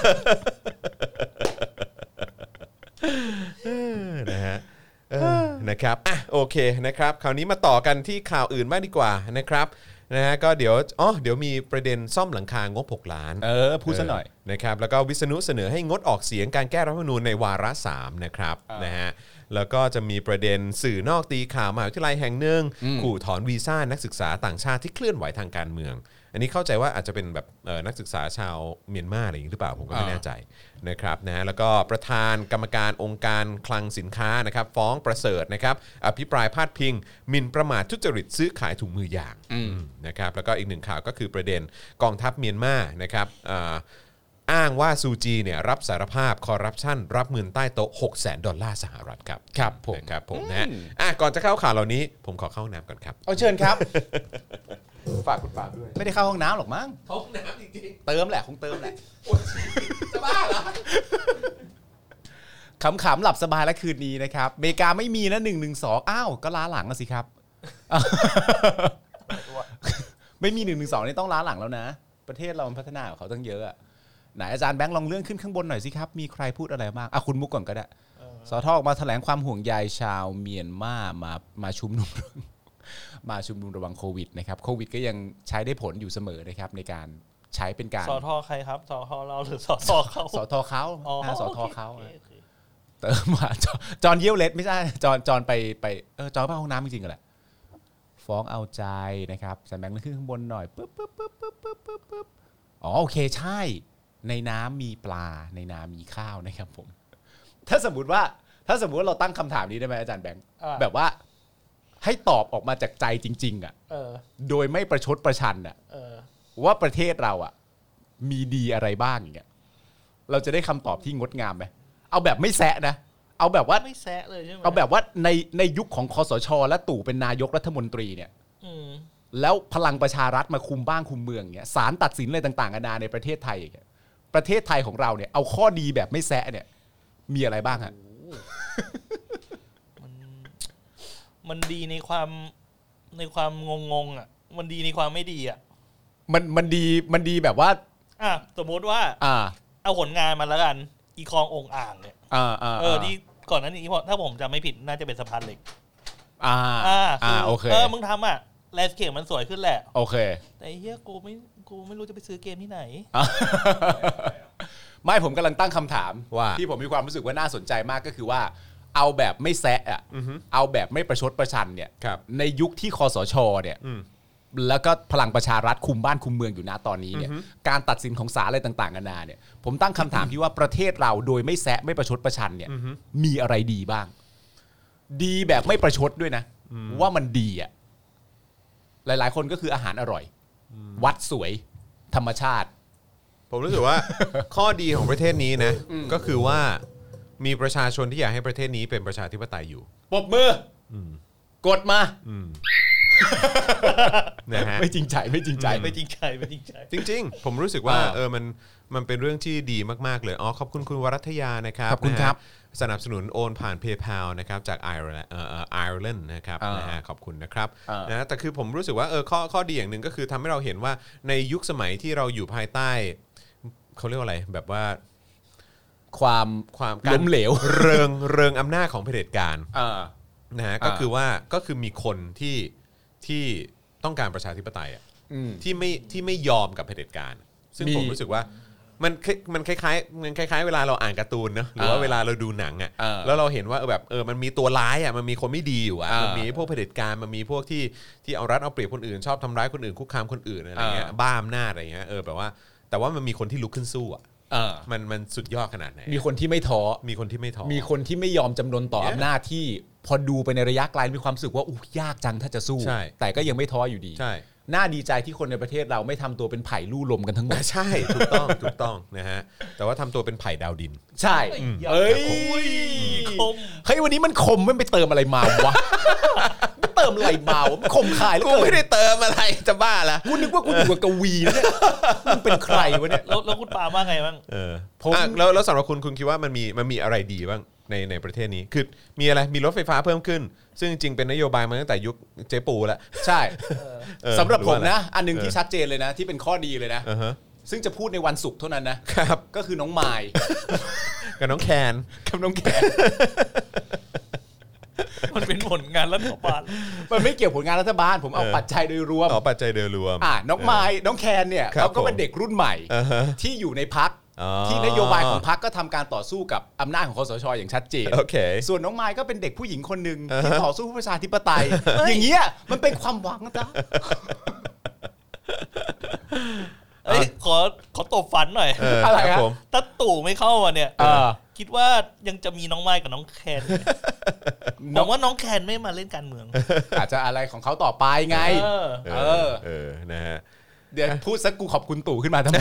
นะฮะนะครับอ่ะโอเคนะครับคราวนี้มาต่อกันที่ข่าวอื่นบ้างดีกว่านะครับนะฮะก็เดี๋ยวอ๋อเดี๋ยวมีประเด็นซ่อมหลังคางบหกล้านเออพูดซะหน่อยนะครับแล้วก็วิษณุเสนอให้งดออกเสียงการแก้รัฐธรรมนูญในวาระสามนะครับนะฮะแล้วก็จะมีประเด็นสื่อนอกตีข่าวมหาวิทยาลัยแห่งหนึ่งขู่ถอนวีซ่านักศึกษาต่างชาติที่เคลื่อนไหวทางการเมืองอันนี้เข้าใจว่าอาจจะเป็นแบบนักศึกษาชาวเมียนมาอะไรอย่างนี้หรือเปล่าผมก็ไม่แน่ใจนะครับนะแล้วก็ประธานกรรมการองค์การคลังสินค้านะครับฟ้องประเสริฐนะครับอภิปรายพาดพิงหมิ่นประมาททุจริตซื้อขายถุงมือยางนะครับแล้วก็อีกหนึ่งข่าวก็คือประเด็นกองทัพเมียนมานะครับอ้างว่าซูจีเนี่ยรับสารภาพคอร์รัปชันรับเงินใต้โต๊ะ หกแสน ดอลลาร์สหรัฐครับครับผมครับผมนะอ่ะก่อนจะเข้าข่าวเหล่านี้ผมขอเข้าน้ำก่อนครับเอาเชิญครับฝากคุณปาด้วยไม่ได้เข้าห้องน้ำหรอกมั้งห้องน้ำจริงๆเติมแหละคงเติมแหละจะบ้าเหรอขำๆหลับสบายแล้วคืนนี้นะครับอเมริกาไม่มีนะหนึ่งหนึ่งสองอ้าวก็ล้าหลังแล้วสิครับไม่มีหนึ่งหนึ่งสองนี่ต้องล้าหลังแล้วนะประเทศเรามันพัฒนากว่าเขาตั้งเยอะอะไหนอาจารย์แบงค์ลองเลื่อนขึ้นข้างบนหน่อยสิครับมีใครพูดอะไรบ้างอ่ะคุณมุกก่อนก็ได้สทออกมาแถลงความห่วงใยชาวเมียนมามามาชุมนุม มาชุมนุมระวังโควิดนะครับโควิดก็ยังใช้ได้ผลอยู่เสมอนะครับในการใช้เป็นการสทใครครับสทเราหรือสทเขาสทเขาสทเขาโอเคเติมมาจอนเยี่ยวเล็ดไม่ใช่จอนจอนไปไปเออจอนไปห้องน้ำจริงๆกันแหละฟ้องเอาใจนะครับแซมแบงค์ขึ้นข้างบนหน่อยปึ๊บปึ๊บปึ๊บปึ๊บปึ๊บปึ๊บปึ๊บอ๋อโอเคใช่ในน้ำมีปลาในน้ำมีข้าวนะครับผมถ้าสมมติว่าถ้าสมมติว่าเราตั้งคำถามนี้ได้ไหมอาจารย์แบงค์แบบว่าให้ตอบออกมาจากใจจริงๆอ่ะโดยไม่ประชดประชันอ่ะว่าประเทศเราอ่ะมีดีอะไรบ้างอย่างเงี้ยเราจะได้คำตอบที่งดงามไหมเอาแบบไม่แซะนะเอาแบบว่าไม่แซะเลยใช่ไหมเอาแบบว่าในในยุคของคสช.และตู่เป็นนายกรัฐมนตรีเนี่ยแล้วพลังประชารัฐมาคุมบ้านคุมเมืองอย่างเงี้ยศาลตัดสินอะไรต่างๆนานาในประเทศไทยอย่างเงี้ยประเทศไทยของเราเนี่ยเอาข้อดีแบบไม่แซะเนี่ยมีอะไรบ้างฮะมันมันดีในความในความงงๆอ่ะมันดีในความไม่ดีอ่ะมันมันดีมันดีแบบว่าอ่ะสมมติว่าอ่าเอาผลงานมาแล้วกันอีคลององอ่างเนี่ยอ่าอ่าเออที่ก่อนนั้นนี้ถ้าผมจำไม่ผิดน่าจะเป็นสะพานเหล็กอ่าอ่าอ่าโอเคเออมึงทำอ่ะแลนด์สเคปมันสวยขึ้นแหละโอเคแต่เฮียกูไม่กูไม่รู้จะไปซื้อเกมที่ไหนไม่ผมกำลังตั้งคำถามว่าที่ผมมีความรู้สึกว่าน่าสนใจมากก็คือว่าเอาแบบไม่แซะอ่ะเอาแบบไม่ประชดประชันเนี่ยในยุคที่คสช.เนี่ยแล้วก็พลังประชารัฐคุมบ้านคุมเมืองอยู่ณตอนนี้เนี่ยการตัดสินของศาลอะไรต่างๆนานาเนี่ยผมตั้งคำถามที่ว่าประเทศเราโดยไม่แซะไม่ประชดประชันเนี่ยมีอะไรดีบ้างดีแบบไม่ประชดด้วยนะว่ามันดีอ่ะหลายๆคนก็คืออาหารอร่อยวัดสวยธรรมชาติผมรู้สึกว่า ข้อดีของประเทศนี้นะก็คือว่ามีประชาชนที่อยากให้ประเทศนี้เป็นประชาธิปไตยอยู่ปรบมือ กดมานะฮะไม่จริงใจไม่จริงใจไม่จริงใจไม่จริงใจจริงๆผมรู้สึกว่าเออมันมันเป็นเรื่องที่ดีมากๆเลยอ๋อขอบคุณคุณวรัตยานะครับขอบคุณครับสนับสนุนโอนผ่าน PayPal นะครับจากไอร์แลนด์เอ่อไอร์แลนด์นะครับนะฮะขอบคุณนะครับนะแต่คือผมรู้สึกว่าเออข้อข้อดีอย่างหนึ่งก็คือทำให้เราเห็นว่าในยุคสมัยที่เราอยู่ภายใต้เขาเรียกว่าอะไรแบบว่าความความล้มเหลวเริงเริงอำนาจของเผด็จการนะฮะก็คือว่าก็คือมีคนที่ที่ต้องการประชาธิปไตยอ่ะที่ไม่ที่ไม่ยอมกับเผด็จการซึ่งผมรู้สึกว่ามันมันคล้ายๆมันคล้ายๆเวลาเราอ่านการ์ตูนเนอะหรือว่าเวลาเราดูหนังอ่ะแล้วเราเห็นว่าแบบเออมันมีตัวร้ายอ่ะมันมีคนไม่ดีอยู่อ่ะมันมีพวกเผด็จการมันมีพวกที่ที่เอารัดเอาเปรียบคนอื่นชอบทำร้ายคนอื่นคุกคามคนอื่นอะไรเงี้ยบ้าอำนาจอะไรเงี้ยเออแบบว่าแต่ว่ามันมีคนที่ลุกขึ้นสู้อ่ะมันมันสุดยอดขนาดไหนมีคนที่ไม่ท้อมีคนที่ไม่ท้อมีคนที่ไม่ยอมจำนนต่ออำนาจที่พอดูไปในระยะไกลมีความรู้สึกว่าอู้ยากจังถ้าจะสู้แต่ก็ยังไม่ท้ออยู่ดีใช่น่าดีใจที่คนในประเทศเราไม่ทำตัวเป็นไผ่ลู่ลมกันทั้งหมดใช่ถูกต้องถูกต้องนะฮะแต่ว่าทำตัวเป็นไผ่ดาวดินใช่เอ้ยคมเฮ้ยวันนี้มันคมไม่ไปเติมอะไรมาวะไม่เติมอะไรมาวะคมขายแล้วกูไม่ได้เติมอะไรจะบ้าละกูนึกว่ากูอยู่กับกวีแล้วเนี่ยมึงเป็นใครวะเนี่ยแล้วคุณปาว่าไงบ้างเออผมแล้วแล้วสำหรับคุณคุณคิดว่ามันมีมันมีอะไรดีบ้างในในประเทศนี้คือมีอะไรมีรถไฟฟ้าเพิ่มขึ้นซึ่งจริงๆเป็นนโยบายมาตั้งแต่ยุคเจ๊ปูแล้วใช่สำหรับผมนะอันนึงที่ชัดเจนเลยนะที่เป็นข้อดีเลยนะซึ่งจะพูดในวันศุกร์เท่านั้นนะครับก็คือน้องไมล์กับน้องแคนกับน้องแคนมันเป็นผลงานรัฐบาลมันไม่เกี่ยวผลงานรัฐบาลผมเอาปัจจัยโดยรวมเอาปัจจัยโดยรวมอ่าน้องไมล์น้องแคนเนี่ยเขาก็เป็นเด็กรุ่นใหม่ที่อยู่ในพรรคที่นโยบายของพรรคก็ทำการต่อสู้กับอำนาจของคสช.อย่างชัดเจนส่วนน้องไมล์ก็เป็นเด็กผู้หญิงคนหนึ่งที่ต่อสู้เพื่อประชาธิปไตยอย่างเงี้ยมันเป็นความหวังนะจ๊ะเอ้ยขอขอตบฝันหน่อยอะไรครับถ้าตู่ไม่เข้ามาเนี่ยคิดว่ายังจะมีน้องไมล์กับน้องแคนบอกว่าน้องแคนไม่มาเล่นการเมืองอาจจะอะไรของเขาต่อไปไงเออเออนะฮะเดี๋ยวพูดสักกูขอบคุณตู่ขึ้นมาทำไม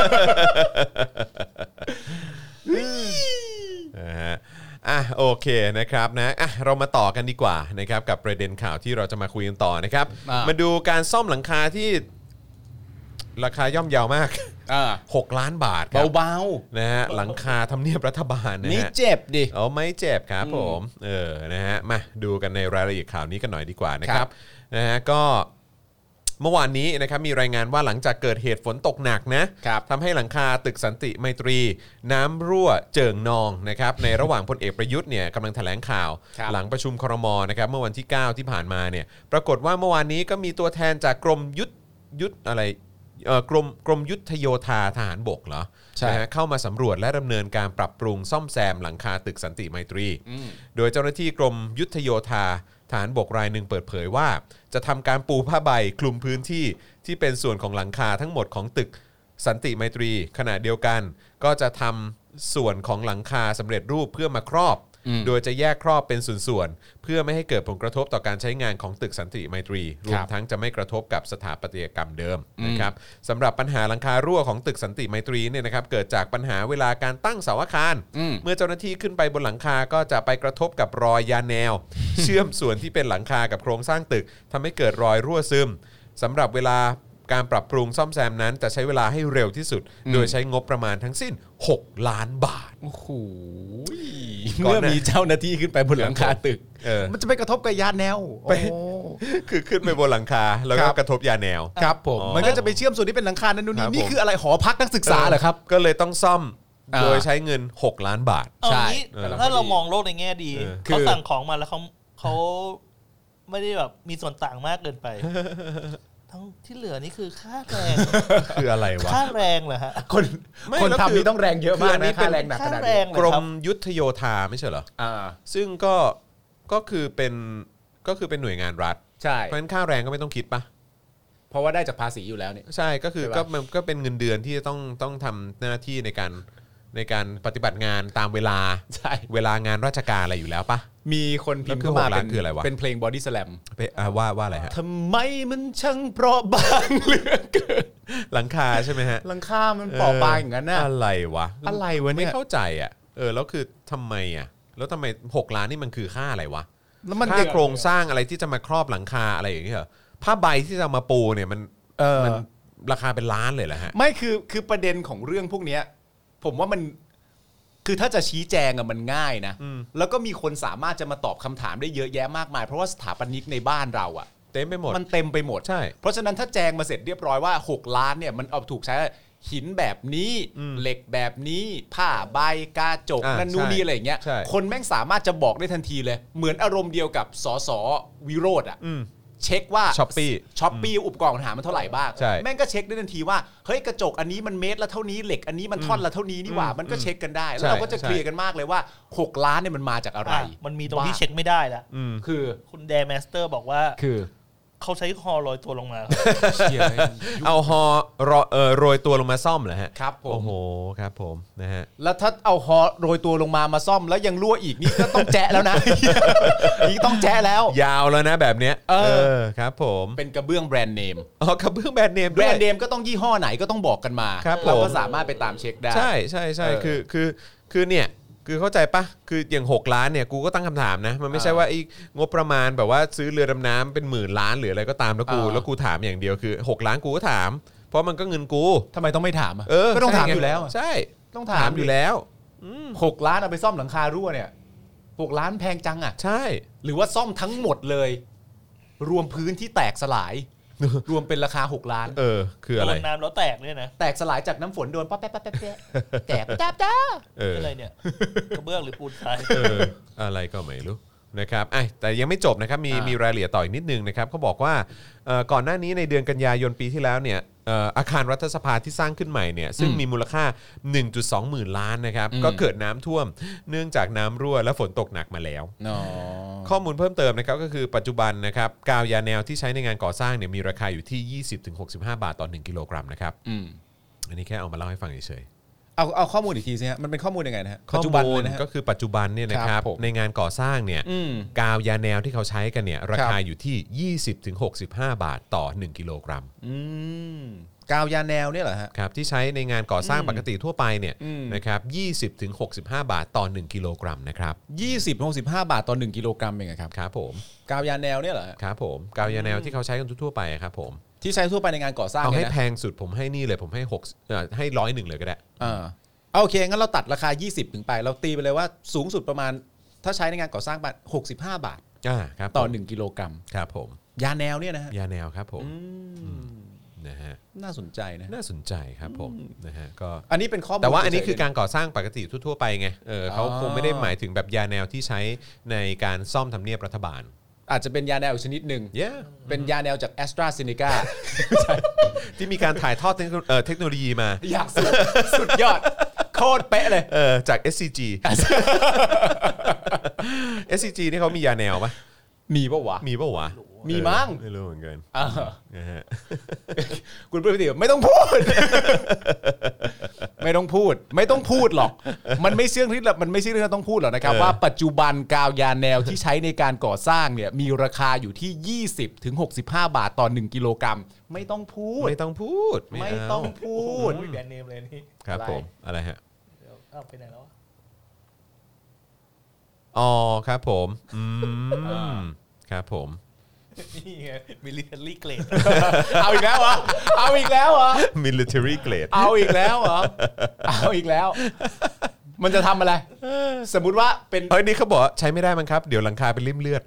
นะฮะอ่ะโอเคนะครับนะอ่ะเรามาต่อกันดีกว่านะครับกับประเด็นข่าวที่เราจะมาคุยกันต่อนะครับมาดูการซ่อมหลังคาที่ราคาย่อมเยาวมากหกล้านบาทครับเบาๆนะฮะหลังคาทำเนียบรัฐบาลนะฮะนี่เจ็บดิอ๋อไม่เจ็บครับผมเออนะฮะมาดูกันในรายละเอียดข่าวนี้กันหน่อยดีกว่านะครับนะฮะก็เมื่อวานนี้นะครับมีรายงานว่าหลังจากเกิดเหตุฝนตกหนักนะครับทำให้หลังคาตึกสันติไมตรีน้ำรั่วเจิ่งนองนะครับในระหว่างพลเอกประยุทธ์เนี่ยกำลังแถลงข่าวหลังประชุมครม.นะครับเมื่อวันที่เก้าที่ผ่านมาเนี่ยปรากฏว่าเมื่อวานนี้ก็มีตัวแทนจากกรมยุทธยุทธอะไรเอ่อกรมกรมยุทธโยธาทหารบกเหรอนะฮะเข้ามาสำรวจและดำเนินการปรับปรุงซ่อมแซมหลังคาตึกสันติไมตรีโดยเจ้าหน้าที่กรมยุทธโยธาทหารบกรายหนึ่งเปิดเผยว่าจะทำการปูผ้าใบคลุมพื้นที่ที่เป็นส่วนของหลังคาทั้งหมดของตึกสันติไมตรีขณะเดียวกันก็จะทำส่วนของหลังคาสำเร็จรูปเพื่อมาครอบโดยจะแยกครอบเป็นส่วนๆเพื่อไม่ให้เกิดผลกระทบต่อการใช้งานของตึกสันติไมตรีรวมทั้งจะไม่กระทบกับสถาปัตยกรรมเดิมนะครับสำหรับปัญหาหลังคารั่วของตึกสันติไมตรีเนี่ยนะครับเกิดจากปัญหาเวลาการตั้งเสาอาคารเมื่อเจ้าหน้าที่ขึ้นไปบนหลังคาก็จะไปกระทบกับรอยยาแนว เชื่อมส่วนที่เป็นหลังคากับโครงสร้างตึกทำให้เกิดรอยรั่วซึมสำหรับเวลาการปรับปรุงซ่อมแซมนั้นจะใช้เวลาให้เร็วที่สุดโดยใช้งบประมาณทั้งสิ้นหกล้านบาทโอ้โหเมื่อมีเจ้าหน้าที่ขึ้นไปบนหลังคาตึกมันจะไปกระทบกับยาแนวไปคือขึ้นไปบนหลังคาแล้วก็กระทบยาแนวครับผมมันก็จะไปเชื่อมส่วนที่เป็นหลังคานั่นนู่นนี่นี่คืออะไรหอพักนักศึกษาเหรอครับก็เลยต้องซ่อมโดยใช้เงินหกล้านบาทใช่ถ้าเรามองโลกในแง่ดีเขาสั่งของมาแล้วเขาเขาไม่ได้แบบมีส่วนต่างมากเกินไปทั้งที่เหลือนี่คือค่าแรงคืออะไรวะค่าแรงเหรอฮะคนคนทำนี่ต้องแรงเยอะมากนะค่าแรงหนักขนาดนี้กรมยุทธโยธาไม่ใช่เหรออ่าซึ่งก็ก็คือเป็นก็คือเป็นหน่วยงานรัฐใช่เพราะฉะนั้นค่าแรงก็ไม่ต้องคิดปะเพราะว่าได้จากภาษีอยู่แล้วเนี่ยใช่ก็คือก็มันก็เป็นเงินเดือนที่จะต้องต้องทำหน้าที่ในการในการปฏิบัติงานตามเวลาใช่เวลางานราชการอะไรอยู่แล้วปะมีคนพิมพ์เข้ามาเป็นคืออะไรวะเป็นเพลง Body Slam ว่าว่าอะไรฮะทำไมมันช่างเปราะบางเหลือเกินหลังคาใช่ไหมฮะหลังคามันเปราะบางอย่างนั้นน่ะอะไรวะอะไรวะเนี่ยไม่เข้าใจอ่ะเออแล้วคือทำไมอ่ะแล้วทำไมหกล้านนี่มันคือค่าอะไรวะแล้วมันค่าโครงสร้างอะไรที่จะมาครอบหลังคาอะไรอย่างเงี้ยเหรอผ้าใบที่จะมาปูเนี่ยมันมันราคาเป็นล้านเลยเหรอฮะไม่คือคือประเด็นของเรื่องพวกเนี้ยผมว่ามันคือถ้าจะชี้แจงอะมันง่ายนะแล้วก็มีคนสามารถจะมาตอบคำถามได้เยอะแยะมากมายเพราะว่าสถาปนิกในบ้านเราอะเต็มไปหมดมันเต็มไปหมดใช่เพราะฉะนั้นถ้าแจงมาเสร็จเรียบร้อยว่าหกล้านเนี่ยมันเอาถูกใช้หินแบบนี้เหล็กแบบนี้ผ้าใบกาจกนั่นนู่นนี่อะไรอย่างเงี้ยคนแม่งสามารถจะบอกได้ทันทีเลยเหมือนอารมณ์เดียวกับสสวิโรจน์อะเช็คว่า Shopee ช้อปปี้อุปกรณ์หามันเท่าไหร่บ้างแม่งก็เช็คได้ทันทีว่าเฮ้ยกระจกอันนี้มันเมตรละเท่านี้เหล็กอันนี้มันท่อนละเท่านี้นี่หว่ามันก็เช็คกันได้แล้วเราก็จะเคลียร์กันมากเลยว่าหกล้านเนี่ยมันมาจากอะไรมันมีตรงที่เช็คไม่ได้ละคือคุณแดร์แมสเตอร์บอกว่าคือเขาใช้ฮอโรยตัวลงมาเอาฮอโรยตัวลงมาซ่อมเหรอฮะครับผมโอ้โหครับผมนะฮะแล้วถ้าเอาฮอโรยตัวลงมามาซ่อมแล้วยังรั่วอีกนี่ก็ต้องแจ๊ะแล้วนะนี่ต้องแจ๊ะแล้วยาวแล้วนะแบบเนี้ยเออครับผมเป็นกระเบื้องแบรนด์เนมอ๋อกระเบื้องแบรนด์เนมแบรนด์เนมก็ต้องยี่ห้อไหนก็ต้องบอกกันมาเราก็สามารถไปตามเช็คได้ใช่ใช่ใช่คือคือคือเนี่ยคือเข้าใจปะคืออย่างหกล้านเนี่ยกูก็ตั้งคำถามนะมันไม่ใช่ว่าไอ้งบประมาณแบบว่าซื้อเรือดำน้ำเป็นหมื่นล้านหรืออะไรก็ตามแล้วกูแล้วกูถามอย่างเดียวคือหกล้านกูก็ถามเพราะมันก็เงินกูทำไมต้องไม่ถามเออก็ต้องถามอยู่แล้วใช่ต้องถามอยู่แล้วหกล้านเอาไปซ่อมหลังคารั่วเนี่ยหกล้านแพงจังอ่ะใช่หรือว่าซ่อมทั้งหมดเลยรวมพื้นที่แตกสลายรวมเป็นราคาหกล้านเออคืออะไรโดนน้ำแล้วแตกเนี่ยนะแตกสลายจากน้ำฝนโดนป๊อปแป๊ะแป๊ะแป๊ะแตกจ้าจ้าอะไรเนี่ยกระเบื้องหรือปูนทรายเอออะไรก็ไม่รู้นะครับแต่ยังไม่จบนะครับมีมีรายละเอียดต่ออีกนิดนึงนะครับเขาบอกว่าก่อนหน้านี้ในเดือนกันยายนปีที่แล้วเนี่ยอาคารรัฐสภาที่สร้างขึ้นใหม่เนี่ยซึ่งมีมูลค่า หนึ่งจุดสอง หมื่นล้านนะครับก็เกิดน้ำท่วมเนื่องจากน้ำรั่วและฝนตกหนักมาแล้วข้อมูลเพิ่มเติมนะครับก็คือปัจจุบันนะครับกาวยาแนวที่ใช้ในงานก่อสร้างเนี่ยมีราคาอยู่ที่ ยี่สิบถึงหกสิบห้า บาทต่อหนึ่งกิโลกรัมนะครับอันนี้แค่เอามาเล่าให้ฟังเฉยเอาเอาข้อมูลอีกทีสิฮะมันเป็นข้อมูลยังไงนะฮะปัจจุบันเลยนะฮะก็คือปัจจุบันเนี่ยนะครับในงานก่อสร้างเนี่ยกาวยาแนวที่เขาใช้กันเนี่ยราคาอยู่ที่ ยี่สิบถึงหกสิบห้า บาทต่อหนึ่งกิโลกรัมกาวยาแนวเนี่ยเหรอฮะครับที่ใช้ในงานก่อสร้างปกติทั่วไปเนี่ยนะครับยี่สิบถึงหกสิบห้า บาทต่อหนึ่งกิโลกรัมนะครับยี่สิบถึงหกสิบห้า บาทต่อหนึ่งกิโลกรัมเองครับครับผมกาวยาแนวเนี่ยเหรอครับผมกาวยาแนวที่เขาใช้กันทั่วไปครับผมที่ใช้ทั่วไปในงานก่อสร้างเอาให้แพงสุดผมให้นี่เลยผมให้หกเอ่อให้ร้อยหนึ่งเลยก็ได้อ่าโอเคงั้นเราตัดราคายี่สิบถึงไปเราตีไปเลยว่าสูงสุดประมาณถ้าใช้ในงานก่อสร้างบ้านหกสิบห้าบาทอ่าครับต่อหนึ่งกิโลกรัมครับผมยาแนวเนี่ยนะฮะยาแนวครับผมอืมนะฮะน่าสนใจนะน่าสนใจครับผมนะฮะก็อันนี้เป็นข้อมูลแต่ว่าอันนี้เฉยๆคือการก่อสร้างปกติทั่วๆไปไงเออเขาอ๋อคงไม่ได้หมายถึงแบบยาแนวที่ใช้ในการซ่อมทำเนียบรัฐบาลอาจจะเป็นยาแนวอีกชนิดหนึ่ง yeah เป็นยาแนวจากแอสตราเซเนกาที่มีการถ่ายทอดเทคโนเอ่อเทคโนโลยีมาอยากสุดสุดยอด โคตรเป๊ะเลยเออจาก เอส ซี จี เอส ซี จี นี่เขามียาแนวปะมีปะวะมีปะวะมีมั้งเออไม่รู้เหมือนกันอ่านะฮะคุณประวิตรไม่ต้องพูด ไม่ต้องพูด ไม่ต้องพูดหรอก มันไม่เชื่อที่มันไม่ใช่เรื่องต้องพูดหรอกนะครับเออว่าปัจจุบันกาวยาแนวที่ใช้ในการก่อสร้างเนี่ยมีราคาอยู่ที่ ยี่สิบถึงหกสิบห้า บาทต่อหนึ่งกิโลกรัมไม่ต้องพูดไม่ต้องพูดไม่เาต้องพูดโอ้ยแบรนด์เนมเลยนี่ครับอะไรผมอะไรฮะเดี๋ยวอ้าวไปไหนแล้ววะอ๋อครับผมอืมครับผมนี่ไงมิลิเทอรี่เกรดเอาอีกแล้วเหรอเอาอีกแล้วเหรอ military grade เอาอีกแล้วเหรอเอาอีกแล้ว มันจะทำอะไร สมมุติว่าเป็นเฮ้ยนี่เขาบอกว่าใช้ไม่ได้มั้งครับเดี๋ยวหลังคาเป็นริ่มเลือด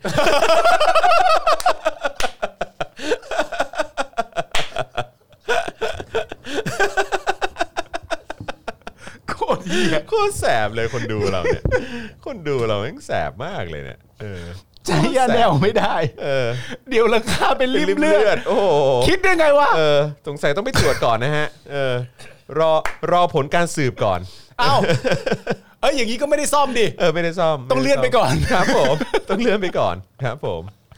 โคตรเหี้ยโคตรแสบเลยคนดูเราเนี่ย คนดูเราแม่งแสบมากเลยเนี่ยเออใช้ยาแนวไม่ได้เออเดี๋ยวราคาเป็นเป็นริริ่มมเลืเลืออดดโอ้โหคิดได้ไงวะเออสงสัยต้องไปตรวจก่อนนะฮะเออรอรอผลการสืบก่อนเอ้าเอ้ยอย่างนี้ก็ไม่ได้ซ่อมดิเออไม่ได้ซ่อมต้องเลื่อนไปก่อนครับผมต้องเลื่อนไปก่อนครับผม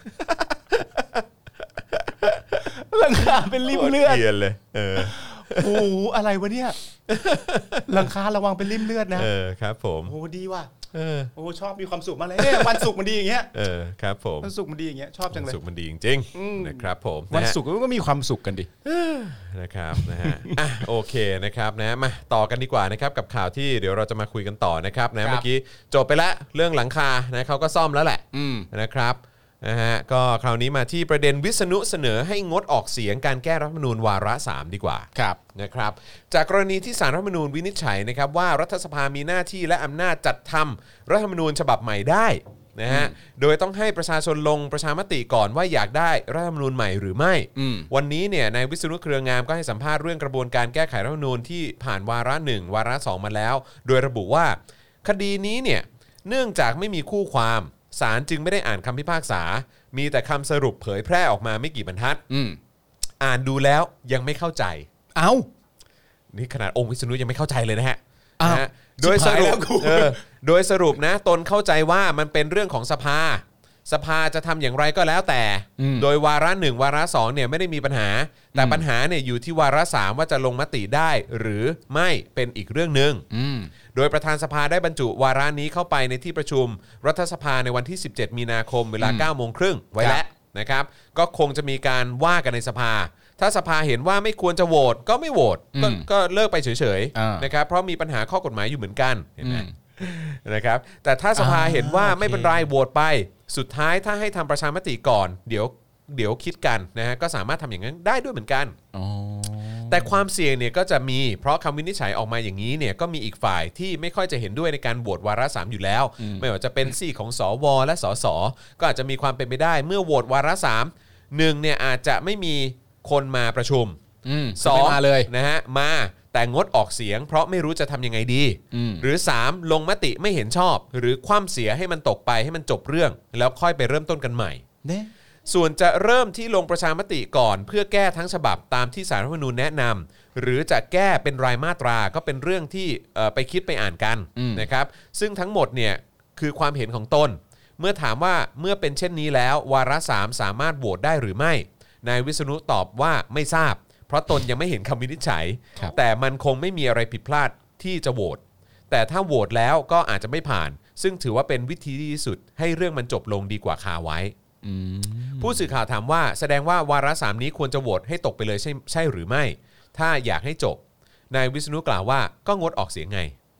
ราคาเป็นริมเลือดโคตรเกลียนเลยเออโอ้โหอะไรวะเนี่ยหลังคาระวังเป็นริมเลือดนะเออครับผมโอ้โหดีว่ะเออโอ้ชอบมีความสุขมากเลยเนี่ยวันศุกร์มันดีอย่างเงี้ยเออครับผมวันศุกร์มันดีอย่างเงี้ยชอบจังเลยสุขมันดีจริงๆนะครับผมวันนะฮะศุกร์ก็มีความสุขกันดินะครับนะฮะอ่ะโอเคนะครับนะมาต่อกันดีกว่านะครับกับข่าวที่เดี๋ยวเราจะมาคุยกันต่อนะครับนะเมื่อกี้จบไปแล้วเรื่องหลังคานะเขาก็ซ่อมแล้วแหละอืมนะครับนะฮะก็คราวนี้มาที่ประเด็นวิษณุเสนอให้งดออกเสียงการแก้รัฐธรรมนูญวาระสามดีกว่าครับนะครับจากกรณีที่ศาลรัฐธรรมนูญวินิจฉัยนะครับว่ารัฐสภามีหน้าที่และอำนาจจัดทำรัฐธรรมนูญฉบับใหม่ได้นะฮะโดยต้องให้ประชาชนลงประชามติก่อนว่าอยากได้รัฐธรรมนูญใหม่หรือไม่อืมวันนี้เนี่ยนายวิษณุเครืองามก็ให้สัมภาษณ์เรื่องกระบวนการแก้ไขรัฐธรรมนูญที่ผ่านวาระหนึ่งวาระสองมาแล้ว โดยระบุว่าคดีนี้เนี่ยเนื่องจากไม่มีคู่ความศาลจึงไม่ได้อ่านคำพิพากษามีแต่คำสรุปเผยแพร่ออกมาไม่กี่บรรทัดอืมอ่านดูแล้วยังไม่เข้าใจเอ้านี่ขนาดองค์วิษณุยังไม่เข้าใจเลยนะฮะอ้าวนะฮะโดยสรุชิบหายแล้ปวกูเออโดยสรุปนะตนเข้าใจว่ามันเป็นเรื่องของสภา สภาจะทำอย่างไรก็แล้วแต่ โดยวาระหนึ่งวาระสองเนี่ยไม่ได้มีปัญหา แต่ปัญหาเนี่ยอยู่ที่วาระสามว่าจะลงมติได้หรือไม่เป็นอีกเรื่องหนึ่งอืมโดยประธานสภาได้บรรจุวาระนี้เข้าไปในที่ประชุมรัฐสภาในวันที่สิบเจ็ดมีนาคมเวลาอืมเก้าโมงครึ่งไว้แล้วนะครับก็คงจะมีการว่ากันในสภา ถ้าสภาเห็นว่าไม่ควรจะโหวตก็ไม่โหวตก็ก็เลิกไปเฉยอ่าๆนะครับเพราะมีปัญหาข้อกฎหมายอยู่เหมือนกันเห็นไหมอืมนะครับแต่ถ้าสภาอ่าเห็นว่าโอเคไม่เป็นไรโหวตไปสุดท้ายถ้าให้ทำประชามติก่อนเดี๋ยวเดี๋ยวคิดกันนะฮะก็สามารถทำอย่างนั้นได้ด้วยเหมือนกันอ๋อแต่ความเสี่ยงเนี่ยก็จะมีเพราะคำวินิจฉัยออกมาอย่างนี้เนี่ยก็มีอีกฝ่ายที่ไม่ค่อยจะเห็นด้วยในการโหวตวาระสามอยู่แล้ว ไม่ว่าจะเป็นซี่ของสวและสสก็อาจจะมีความเป็นไปได้เมื่อโหวตวาระสามหนึ่งเนี่ยอาจจะไม่มีคนมาประชุมอืมสองไม่มาเลยนะฮะมาแต่งดออกเสียงเพราะไม่รู้จะทำยังไงดีอืมหรือสามลงมติไม่เห็นชอบ หรือคว่ำเสียให้มันตกไปให้มันจบเรื่อง แล้วค่อยไปเริ่มต้นกันใหม่เนี่ยส่วนจะเริ่มที่ลงประชามติก่อนเพื่อแก้ทั้งฉบับตามที่ศาลรัฐธรรมนูญแนะนำหรือจะแก้เป็นรายมาตราก็เป็นเรื่องที่เอ่อไปคิดไปอ่านกันนะครับซึ่งทั้งหมดเนี่ยคือความเห็นของตนเมื่อถามว่าเมื่อเป็นเช่นนี้แล้ววาระสามสามารถโหวตได้หรือไม่นายวิษณุตอบว่าไม่ทราบ เพราะตนยังไม่เห็นคำวินิจฉัย แต่มันคงไม่มีอะไรผิดพลาดที่จะโหวตแต่ถ้าโหวตแล้วก็อาจจะไม่ผ่าน ซึ่งถือว่าเป็นวิธีที่ดีที่สุดให้เรื่องมันจบลงดีกว่าคาไว้ผู้สื่อข่าวถามว่าแสดงว่าวาระสามนี้ควรจะโหวตให้ตกไปเลยใช่ใช่หรือไม่ ถ้าอยากให้จบนายวิษณุกล่าวว่าก็งดออกเสียงไง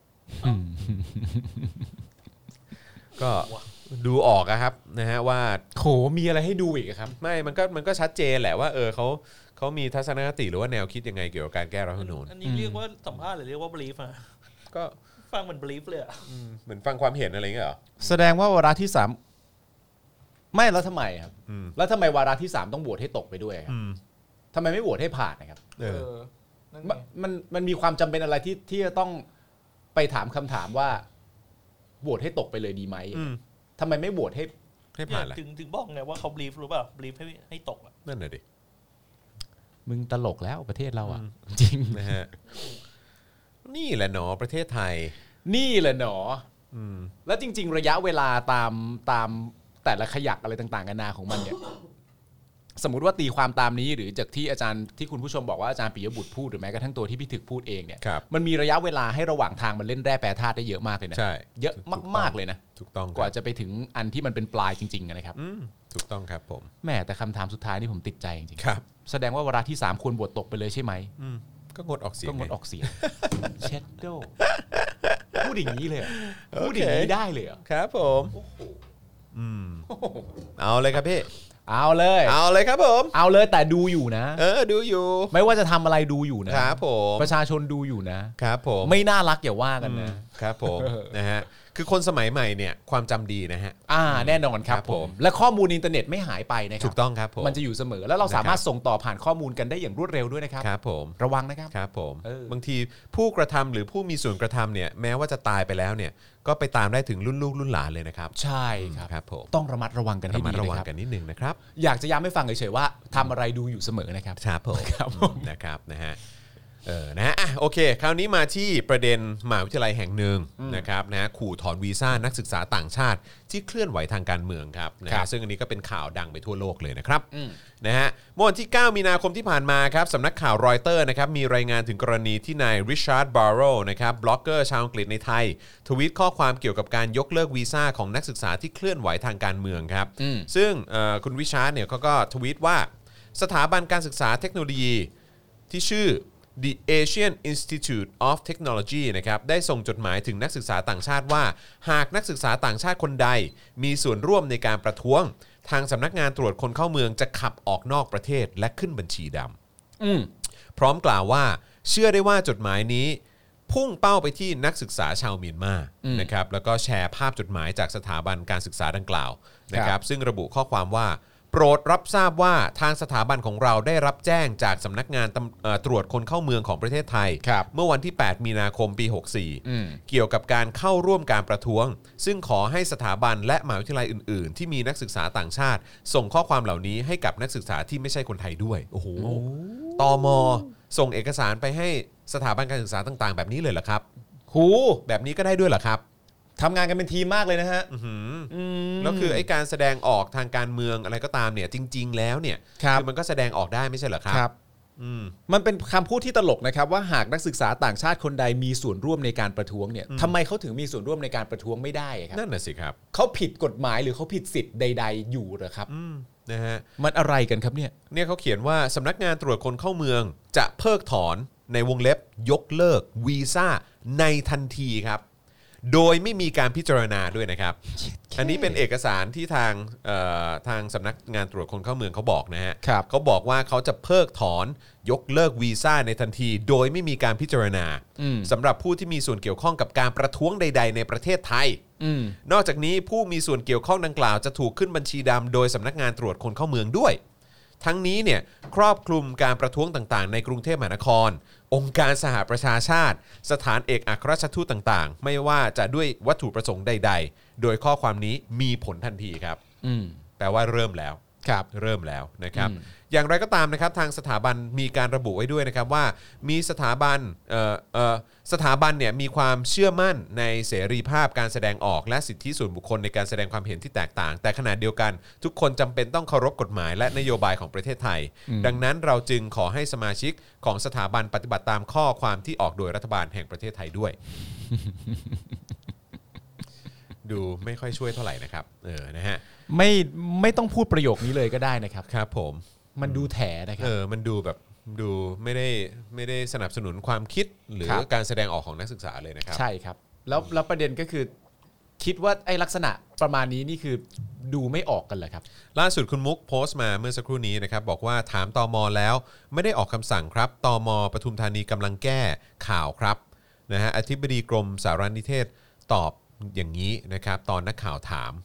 ก็ดูออกอะครับนะฮะว่าโหมีอะไรให้ดูอีกอะครับไม่มันก็มันก็ชัดเจนแหละว่าเออเขาเขามีทัศนคติหรือว่าแนวคิดยังไงเกี่ยวกับการแก้รัฐธรรมนูญอันนี้เรียกว่าสัมภาษณ์หรือเรียกว่าบลีฟอะก็ฟังเหมือนบลีฟเลยอะเหมือนฟังความเห็นอะไรอย่างเงี้ยเหรอแสดงว่าวาระที่สามไม่แล้วทำไมครับแล้วทำไมวาระที่สามต้องโหวตให้ตกไปด้วยครับทำไมไม่โหวตให้ผ่านนะครับเออเออนั่นไงมันมันมันมีความจำเป็นอะไรที่ที่จะต้องไปถามคำถามว่าโหวตให้ตกไปเลยดีไหมอืมทำไมไม่โหวตให้ให้ผ่านแหละถึงถึงบอกไงว่าเขาบลีฟรู้ป่ะบลีฟให้ให้ตกอ่ะนั่นน่ะดิมึงตลกแล้วประเทศเราอ่ะจริงนะฮะนี่แหละเนาะประเทศไทยนี่แหละหนออืมแล้วจริง ๆ ระยะเวลาตามตามแต่ละขยักอะไรต่างๆกันานาของมันเนี่ย สมมุติว่าตีความตามนี้หรือจากที่อาจารย์ที่คุณผู้ชมบอกว่าอาจารย์ปิยบุตรพูดหรือแม้กระทั่งตัวที่พี่ถึกพูดเองเนี่ยครับมันมีระยะเวลาให้ระหว่างทางมันเล่นแร่แปรธาตุได้เยอะมากเลยนะใช่เยอะมากๆเลยนะถูกต้องกว่าจะไปถึงอันที่มันเป็นปลายจริงๆนะครับอืมถูกต้องครับผมแหม่แต่คำถามสุดท้ายนี่ผมติดใจจริงๆครับแสดงว่าวาระที่สามควรบวชตกไปเลยใช่ไหมอืมก็งดออกเสียงก็งดไออกเสียง เช็ดโดพูดอย่างนี้เลยเหรอพูดอย่างนี้ได้เลยเหรอครับผมอืมเอาเลยครับพี่เอาเลยเอาเลยครับผมเอาเลยแต่ดูอยู่นะเออดูอยู่ไม่ว่าจะทำอะไรดูอยู่นะครับผมประชาชนดูอยู่นะครับผมไม่น่ารักอย่าว่ากันนะครับผม นะฮะคือคนสมัยใหม่เนี่ยความจำดีนะฮะอ่าแน่นอนครับครับผผม มและข้อมูลอินเทอร์เน็ตไม่หายไปนะครัถูกต้องครับผมมันจะอยู่เสมอแล้วเราสามารถนะครับส่งต่อผ่านข้อมูลกันได้อย่างรวดเร็วด้วยนะครับครับผมระวังนะครับครับผมเออบางทีผู้กระทำหรือผู้มีส่วนกระทำเนี่ยแม้ว่าจะตายไปแล้วเนี่ยก็ไปตามได้ถึงรุ่นลูกรุ่นหลานเลยนะครับใช่ครับครับผมต้องระมัดระวังกันให้ระมัดดีระนะวังครับกันนิดนึงนะครับอยากจะย้ำให้ฟังเฉยๆว่าทำอะไรดูอยู่เสมอนะครับครับผมครับผมนะครับนะฮะเออนะฮะอ่ะโอเค คราวนี้มาที่ประเด็นมหาวิทยาลัยแห่งหนึ่งนะครับนะฮะขู่ถอนวีซ่านักศึกษาต่างชาติที่เคลื่อนไหวทางการเมืองครับนะครัฮะบซึ่งอันนี้ก็เป็นข่าวดังไปทั่วโลกเลยนะครับอืมนะฮะเมื่อวันที่เก้ามีนาคมที่ผ่านมาครับสำนักข่าวรอยเตอร์นะครับมีรายงานถึงกรณีที่นายริชาร์ดบาร์โรนะครับบล็อกเกอร์ชาวอังกฤษในไทยทวีตข้อความเกี่ยวกับการยกเลิกวีซ่าของนักศึกษาที่เคลื่อนไหวทางการเมืองครับอืมซึ่งเอ่อคุณริชาร์ดเนี่ยเขาก็ทวีตว่าสถาบันการศึกษาเทคโนโลยีที่ชื่อ The Asian Institute of Technology นะครับได้ส่งจดหมายถึงนักศึกษาต่างชาติว่าหากนักศึกษาต่างชาติคนใดมีส่วนร่วมในการประท้วงทางสำนักงานตรวจคนเข้าเมืองจะขับออกนอกประเทศและขึ้นบัญชีดอืมำพร้อมกล่าวว่าเชื่อได้ว่าจดหมายนี้พุ่งเป้าไปที่นักศึกษาชาวเมียนมาอืมนะครับแล้วก็แชร์ภาพจดหมายจากสถาบันการศึกษาดังกล่าวนะคครัรับบ ซึ่งระบุข้อความว่าโปรดรับทราบว่าทางสถาบันของเราได้รับแจ้งจากสำนักงานตำเอ่อตรวจคนเข้าเมืองของประเทศไทยครับเมื่อวันที่ แปด มีนาคม ปี หกสี่อืมเกี่ยวกับการเข้าร่วมการประท้วง ซึ่งขอให้สถาบันและมหาวิทยาลัยอื่น ๆ ที่มีนักศึกษาต่างชาติ ส่งข้อความเหล่านี้ให้กับนักศึกษาที่ไม่ใช่คนไทยด้วยโอ้โหตม.ส่งเอกสารไปให้สถาบันการศึกษาต่าง ๆ แบบนี้เลยเหรอครับหูแบบนี้ก็ได้ด้วยเหรอครับทำงานกันเป็นทีมมากเลยนะฮะแล้วคือไอ้การแสดงออกทางการเมืองอะไรก็ตามเนี่ยจริง ๆ แล้วเนี่ยครับอมันก็แสดงออกได้ไม่ใช่เหรอครับครับอืมมันเป็นคำพูดที่ตลกนะครับว่าหากนักศึกษาต่างชาติคนใดมีส่วนร่วมในการประท้วงเนี่ยทำไมเขาถึงมีส่วนร่วมในการประท้วงไม่ได้ครับนั่นน่ะสิครับเขาผิดกฎหมายหรือเขาผิดสิทธิ์ใด ๆ อยู่เหรอครับอืมนะฮะมันอะไรกันครับเนี่ยเนี่ยเขาเขียนว่าสำนักงานตรวจคนเข้าเมืองจะเพิกถอนในวงเล็บยกเลิกวีซ่าในทันทีครับ โดยไม่มีการพิจารณาด้วยนะครับ อันนี้เป็นเอกสารที่ทางเอ่อทางสำนักงานตรวจคนเข้าเมืองเขาบอกนะฮะครับเขาบอกว่าเขาจะเพิกถอนยกเลิกวีซ่าในทันที โดยไม่มีการพิจารณาอืมสำหรับผู้ที่มีส่วนเกี่ยวข้องกับการประท้วงใด ๆ ในประเทศไทยอืมนอกจากนี้ผู้มีส่วนเกี่ยวข้องดังกล่าวจะถูกขึ้นบัญชีดำโดยสำนักงานตรวจคนเข้าเมืองด้วย ทั้งนี้เนี่ยครอบคลุมการประท้วงต่างๆในกรุงเทพมหานคร องค์การสหประชาชาติ สถานเอกอัครราชทูตต่างๆ ไม่ว่าจะด้วยวัตถุประสงค์ใด ๆ โดยข้อความนี้มีผลทันทีครับอืมแปลว่าเริ่มแล้วครับเริ่มแล้วนะครับอืมอย่างไรก็ตามนะครับทางสถาบันมีการระบุไว้ด้วยนะครับว่ามีสถาบันเอ่อเอ่อสถาบันเนี่ยมีความเชื่อมั่นในเสรีภาพการแสดงออกและสิทธิส่วนบุคคลในการแสดงความเห็นที่แตกต่าง แต่ขณะเดียวกันทุกคนจำเป็นต้องเคารพกฎหมายและนโยบายของประเทศไทย ดังนั้นเราจึงขอให้สมาชิกของสถาบันปฏิบัติตามข้อความที่ออกโดยรัฐบาลแห่งประเทศไทยด้วย ดูไม่ค่อยช่วยเท่าไหร่นะครับเออนะฮะไม่ไม่ต้องพูดประโยคนี้เลยก็ได้นะครับครับผมมันดูแถนะครัเอบ อ มันดูแบบดูไม่ได้ไม่ได้สนับสนุนความคิดหรือครับการแสดงออกของนักศึกษาเลยนะครับใช่ครับ แล้วแล้วประเด็นก็คือ คิดว่าไอ้ลักษณะประมาณนี้นี่คือดูไม่ออกกันเหรอครับล่าสุดคุณมุกโพสต์มาเมื่อสักครู่นี้นะครับบอกว่าถามตมแล้วไม่ได้ออกคำสั่งครับตมปทุมธานีกำลังแก้ข่าวครับนะฮะอธิบดีกรมสารนิเทศตอบอย่างนี้นะครับตอนนักข่าวถาม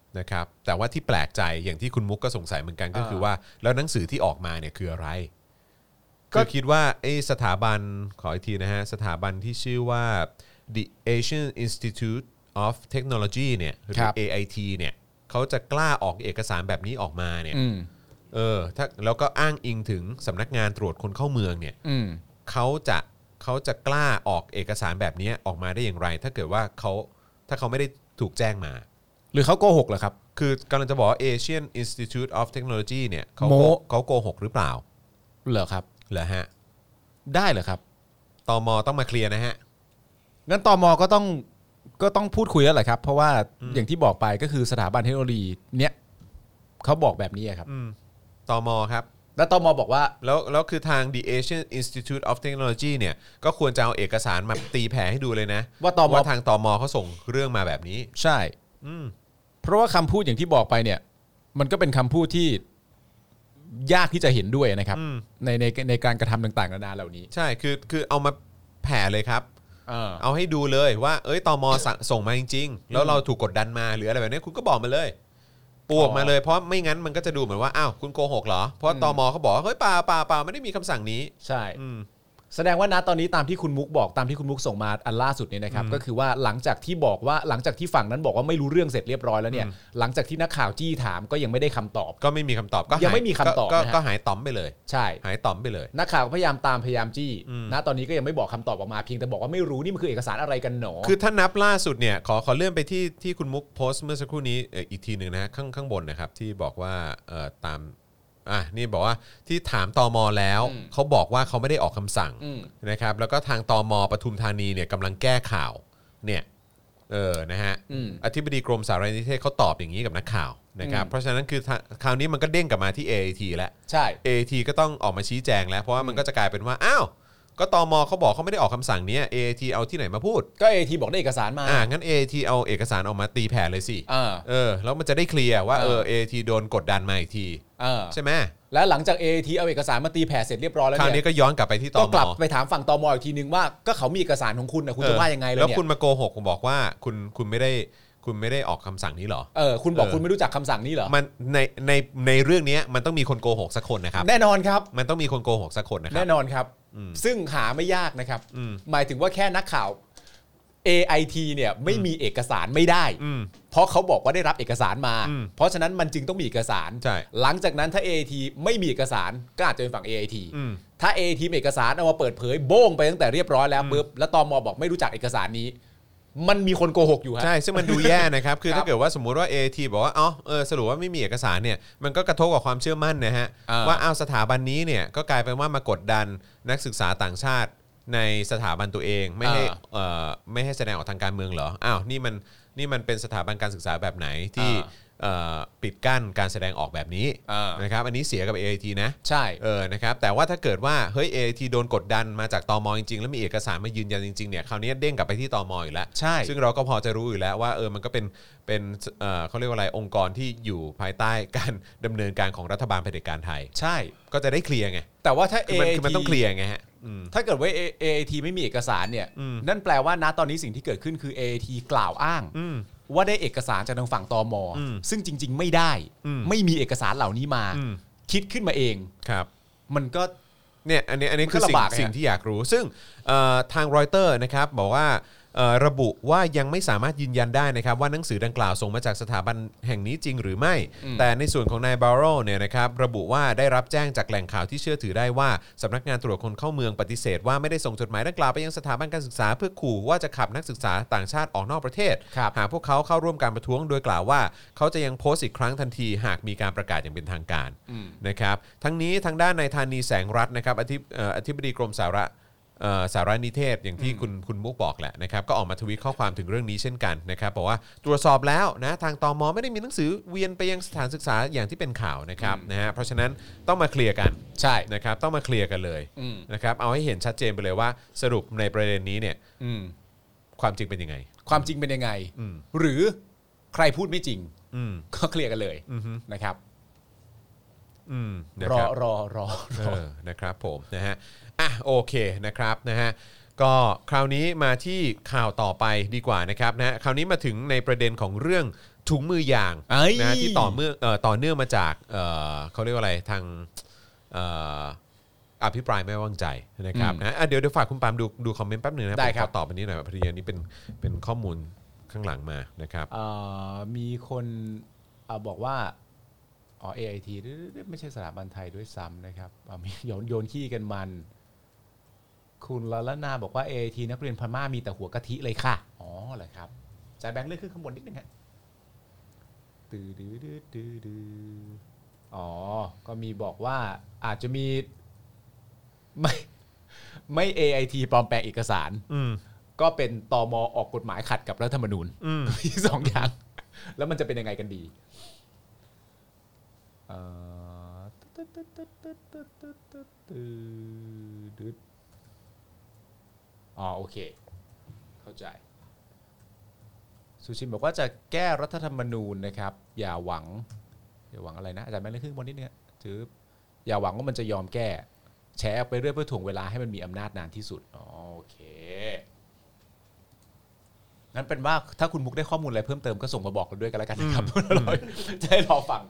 นะครับแต่ว่าที่แปลกใจอย่างที่คุณมุกก็สงสัยเหมือนกันก็คือว่าแล้วหนังสือที่ออกมาเนี่ยคืออะไรก็คิดว่าไอ้สถาบันขออีกทีนะฮะสถาบันที่ชื่อว่า The Asian Institute of Technology เนี่ยหรือ เอ ไอ ที เนี่ยเขาจะกล้าออกเอกสารแบบนี้ออกมาเนี่ยเออถ้าแล้วก็อ้างอิงถึงสำนักงานตรวจคนเข้าเมืองเนี่ยเขาจะเขาจะกล้าออกเอกสารแบบนี้ออกมาได้อย่างไรถ้าเกิดว่าเขาถ้าเขาไม่ได้ถูกแจ้งมาหรือเขาโกหกเหรอครับคือกำลังจะบอกว่า Asian Institute of Technology เนี่ยเขาเขาโกหกหรือเปล่าเหรอครับเหรอฮะได้เหรอครับตม.ต้องมาเคลียร์นะฮะงั้นตม.ก็ต้องก็ต้องพูดคุยแล้วแหละครับเพราะว่าอย่างที่บอกไปก็คือสถาบันเทคโนโลยีเนี้ยเขาบอกแบบนี้ครับตม.ครับแล้วตม.บอกว่าแล้วแล้วคือทาง The Asian Institute of Technology เนี่ยก็ควรจะเอาเอกสารมาตีแผ่ให้ดูเลยนะว่าตม. ว่าทางตม.เขาส่งเรื่องมาแบบนี้ใช่เพราะว่าคำพูดอย่างที่บอกไปเนี่ยมันก็เป็นคำพูดที่ยากที่จะเห็นด้วยนะครับในในในการกระทำต่างๆนานาเหล่านี้ใช่คือคือเอามาแผ่เลยครับเออเอาให้ดูเลยว่าเอ้ยตม.ส่งมาจริงๆแล้วเราถูกกดดันมาหรืออะไรแบบนี้คุณก็บอกมาเลยปูออกมาเลยเพราะไม่งั้นมันก็จะดูเหมือนว่าอ้าวคุณโกหกเหรอเพราะตม.เขาบอกเฮ้ยเปล่าเปล่าเปล่าไม่ได้มีคำสั่งนี้ใช่แสดงว่าณตอนนี้ตามที่คุณมุกบอกตามที่คุณมุกส่งมาอันล่าสุดเนี่ยนะครับก็คือว่าหลังจากที่บอกว่าหลังจากที่ฝั่งนั้นบอกว่าไม่รู้เรื่องเสร็จเรียบร้อยแล้วเนี่ยหลังจากที่นักข่าวจี้ถามก็ยังไม่ได้คำตอบก็ไม่มีคำตอบก็ยังไม่มีคำตอบก็หายต่อมไปเลยใช่หายต่อมไปเลยนักข่าวพยายามตามพยายามจี้ณตอนนี้ก็ยังไม่บอกคำตอบออกมาเพียงแต่บอกว่าไม่รู้นี่มันคือเอกสารอะไรกันหนอคือถ้านับล่าสุดเนี่ยขอขอเลื่อนไปที่ที่คุณมุกโพสต์เมื่อสักครู่นี้อีกทีนึงนะข้างข้างบนนะครับที่บอกว่าเอ่อตามอ่ะนี่บอกว่าที่ถามตม.แล้วเขาบอกว่าเขาไม่ได้ออกคำสั่งนะครับแล้วก็ทางตม.ปทุมธานีเนี่ยกำลังแก้ข่าวเนี่ยเออนะฮะอธิบดีกรมสารนิเทศเขาตอบอย่างนี้กับนักข่าวนะครับเพราะฉะนั้นคือคราวนี้มันก็เด้งกลับมาที่ เอ ไอ ที แล้วใช่เอ ไอ ที ก็ต้องออกมาชี้แจงแล้วเพราะว่ามันก็จะกลายเป็นว่าอ้าวก็ตม.เขาบอกเขาไม่ได้ออกคำสั่งนี้ เอ ไอ ที เอาที่ไหนมาพูดก็ เอ ไอ ที บอกได้เอกสารมาอ่างั้น เอ ไอ ที เอาเอกสารออกมาตีแผ่เลยสิเออแล้วมันจะได้เคลียร์ว่าเออ เอ ไอ ที โดนกดดันมาอีกทีใช่ไหมแล้วหลังจาก เอ ไอ ที เอาเอกสารมาตีแผ่เสร็จเรียบร้อยแล้วเนี่ยคราวนี้ก็ย้อนกลับไปที่ตม. ก็กลับไปถามฝั่งตม.อีกทีนึงว่าก็เขามีเอกสารของคุณนะคุณจะว่ายังไงเลยเนี่ยแล้วคุณมาโกหกผมบอกว่าคุณคุณไม่ได้คุณไม่ได้ออกคำสั่งนี้หรอเออคุณบอกคุณไม่รู้จักคำสั่งนี้เหรอมันในในในเรื่องนี้มันต้องมีคนโกหกสักคนนะครับแน่นอนครับมันต้องมีคนโกหกสักคนนะครับแน่นอนครับซึ่งหาไม่ยากนะครับหมายถึงว่าแค่นักข่าว เอ ไอ ที เนี่ยไม่มีเอกสารไม่ได้เพราะเขาบอกว่าได้รับเอกสารมาเพราะฉะนั้นมันจึงต้องมีเอกสารหลังจากนั้นถ้า เอ ไอ ที ไม่มีเอกสารก็อาจจะเป็นฝั่ง เอ ไอ ที ถ้า เอ ไอ ที มีเอกสารเอามาเปิดเผยโบ้งไปตั้งแต่เรียบร้อยแล้วปุ๊บแล้วตม.บอกไม่รู้จักเอกสารนี้มันมีคนโกหกอยู่ครับใช่ซึ่งมันดูแย่นะครับคือถ้าเกิดว่าสมมุติว่า เอ ไอ ที บอกว่าอ๋อเออสรุปว่าไม่มีเอกสารเนี่ยมันก็กระทบกับความเชื่อมั่นนะฮะว่าอ้าวสถาบันนี้เนี่ยก็กลายเป็นว่ามากดดันนักศึกษาต่างชาติในสถาบันตัวเองไม่ให้เอ่อไม่ให้แสดงออกทางการเมืองเหรออ้าวนี่มันนี่มันเป็นสถาบันการศึกษาแบบไหนที่ปิดกั้นการแสดงออกแบบนี้นะครับอันนี้เสียกับ เอ ไอ ที นะใช่เออนะครับแต่ว่าถ้าเกิดว่าเฮ้ย เอ ไอ ที โดนกดดันมาจากตม.จริงๆแล้วมีเอกสารมายืนยันจริงๆเนี่ยคราวนี้เด้งกลับไปที่ตม.อีกแล้วใช่ซึ่งเราก็พอจะรู้อยู่แล้วว่าเออมันก็เป็นเป็นเอ่อเขาเรียกว่าอะไรองค์กรที่อยู่ภายใต้การดำเนินการของรัฐบาลเผด็จการไทยใช่ก็จะได้เคลียร์ไงแต่ว่าถ้าเอ ไอ ที มันต้องเคลียร์ไงฮะถ้าเกิดว่า เอ ไอ ที ไม่มีเอกสารเนี่ยนั่นแปลว่าณตอนนี้สิ่งที่เกิดขึ้นคือ เอ ไอ ที กล่าวอ้างว่าได้เอกสารจากทางฝั่งตม.ซึ่งจริงๆไม่ได้ไม่มีเอกสารเหล่านี้มาคิดขึ้นมาเองครับมันก็เนี่ยอันนี้อันนี้คือสิ่งสิ่งที่อยากรู้ซึ่งทางรอยเตอร์นะครับบอกว่าระบุว่ายังไม่สามารถยืนยันได้นะครับว่าหนังสือดังกล่าวส่งมาจากสถาบันแห่งนี้จริงหรือไม่แต่ในส่วนของนายบาโรเนี่ยนะครับระบุว่าได้รับแจ้งจากแหล่งข่าวที่เชื่อถือได้ว่าสำนักงานตรวจคนเข้าเมืองปฏิเสธว่าไม่ได้ส่งจดหมายดังกล่าวไปยังสถาบันการศึกษาเพื่อขู่ว่าจะขับนักศึกษาต่างชาติออกนอกประเทศหากพวกเขาเข้าร่วมการประท้วงโดยกล่าวว่าเขาจะยังโพสต์อีกครั้งทันทีหากมีการประกาศอย่างเป็นทางการนะครับทั้งนี้ทางด้านนายธานีแสงรัตน์นะครับอธิบดีกรมสาระสารนิเทศอย่างที่คุณคุณมุกบอกแหละนะครับก็ออกมาทวีตข้อความถึงเรื่องนี้เช่นกันนะครับบอกว่าตรวจสอบแล้วนะทางตม.ไม่ได้มีหนังสือเวียนไปยังสถานศึกษาอย่างที่เป็นข่าวนะครับนะฮะเพราะฉะนั้นต้องมาเคลียร์กันใช่นะครับต้องมาเคลียร์กันเลยนะครับเอาให้เห็นชัดเจนไปเลยว่าสรุปในประเด็นนี้เนี่ยความจริงเป็นยังไงความจริงเป็นยังไงหรือใครพูดไม่จริงก็เคลียร์กันเลยนะครับรอรอรอนะครับผมนะฮะอ่ะโอเคนะครับนะฮะก็คราวนี้มาที่ข่าวต่อไปดีกว่านะครับนะคราวนี้มาถึงในประเด็นของเรื่องถุงมือยางนะที่ต่อเมื่อเอ่อต่อเนื่องมาจากเอ่อเขาเรียกว่าอะไรทางเอ่ออภิปรายไม่ไว้วางใจนะครับนะอ่ะเดี๋ยวเดี๋ยวฝากคุณปาล์มดูดูคอมเมนต์แป๊บนึงนะผมขอตอบอันนี้หน่อยพอดีอันนี้เป็นเป็นข้อมูลข้างหลังมานะครับเอ่อมีคนเอ่อบอกว่าอ๋อ เอ ไอ ที ไม่ใช่สถาบันไทยด้วยซ้ำนะครับมีโยนโยนขี้กันมันคุณลลนาบอกว่า เอ ไอ ที นักเรียนพม่ามีแต่หัวกะทิเลยค่ะอ๋อเหรอครับจ่ายแบงค์เลื่อนขึ้นข้างบนนิดนึงฮะตื้อดื้อดื้อดื้อดื้ออ๋อก็มีบอกว่าอาจจะมีไม่ไม่ เอ ไอ ที ปลอมแปลงเอกสารก็เป็นตม.ออกกฎหมายขัดกับรัฐธรรมนูญมีสองอย่างแล้วมันจะเป็นยังไงกันดีอ๋อโอเคเข้าใจสุชินบอกว่าจะแก้รัฐธรรมนูญนะครับอย่าหวังอย่าหวังอะไรนะอาจารย์แม่เรื่องขึ้นบนนิดนึงถืออย่าหวังว่ามันจะยอมแก้แชร์ไปเรื่อยเพื่อถ่วงเวลาให้มันมีอำนาจนานที่สุดอ๋อโอเคงั้นเป็นว่าถ้าคุณมุกได้ข้อมูลอะไรเพิ่มเติมก็ส่งมาบอกเราด้วยกันแล้วกันนะครับจะให้รอฟัง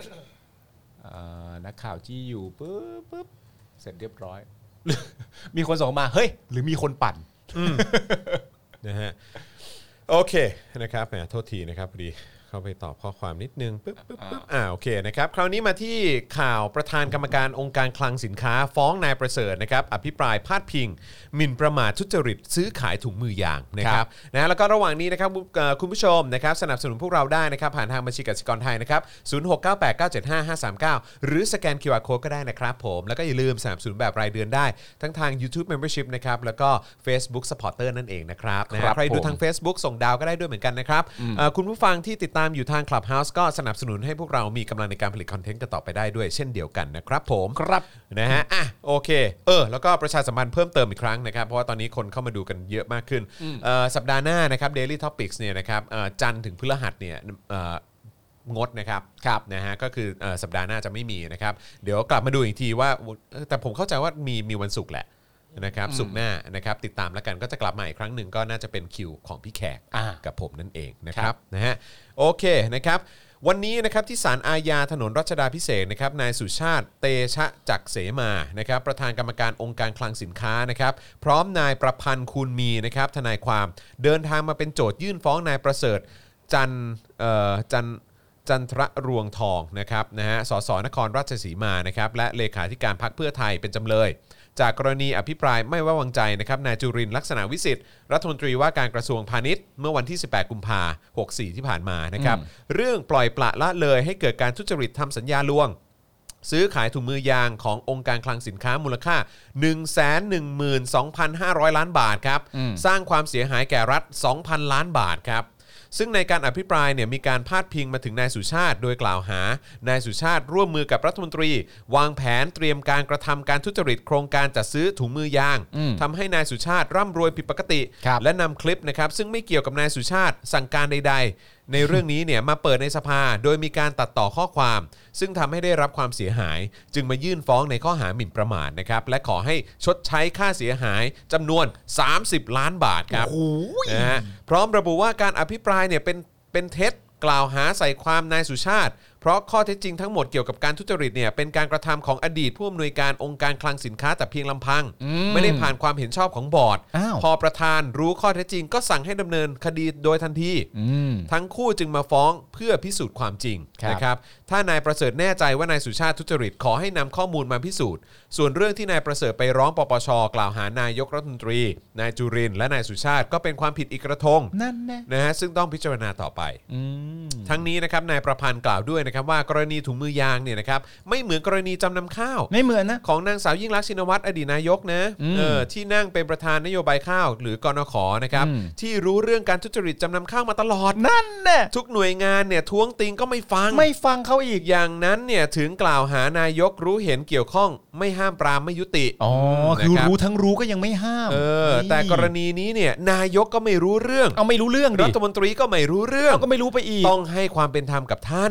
นักข่าวจี้อยู่ปึ๊บปึ๊บเสร็จเรียบร้อยมีคนส่งมาเฮ้ยหรือมีคนปั่นนะฮะโอเคนะครับแหมโทษทีนะครับพอดีเข้าไปตอบข้อความนิดนึงปึ๊บปึ๊บปึ๊บอ่าโอเคนะครับคราวนี้มาที่ข่าวประธานกรรมการองค์การคลังสินค้าฟ้องนายประเสริฐนะครับอภิปรายพาดพิงหมิ่นประมาททุจริตซื้อขายถุงมือยางนะครับนะแล้วก็ระหว่างนี้นะครับคุณผู้ชมนะครับสนับสนุนพวกเราได้นะครับผ่านทางบัญชีกสิกรไทยนะครับศูนย์ หก เก้า แปด เก้า เจ็ด ห้า ห้า สาม เก้าหรือสแกน คิว อาร์ Code ก็ได้นะครับผมแล้วก็อย่าลืมสนับสนุนแบบรายเดือนได้ทั้งทาง YouTube Membership นะครับแล้วก็ Facebook Supporter นั่นเองนะครับนะใครดูทาง Facebook ส่งดาวก็ได้ด้วยเหมือนกันนะครับคุณผู้ฟังที่ติดตามอยู่ทาง Clubhouse ก็สนับสนุนให้พวกเรามีกำลังในการผลิตคอนเทนต์กันต่อไปได้ด้วยเช่นเดียวกันนะครับผมครับนะฮะอ่ะโอเคเออแล้วก็ประชาสัมพันธ์เพิ่มเติมอีกครั้งนะครับเพราะว่าตอนนี้คนเข้ามาดูกันเยอะมากขึ้นสัปดาห์หน้านะครับ Daily Topics เนี่ยนะครับจันทร์ถึงพฤหัสเนี่ยงดนะครับครับนะฮะก็คือสัปดาห์หน้าจะไม่มีนะครับเดี๋ยวกลับมาดูอีกทีว่าแต่ผมเข้าใจว่ามีมีวันศุกร์แหละนะครับศุกร์หน้านะครับติดตามแล้วกันก็จะกลับมาอีกครั้งหนึ่งก็น่าจะเป็นคิวของพี่แขกกับผมนั่นเองนะครับนะฮะโอเคนะครับวันนี้นะครับที่ศาลอาญาถนนรัชดาภิเษกนะครับนายสุชาติเตชะจักเสมานะครับประธานกรรมการองค์การคลังสินค้านะครับพร้อมนายประพันธ์คูณมีนะครับทนายความเดินทางมาเป็นโจทยื่นฟ้องนายประเสริฐจันเอ่อจันจันทรรวงทองนะครับนะฮะสสนครราชสีมานะครับและเลขาธิการพรรคเพื่อไทยเป็นจำเลยจากกรณีอภิปรายไม่ไว้วางใจนะครับนายจุรินทร์ลักษณะวิสิทธิ์รัฐมนตรีว่าการกระทรวงพาณิชย์เมื่อวันที่สิบแปดกุมภาพันธ์หกสิบสี่ที่ผ่านมานะครับเรื่องปล่อยปละละเลยให้เกิดการทุจริตทำสัญญาลวงซื้อขายถุงมือยางขององค์การคลังสินค้ามูลค่า หนึ่งแสนหนึ่งหมื่นสองพันห้าร้อย ล้านบาทครับสร้างความเสียหายแก่รัฐ สองพัน ล้านบาทครับซึ่งในการอภิปรายเนี่ยมีการพาดพิงมาถึงนายสุชาติโดยกล่าวหานายสุชาติร่วมมือกับรัฐมนตรีวางแผนเตรียมการกระทำการทุจริตโครงการจัดซื้อถุงมือยางทำให้นายสุชาติร่ำรวยผิดปกติและนำคลิปนะครับซึ่งไม่เกี่ยวกับนายสุชาติสั่งการใดๆในเรื่องนี้เนี่ยมาเปิดในสภาโดยมีการตัดต่อข้อความซึ่งทำให้ได้รับความเสียหายจึงมายื่นฟ้องในข้อหาหมิ่นประมาทนะครับและขอให้ชดใช้ค่าเสียหายจำนวนสามสิบล้านบาทครับนะฮะพร้อมระบุว่าการอภิปรายเนี่ยเป็นเป็นเท็จกล่าวหาใส่ความนายสุชาติเพราะข้อเท็จจริงทั้งหมดเกี่ยวกับการทุจริตเนี่ยเป็นการกระทำของอดีตผู้อำนวยการองค์การคลังสินค้าแต่เพียงลำพังไม่ได้ผ่านความเห็นชอบของบอร์ดพอประธานรู้ข้อเท็จจริงก็สั่งให้ดำเนินคดีโดยทันทีทั้งคู่จึงมาฟ้องเพื่อพิสูจน์ความจริงนะครับถ้านายประเสริฐแน่ใจว่านายสุชาติทุจริตขอให้นำข้อมูลมาพิสูจน์ส่วนเรื่องที่นายประเสริฐไปร้องปปช.กล่าวหานายกรัฐมนตรีนายจุรินทร์และนายสุชาติก็เป็นความผิดอีกกระทงนั่นนะฮะซึ่งต้องพิจารณาต่อไปทั้งนี้นะครับนายประพันธ์กล่าวด้วยนะครับว่ากรณีถุงมือยางเนี่ยนะครับไม่เหมือนกรณีจำนำข้าวไม่เหมือนนะของนางสาวยิ่งลักษณ์ชินวัตรอดีตนายกนะเออที่นั่งเป็นประธานนโยบายข้าวหรือกนข.นะครับที่รู้เรื่องการทุจริตจำนำข้าวมาตลอดนั่นแน่ทุกหน่วยงานเนี่ยท้วงติงก็ไม่ฟังไม่ฟังเขาอีกอย่างนั้นเนี่ยถึงกล่าวหานายกรู้เห็นเกี่ยวข้องไม่ห้ามปรามไม่ยุติอ๋อคือรู้ทั้งรู้ก็ยังไม่ห้ามเออแต่กรณีนี้เนี่ยนายกก็ไม่รู้เรื่องเอาไม่รู้เรื่องรัฐมนตรีก็ไม่รู้เรื่องก็ไม่รู้ไปอีกต้องให้ความเป็นธรรมกับท่านเออ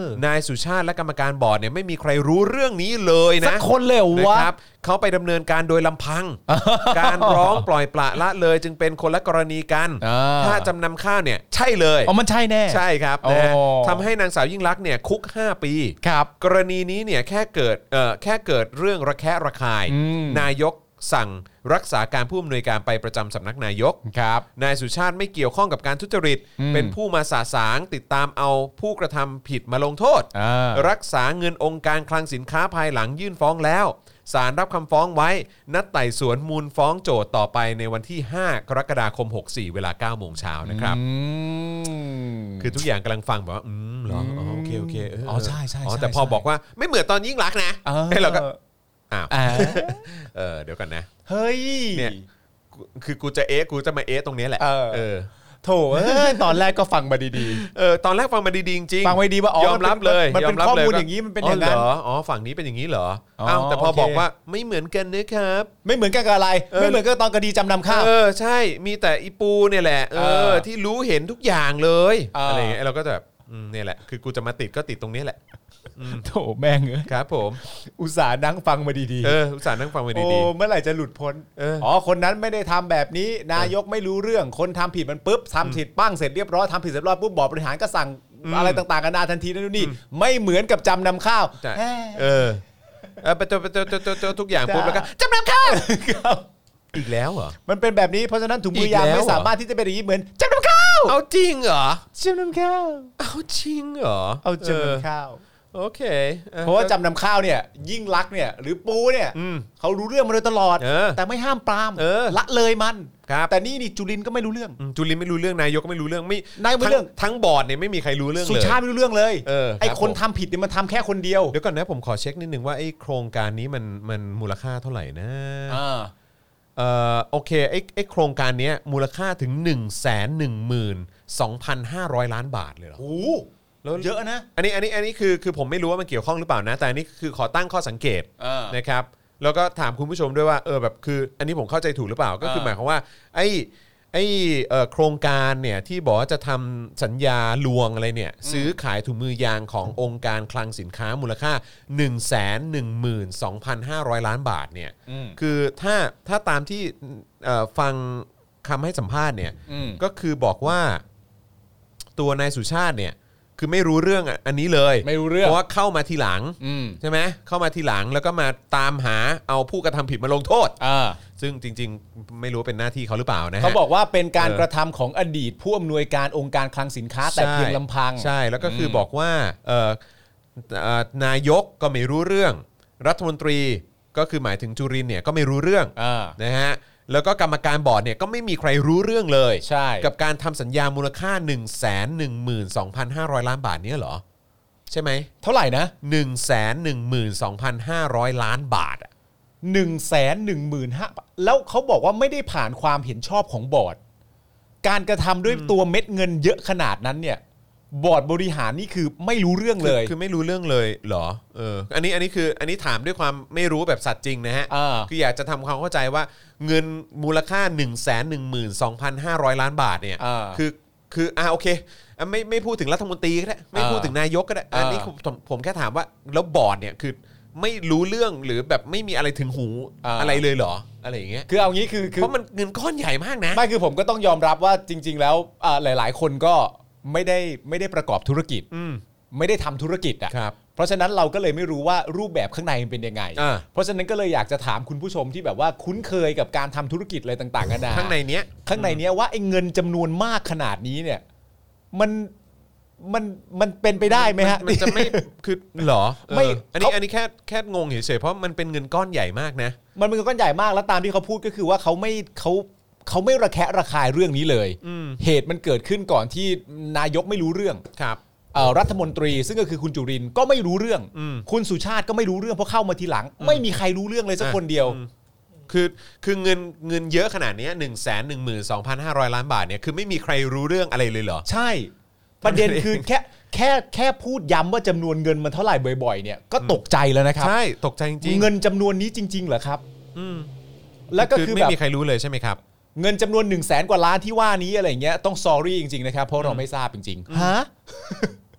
นายสุชาติและกรรมการบอร์ดเนี่ยไม่มีใครรู้เรื่องนี้เลยนะสักคนเลยเหรอวะนะครับเขาไปดำเนินการโดยลำพัง การร้องปล่อยปละละเลยจึงเป็นคนละกรณีกันอ่าถ้าจำนำข้าวเนี่ยใช่เลยอ๋อมันใช่แน่ใช่ครับนะฮะอ๋อทำให้นางสาวยิ่งลักษณ์เนี่ยคุกห้าปีครับกรณีนี้เนี่ยแค่เกิดเอ่อแค่เกิดเรื่องระแคะระคายอืมนายกสั่งรักษาการผู้อำนวยการไปประจำสำนักนายกครับนายสุชาติไม่เกี่ยวข้องกับการทุจริตอืมเป็นผู้มาสาสางติดตามเอาผู้กระทำผิดมาลงโทษอ่ารักษาเงินองค์การคลังสินค้าภายหลังยื่นฟ้องแล้วศาลรับคำฟ้องไว้นัดไต่สวนมูลฟ้องโจทก์ต่อไปในวันที่ห้ากรกฎาคมหกสี่เวลาเก้าโมงเช้านะครับอืมคือทุกอย่างกำลังฟังแบบว่าอืมเหรออ๋อโอเคโอเคเอ๋อใช่ใช่อ๋อใช่แต่พอใช่บอกว่าไม่เหมือนตอนยิ่งรักษณ์นะเออให้เราก็อ้าวอ่าเออเดี๋ยวกันนะเฮ้ยเนี่ย กูคือกูจะเอ๊ะกูจะมาเอ๊ะตรงนี้แหละเออเออโถเอ้ยตอนแรกก็ฟังมาดีเออตอนแรกฟังมาดีๆจริงๆ ฟังไว้ดีว่าอ๋อยอมรับเลยมันเป็นยรับข้อมูลเลยอย่างนี้มันเป็นอย่างนั้นเหรออ๋อฝั่งนี้เป็นอย่างนี้เหรออ๋ออ้าวแต่พอโอเคบอกว่าไม่เหมือนกันนะครับไม่เหมือนกันกับอะไรเออไม่เหมือนกับตอนคดีจำนำข้าวเออใช่มีแต่อีปูเนี่ยแหละเอเอออที่รู้เห็นทุกอย่างเลยเออออะไรอย่างเงี้ยเราก็จะแบบอืมเนี่ยแหละคือกูจะมาติดก็ติดตรงนี้แหละโถแม่งเอ้ยครับผมอุตส่าห์นั่งฟังมาดีๆเอออุตส่าห์นั่งฟังมาโอ้ดีเมื่อไหร่จะหลุดพ้นเอออ๋อคนนั้นไม่ได้ทำแบบนี้ นายกไม่รู้เรื่องคนทำผิดมันปุ๊บทำผิดปั้งเสร็จเรียบร้อยทำผิดเสร็จเรียบร้อยปุ๊บบอร์ดบริหารก็สั่งอะไรต่างๆกันานาทันทีนั่นนี่ไม่เหมือนกับจำนำข้าวๆใช่แฮ่เออเออไปเจอไปเจอเจอเจอเจอทุกอย่างปุ๊บแล้วก็จำนำข้าวครับอีกแล้วเหรอมันเป็นแบบนี้เพราะฉะนั้นถุงมือยางอีกแล้วไม่สามารถที่จะเป็นอย่างนี้เหมือนจำนำข้าวเอาจริงเหรอจำนำข้าวเอาจริงเหรอเอาจำนำข้าวโอเคออเพราะว่าจำนำข้าวเนี่ยยิ่งลักษณ์เนี่ยหรือปูเนี่ยอืมเขารู้เรื่องมาโดยตลอดเออแต่ไม่ห้ามปรามเออละเลยมันครับแต่นี่นี่จุลินก็ไม่รู้เรื่องอืมจุลินไม่รู้เรื่องนายกก็ไม่รู้เรื่องไม่นายกไม่ทั้งเรื่องทั้งบอร์ดเนี่ยไม่มีใครรู้เรื่องสุเลยชาติไม่รู้เรื่องเลยเออไอ้ครับคนผมทำผิดเนี่ยมันทำแค่คนเดียวเดี๋ยวก่อนนะผมขอเช็คนิดนึงว่าไอ้โครงการนี้มันมันมูลค่าเท่าไหร่นะอ่าเอ่อโอเคไอ้ไอ้โครงการเนี้ยมูลค่าถึง หนึ่งแสนหนึ่งหมื่นสองพันห้าร้อย ล้านบาทเลยเหรอโอ้โหแล้วเยอะนะอันนี้อันนี้อันนี้คือคือผมไม่รู้ว่ามันเกี่ยวข้องหรือเปล่านะ แต่อันนี้คือขอตั้งข้อสังเกตเออนะครับแล้วก็ถามคุณผู้ชมด้วยว่าเออแบบคืออันนี้ผมเข้าใจถูกหรือเปล่าก็คือเออหมายความว่าไอ้ไอ้เอ่อโครงการเนี่ยที่บอกว่าจะทำสัญญาลวงอะไรเนี่ยซื้อขายถุงมือยางขององค์การคลังสินค้ามูลค่า หนึ่งแสนหนึ่งหมื่นสองพันห้าร้อย ล้านบาทเนี่ยอืมคือถ้าถ้าตามที่เอ่อฟังคำให้สัมภาษณ์เนี่ยอืมก็คือบอกว่าตัวนายสุชาติเนี่ยคือไม่รู้เรื่องอันนี้เลยไม่รู้เรื่องเพราะว่าเข้ามาทีหลังอืมใช่ไหมเข้ามาทีหลังแล้วก็มาตามหาเอาผู้กระทำผิดมาลงโทษอ่าซึ่งจริง ๆ ไม่รู้ว่าเป็นหน้าที่เขาหรือเปล่านะฮะเขาบอกว่าเป็นการเออกระทำของอดีตผู้อำนวยการองค์การคลังสินค้าแต่เพียงลำพังใช่แล้วก็คืออมบอกว่าเอ่อเอ่อนายกก็ไม่รู้เรื่อง รัฐมนตรีก็คือหมายถึงจุรินทร์เนี่ยก็ไม่รู้เรื่องอ่านะฮะแล้วก็กรรมการบอร์ดเนี่ยก็ไม่มีใครรู้เรื่องเลยใช่กับการทำสัญญามูลค่า หนึ่งแสนหนึ่งหมื่นสองพันห้าร้อย ล้านบาทเนี้เหรอใช่ไหมเท่าไหร่นะหนึ่งแสนหนึ่งหมื่นสองพันห้าร้อย ล้านบาทอะหนึ่งแสนหนึ่งหมื่นห้าแล้วเขาบอกว่าไม่ได้ผ่านความเห็นชอบของบอร์ด การกระทำด้วยตัวเม็ดเงินเยอะขนาดนั้นเนี่ย บอร์ดบริหารนี่คือไม่รู้เรื่องเลยคือคือไม่รู้เรื่องเลยเหรอเอออันนี้อันนี้คืออันนี้ถามด้วยความไม่รู้แบบสัตว์จริงนะฮะอ่าคืออยากจะทำความเข้าใจว่าเงินมูลค่า หนึ่งแสนหนึ่งหมื่นสองพันห้าร้อย ล้านบาทเนี่ยอ่าคือคืออ่าโอเคอ่ะไม่ไม่พูดถึงรัฐมนตรีก็ได้ไม่อ่าพูดถึงนายกก็ได้อันนี้อ่าผมผมผมแค่ถามว่าแล้วบอร์ดเนี่ยคือไม่รู้เรื่องหรือแบบไม่มีอะไรถึงหูอ่าอะไรเลยเหรออะไรอย่างเงี้ยคือเอางี้คือคือเพราะมันเงินก้อนใหญ่มากนะไม่คือผมก็ต้องยอมรับว่าจริง ๆ แล้วอ่าหลาย ๆ คนก็ไม่ได้ไม่ได้ประกอบธุรกิจอืมไม่ได้ทำธุรกิจอ่ะครับเพราะฉะนั้นเราก็เลยไม่รู้ว่ารูปแบบข้างในมันเป็นยังไงอ่าเพราะฉะนั้นก็เลยอยากจะถามคุณผู้ชมที่แบบว่าคุ้นเคยกับการทำธุรกิจอะไรต่างๆกันานาข้างในเนี้ยข้างในเนี้ยว่าไอ้เงินจำนวนมากขนาดนี้เนี่ย มันมันมันเป็นไปได้ไหมฮะมันจะไม่คือเหรอไม่เอออันนี้เขาอันนี้แค่แค่งงเฉยๆเพราะมันเป็นเงินก้อนใหญ่มากนะมันเป็นเงินก้อนใหญ่มากแล้วตามที่เขาพูดก็คือว่าเขาไม่เขาเขาไม่ระแคะระคายเรื่องนี้เลยอืมเหตุมันเกิดขึ้นก่อนที่นายกไม่รู้เรื่องครับเอ่อรัฐมนตรีซึ่งก็คือคุณจุรินทร์ก็ไม่รู้เรื่องอืมคุณสุชาติก็ไม่รู้เรื่องเพราะเข้ามาทีหลัง ไม่มีใครรู้เรื่องเลยสักคนเดียวอืมคือคือเงินเงินเยอะขนาดเนี้หนึ่งแสนหนึ่งหมื่นสองพันห้าร้อยล้านบาทเนี่ยคือไม่มีใครรู้เรื่องอะไรเลยเหรอใช่ ประเด็นคือแค่แค่แค่พูดย้ำว่าจำนวนเงินมันเท่าไหร่บ่อยๆเนี่ยก็ตกใจแล้วนะครับใช่ตกใจจริงๆเงินจำนวนนี้จริง ๆ เหรอครับอืมแล้วก็คือไม่แบบมีใครรู้เลยใช่ไหมครับเงินจำนวนหนึ่งแสนกว่าล้านที่ว่านี้อะไรเงี้ยต้อง sorry จริงๆนะครับเพราะเราไม่ทราบจริงๆฮะ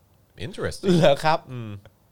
interesting เหรอครับอืม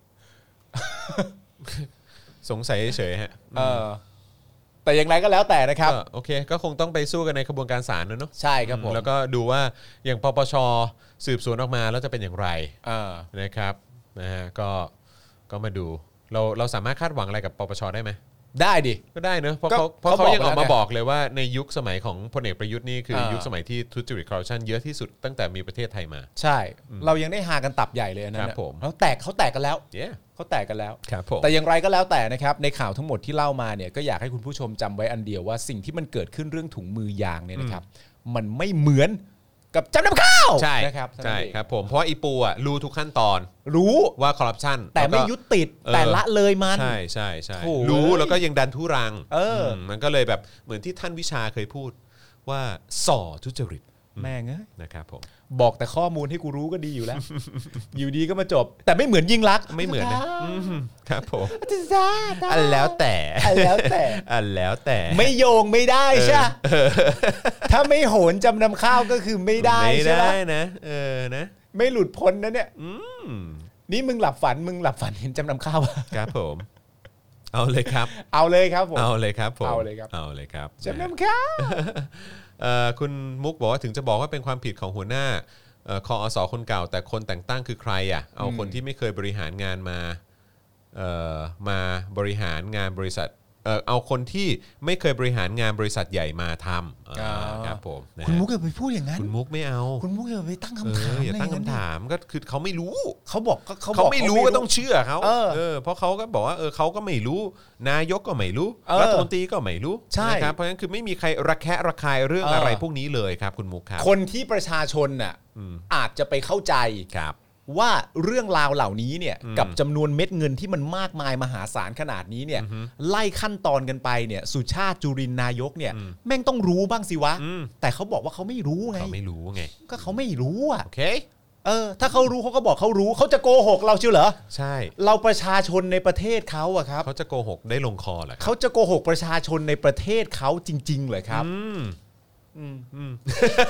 สงสัยเฉยๆฮะเออแต่อย่างไรก็แล้วแต่นะครับก็โอเคก็คงต้องไปสู้กันในกระบวนการศาลนะเนาะใช่ครับผมแล้วก็ดูว่าอย่างปปชสืบสวนออกมาแล้วจะเป็นอย่างไรเออนะครับนะฮะก็ก็มาดูเราเราสามารถคาดหวังอะไรกับปปชได้ไหมได้ดิก็ได้เนอะเพราะก็เขาเพราะเขาเขาบอกยังออกมาแล้วไงบอกเลยว่าในยุคสมัยของพลเอกประยุทธ์นี่คือเออยุคสมัยที่ทุจริตคอร์รัปชันเยอะที่สุดตั้งแต่มีประเทศไทยมาใช่ เรายังได้หากันตับใหญ่เลยอันนั่นครับผมเขาแตกเขาแตกกันแล้วเย้เขาแตกกันแล้วครับผมแต่อย่างไรก็แล้วแต่นะครับในข่าวทั้งหมดที่เล่ามาเนี่ยก็อยากให้คุณผู้ชมจำไว้อันเดียวว่าสิ่งที่มันเกิดขึ้นเรื่องถุงมือยางเนี่ยนะครับมันไม่เหมือนกับจำนำข้าวใช่นะครับใช่ครับผมเพราะว่าอีปูอ่ะรู้ทุกขั้นตอนรู้ว่าคอร์รัปชันแต่ไม่ยุติดแต่ละเลยมันใช่ใช่ใช่โถ่รู้แล้วก็ยังดันทุรังเออมมันก็เลยแบบเหมือนที่ท่านวิชาเคยพูดว่าส่อทุจริตแม่งเอ้ยนะครับผมบอกแต่ข้อมูลให้กูรู้ก็ดีอยู่แล้ว อยู่ดีก็มาจบ แต่ไม่เหมือนยิ่งลักษณ์ไม่เหมือนนะอืมครับผมจ้าอันแล้วแต่อันแล้วแต่อันแล้วแต่ไม่โยงไม่ได้ใช่ปะถ้าไม่โหนจำนำข้าวก็คือไม่ได้ไม่ใช่ไหมได้นะเออนะไม่หลุดพ้นนะเนี่ยอืมนี่มึงหลับฝันมึงหลับฝันเห็นจำนำข้าวปะครับผม เอาเลยครับเอาเลยครับผมเอาเลยครับผมเอาเลยครับเอาเลยครับจำนำข้าวเอ่อคุณมุกบอกว่าถึงจะบอกว่าเป็นความผิดของหัวหน้าเอ่อคอสคนเก่าแต่คนแต่งตั้งคือใครอ่ะเอาคนที่ไม่เคยบริหารงานมาเอ่อมาบริหารงานบริษัทเอ่อเอาคนที่ไม่เคยบริหารงานบริษัทใหญ่มาทำอ่าครับผมนะฮะคุณมุกอย่าไปพูดอย่างนั้นคุณมุกไม่เอาคุณมุกอย่าไปตั้งเอคำถามออย่าตั้งะไรคำถามก็คือเขาไม่รู้เขาบอกก็เขาบเขาอกไม่รู้ก็ต้องเชื่อเขาเออเออเพราะเขาก็บอกว่าเออเขาก็ไม่รู้ นายกก็ไม่รู้เออรัฐมนตรีก็ไม่รู้ใช่นะครับเพราะฉะนั้นคือไม่มีใครระแคะระคายเรื่องเออออะไรพวกนี้เลยครับคุณมุกครับคนที่ประชาชนน่ะอืมอาจจะไปเข้าใจครับว่าเรื่องราวเหล่านี้เนี่ยอืมกับจำนวนเม็ดเงินที่มันมากมายมหาศาลขนาดนี้เนี่ยไล่ขั้นตอนกันไปเนี่ยสุชาติจุรินทร์นายกเนี่ยแม่งต้องรู้บ้างสิวะอืมแต่เขาบอกว่าเขาไม่รู้ไงเขาไม่รู้ไงก็เขาไม่รู้อ่ะโอเคเออถ้าเขารู้เขาก็บอกเขารู้เขาจะโกหกเราเชียวเหรอใช่เราประชาชนในประเทศเขาอะครับเขาจะโกหกได้ลงคอเหรอครับเขาจะโกหกประชาชนในประเทศเขาจริงๆเหรอครับอืมอืมอืม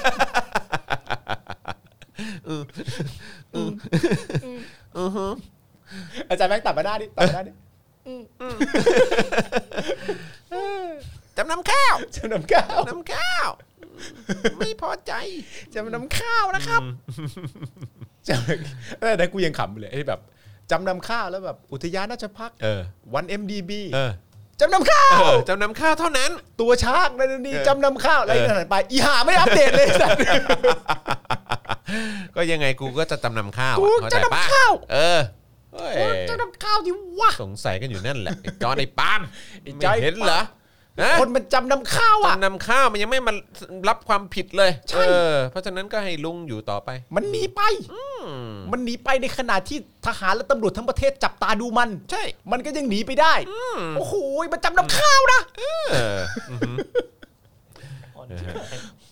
อาจารย์แบงค์ตัดมาหน้าดิตัดมาหน้าดิจำนำข้าวจำนำข้าวจำนำข้าว ไม่พอใจจำนำข้าวนะครับจำแต่แต่กูยังขำเลยไอ้แบบจำนำข้าวแล้วแบบอุทยานราชพักษ์เออวัน เอ็ม ดี บีเออจำนำข้าวเออจำนำข้าวเท่านั้นตัวช้างนั่นนี่เออจำนำข้าวอะไรเออนั่นไปอีห่าไม่อัปเดตเลยสัตว์ก็ยังไงกูก็จะจำนำข้าวกูอ่ะเข้าใจจะปะนำข้าวเออเฮ้ยจำนำข้าวดิวะสงสัยกันอยู่นั่นแหละไอ้จอนไอ้ปาล์มไอ้ไม่จอยเห็นเหรอฮะคนมันจำนำข้าวอ่ะจำนำข้าวมันยังไม่มารับความผิดเลยใช่เออเพราะฉะนั้นก็ให้ลุงอยู่ต่อไปมันหนีไป มันหนีไปในขณะที่ทหารและตำรวจทั้งประเทศจับตาดูมันใช่มันก็ยังหนีไปได้โอ้โหมันจำนำข้าวนะเอออือหืออ่อนชิบหาย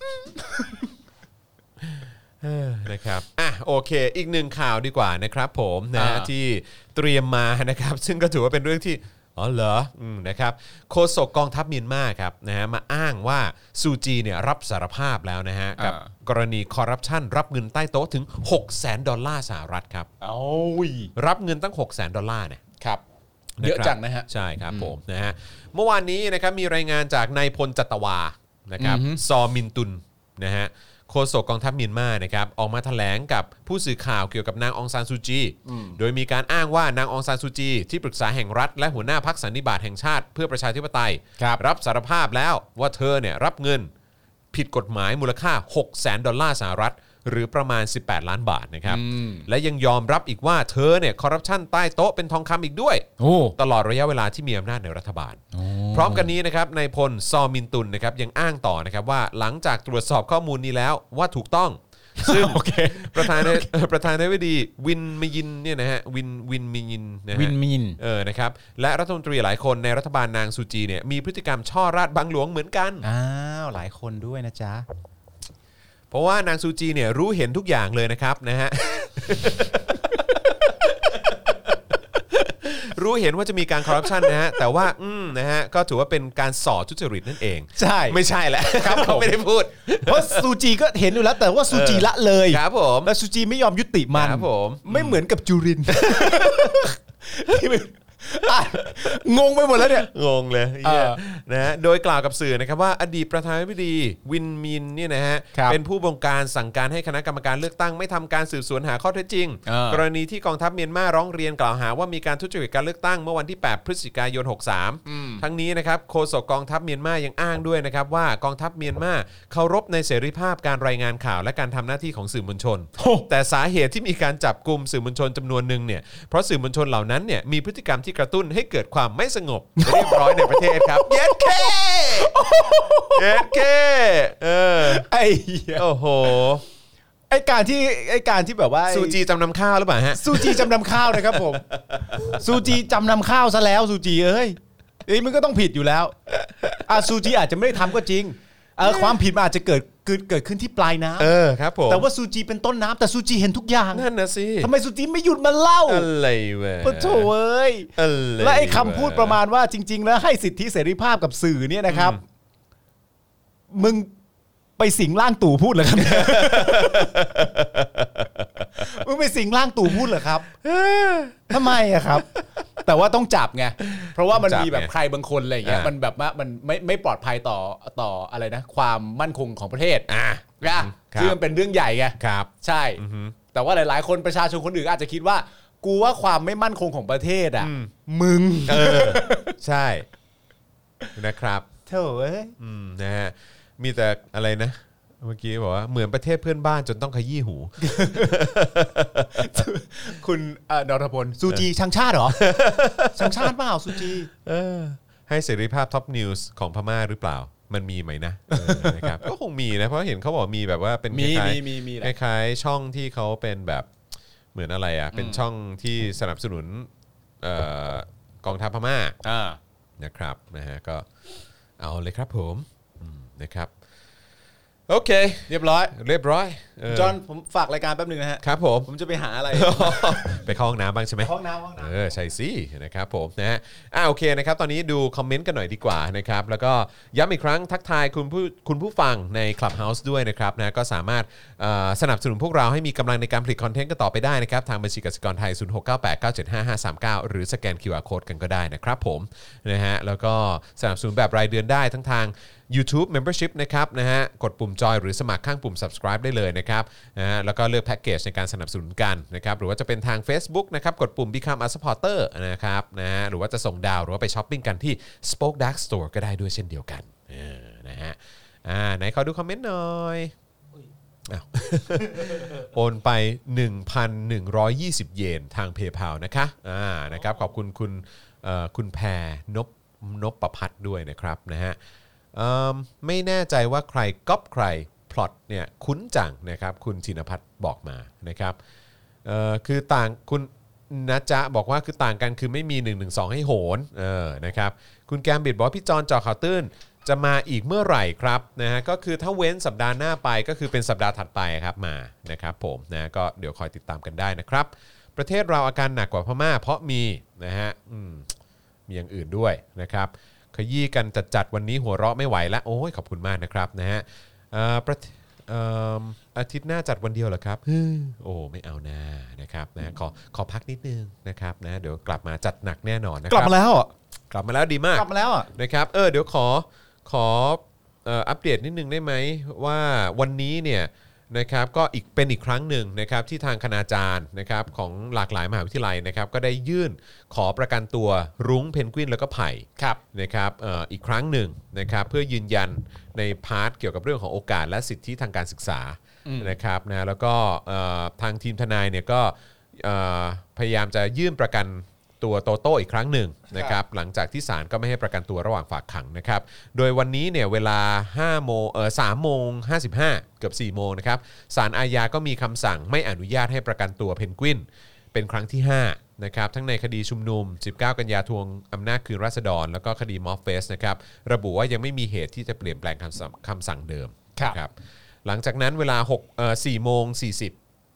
เออนะครับอ่ะโอเค อีกหนึ่งข่าวดีกว่านะครับผมนะอ่าที่เตรียมมานะครับ ซึ่งก็ถือว่าเป็นเรื่องที่อ๋อเหรออืมนะครับโฆษกกองทัพเมียนมาครับนะฮะมาอ้างว่าซูจีเนี่ยรับสารภาพแล้วนะฮะกับกรณีคอร์รัปชันรับเงินใต้โต๊ะถึง หกแสน ดอลลาร์สหรัฐครับโอ้ยรับเงินตั้ง หกแสน ดอลลาร์เนี่ยครับ เยอะจังนะฮะใช่ครับผมนะฮะเมื่อวานนี้นะครับมีรายงานจากนายพลจัตวานะครับอือฮึซอมินตุนนะฮะโฆษกกองทัพเมียนมานะครับออกมาแถลงกับผู้สื่อข่าวเกี่ยวกับนางองซานซูจี โดยมีการอ้างว่านางองซานซูจีที่ปรึกษาแห่งรัฐและหัวหน้าพรรคสันนิบาตแห่งชาติเพื่อประชาธิปไตยครับรับสารภาพแล้วว่าเธอเนี่ยรับเงินผิดกฎหมายมูลค่า หกแสน ดอลลาร์สหรัฐหรือประมาณสิบแปดล้านบาทนะครับและยังยอมรับอีกว่าเธอเนี่ยคอร์รัปชันใต้โต๊ะเป็นทองคำอีกด้วยโอ้ตลอดระยะเวลาที่มีอำนาจในรัฐบาล พร้อมกันนี้นะครับนายพลซอมินตุนนะครับยังอ้างต่อนะครับว่าหลังจากตรวจสอบข้อมูลนี้แล้วว่าถูกต้อง ซึ่ง ประธานเอ่อประธานาธิบดีวินมยินเนี่ยนะฮะวินวินมิยินนะฮะวินมินเออนะครับและรัฐมนตรีหลายคนในรัฐบาลนางซูจีเนี่ยมีพฤติกรรมช่อราดบังหลวงเหมือนกันอ้าวหลายคนด้วยนะจ๊ะเพราะว่านางซูจีเนี่ยรู้เห็นทุกอย่างเลยนะครับนะฮะ รู้เห็นว่าจะมีการคอร์รัปชันนะฮะแต่ว่าอืมนะฮะก็ถือว่าเป็นการส่อทุจริตนั่นเองใช่ไม่ใช่แหละครับผมเขาไม่ได้พูดเพราะซูจีก็เห็นอยู่แล้วแต่ว่าซูจีละเลยครับผมแล้วซูจีไม่ยอมยุติมันครับผมไม่เหมือนกับจูรินทร์ ที่มันอ่ะงงไปหมดแล้วเนี่ยงงเลยเออนะฮะโดยกล่าวกับสื่อนะครับว่าอดีตประธานาธิบดีวินมินเนี่ยนะฮะครับเป็นผู้บงการสั่งการให้คณะกรรมการเลือกตั้งไม่ทำการสืบสวนหาข้อเท็จจริงเออกรณีที่กองทัพเมียนมาร้องเรียนกล่าวหาว่ามีการทุจริตการเลือกตั้งเมื่อวันที่แปดพฤศจิกายนหกสามทั้งนี้นะครับโฆษกกองทัพเมียนมายังอ้างด้วยนะครับว่ากองทัพเมียนมาเคารพในเสรีภาพการรายงานข่าวและการทำหน้าที่ของสื่อมวลชน แต่สาเหตุที่มีการจับกลุ่มสื่อมวลชนจำนวนหนึ่งเนี่ยเพราะสื่อมวลชนเหล่านั้นเนี่ยมีพฤติกรรมที่กระตุ้นให้เกิดความไม่สงบเรียบร้อยในประเทศครับเย็ดเคเย็ดเคเออไอ้เหี้ยโอ้โหไอ้การที่ไอ้การที่แบบว่าซูจีจำนำข้าวหรือเปล่าฮะซูจีจำนำข้าวนะครับผมซูจีจำนำข้าวซะแล้วซูจีเอ้ยเอ้ยมันก็ต้องผิดอยู่แล้วอ่ะซูจีอาจจะไม่ได้ทำก็จริงเออความผิดมันอาจจะเกิดเกิดเกิดขึ้นที่ปลายน้ำเออครับผมแต่ว่าซูจีเป็นต้นน้ำแต่ซูจีเห็นทุกอย่างนั่นนะสิทำไมซูจีไม่หยุดมาเล่าอะไรเว้ยปะโถเอ้ยอะไรและไอ้คำพูดประมาณว่าจริง ๆ แล้วให้สิทธิเสรีภาพกับสื่อเนี่ยนะครับ มึงไปสิงร่างตู่พูดเหรอครับ มึงไปสิงร่างตู่พูดเหรอครับทำไมอะครับ แต่ว่าต้องจับไงเพราะว่ามันมีแบบใครบางคนอะไรอย่างเงี้ยมันแบบว่ามันไม่ไม่ปลอดภัยต่อต่ออะไรนะความมั่นคงของประเทศอ่ะนะซึ่งมันเป็นเรื่องใหญ่ไงครับใช่ แต่ว่าหลายๆ คนประชาชนคนอื่นอาจจะคิดว่า กูว่าความไม่มั่นคงของประเทศอ่ะมึงเออใช่นะครับเท่าเอ้ยอืมนะฮะมีแต่อะไรนะเมื่อกี้บอกว่าเหมือนประเทศเพื่อนบ้านจนต้องขยี้หูคุณเอ่อนรพลซูจีชังชาติเหรอ ชังชาติเปล่าซูจีเออให้เสรีภาพท็อปนิวส์ของพม่าหรือเปล่ามันมีไหมนะเออนะครับ ก็คงมีนะเพราะเห็นเขาบอกมีแบบว่าเป็นมีคล้ายมีมีมีๆคล้ายๆช่องที่เขาเป็นแบบเหมือนอะไรอ่ะเป็นช่องที่สนับสนุนเอ่อกองทัพพม่าอ่านะครับนะฮะก็เอาเลยครับผมอืมนะครับโอเคเรียบร้อยเรียบร้อยเจอห์นผมฝากรายการแป๊บนึงนะฮะครับผมผมจะไปหาอะไรไปเข้าห้องน้ำบ้างใช่ไหมห้องน้ำห้องน้ำเออใช่สินะครับผมนะฮะอ่าโอเคนะครับตอนนี้ดูคอมเมนต์กันหน่อยดีกว่านะครับแล้วก็ย้ำอีกครั้งทักทายคุณผู้คุณผู้ฟังใน Clubhouse ด้วยนะครับนะก็สามารถเอ่อสนับสนุนพวกเราให้มีกำลังในการผลิตคอนเทนต์กันต่อไปได้นะครับทางบัญชีกสิกรไทยศูนย์ หก เก้า แปด เก้า เจ็ด ห้า ห้า สาม เก้าหรือสแกน คิว อาร์ Code กันก็ได้นะครับผมนะฮะแล้วก็สนับสนุนแบบรายเดือนได้ทั้งทาง YouTube Membership นะครับนะฮะกดปุ่มจอยหรือสมัครข้างปุ่ม Subscribe ได้เลยนะครับนะฮะแล้วก็เลือกแพ็กเกจในการสนับสนุนกันนะครับหรือว่าจะเป็นทาง Facebook นะครับกดปุ่ม Become a Supporter นะครับนะฮะหรือว่าจะส่งดาวหรือว่าไปช้อปปิ้งกันที่ Spoke Dark Store ก็ได้ด้วยเช่นเดียวกันเออนะฮะอ่าไหนขอดูคอมเมนต์หน่อยอ้าว โอนไป หนึ่งพันหนึ่งร้อยยี่สิบ เยนทาง PayPal นะคะอ่านะครับขอบคุณคุณเอ่อคุณแพรนพนพประพัฒน์ด้วยนะครับนะฮะเอิ่มไม่แน่ใจว่าใครก๊อปใครพล็อตเนี่ยคุ้นจังนะครับคุณชินพัฒน์บอกมานะครับเอ่อคือต่างคุณนะจ๊ะบอกว่าคือต่างกันคือไม่มีหนึ่งหนึ่งสองให้โหนเออนะครับคุณแกมบิดบอกว่าพี่จอนจอข่าวตื้นจะมาอีกเมื่อไหร่ครับนะฮะก็คือถ้าเว้นสัปดาห์หน้าไปก็คือเป็นสัปดาห์ถัดไปครับมานะครับผมนะก็เดี๋ยวคอยติดตามกันได้นะครับประเทศเราอาการหนักกว่าพม่าเพราะมีนะฮะอืมมีอย่างอื่นด้วยนะครับขยี้กันจัดๆวันนี้หัวเราะไม่ไหวแล้วโอ้ยขอบคุณมากนะครับนะฮะเอ่อประเทศเอ่ออาทิตย์หน้าจัดวันเดียวเหรอครับฮึ่มโอ้ไม่เอานะนะครับนะขอขอพักนิดนึงนะครับนะเดี๋ยวกลับมาจัดหนักแน่นอนนะคกรับลับมาแล้วอ่ะกลับมาแล้วดีมากกลับมาแล้วอ่ะนะครับเออเดี๋ยวขอขอเอ่ออัปเดตนิดนึงได้ไหมว่าวันนี้เนี่ยนะครับก็อีกเป็นอีกครั้งหนึ่งนะครับที่ทางคณาจารย์นะครับของหลากหลายมหาวิทยาลัยนะครับก็ได้ยื่นขอประกันตัวรุ้งเพนกวินแล้วก็ไผ่นะครับเอ่ออีกครั้งหนึ่งนะครับเพื่อยืนยันในพาร์ทเกี่ยวกับเรื่องของโอกาสและสิทธิทางการศึกษานะครับนะแล้วก็เอ่อทางทีมทนายเนี่ยก็เอ่อพยายามจะยื่นประกันตัวโตโต้อีกครั้งหนึ่งนะครับหลังจากที่ศาลก็ไม่ให้ประกันตัวระหว่างฝากขังนะครับโดยวันนี้เนี่ยเวลาห้าโมงเออสามโมงห้าสิบห้าเกือบสี่โมงนะครับศาลอาญาก็มีคำสั่งไม่อนุญาตให้ประกันตัวเพนกวินเป็นครั้งที่ห้านะครับทั้งในคดีชุมนุมสิบเก้ากันยาทวงอำนาจคืนราษฎรแล้วก็คดีมอฟเฟสนะครับระบุว่ายังไม่มีเหตุที่จะเปลี่ยนแปลงคำสั่งคำสั่งเดิมครับหลังจากนั้นเวลาหกเอ่อสี่โมงสี่สิบ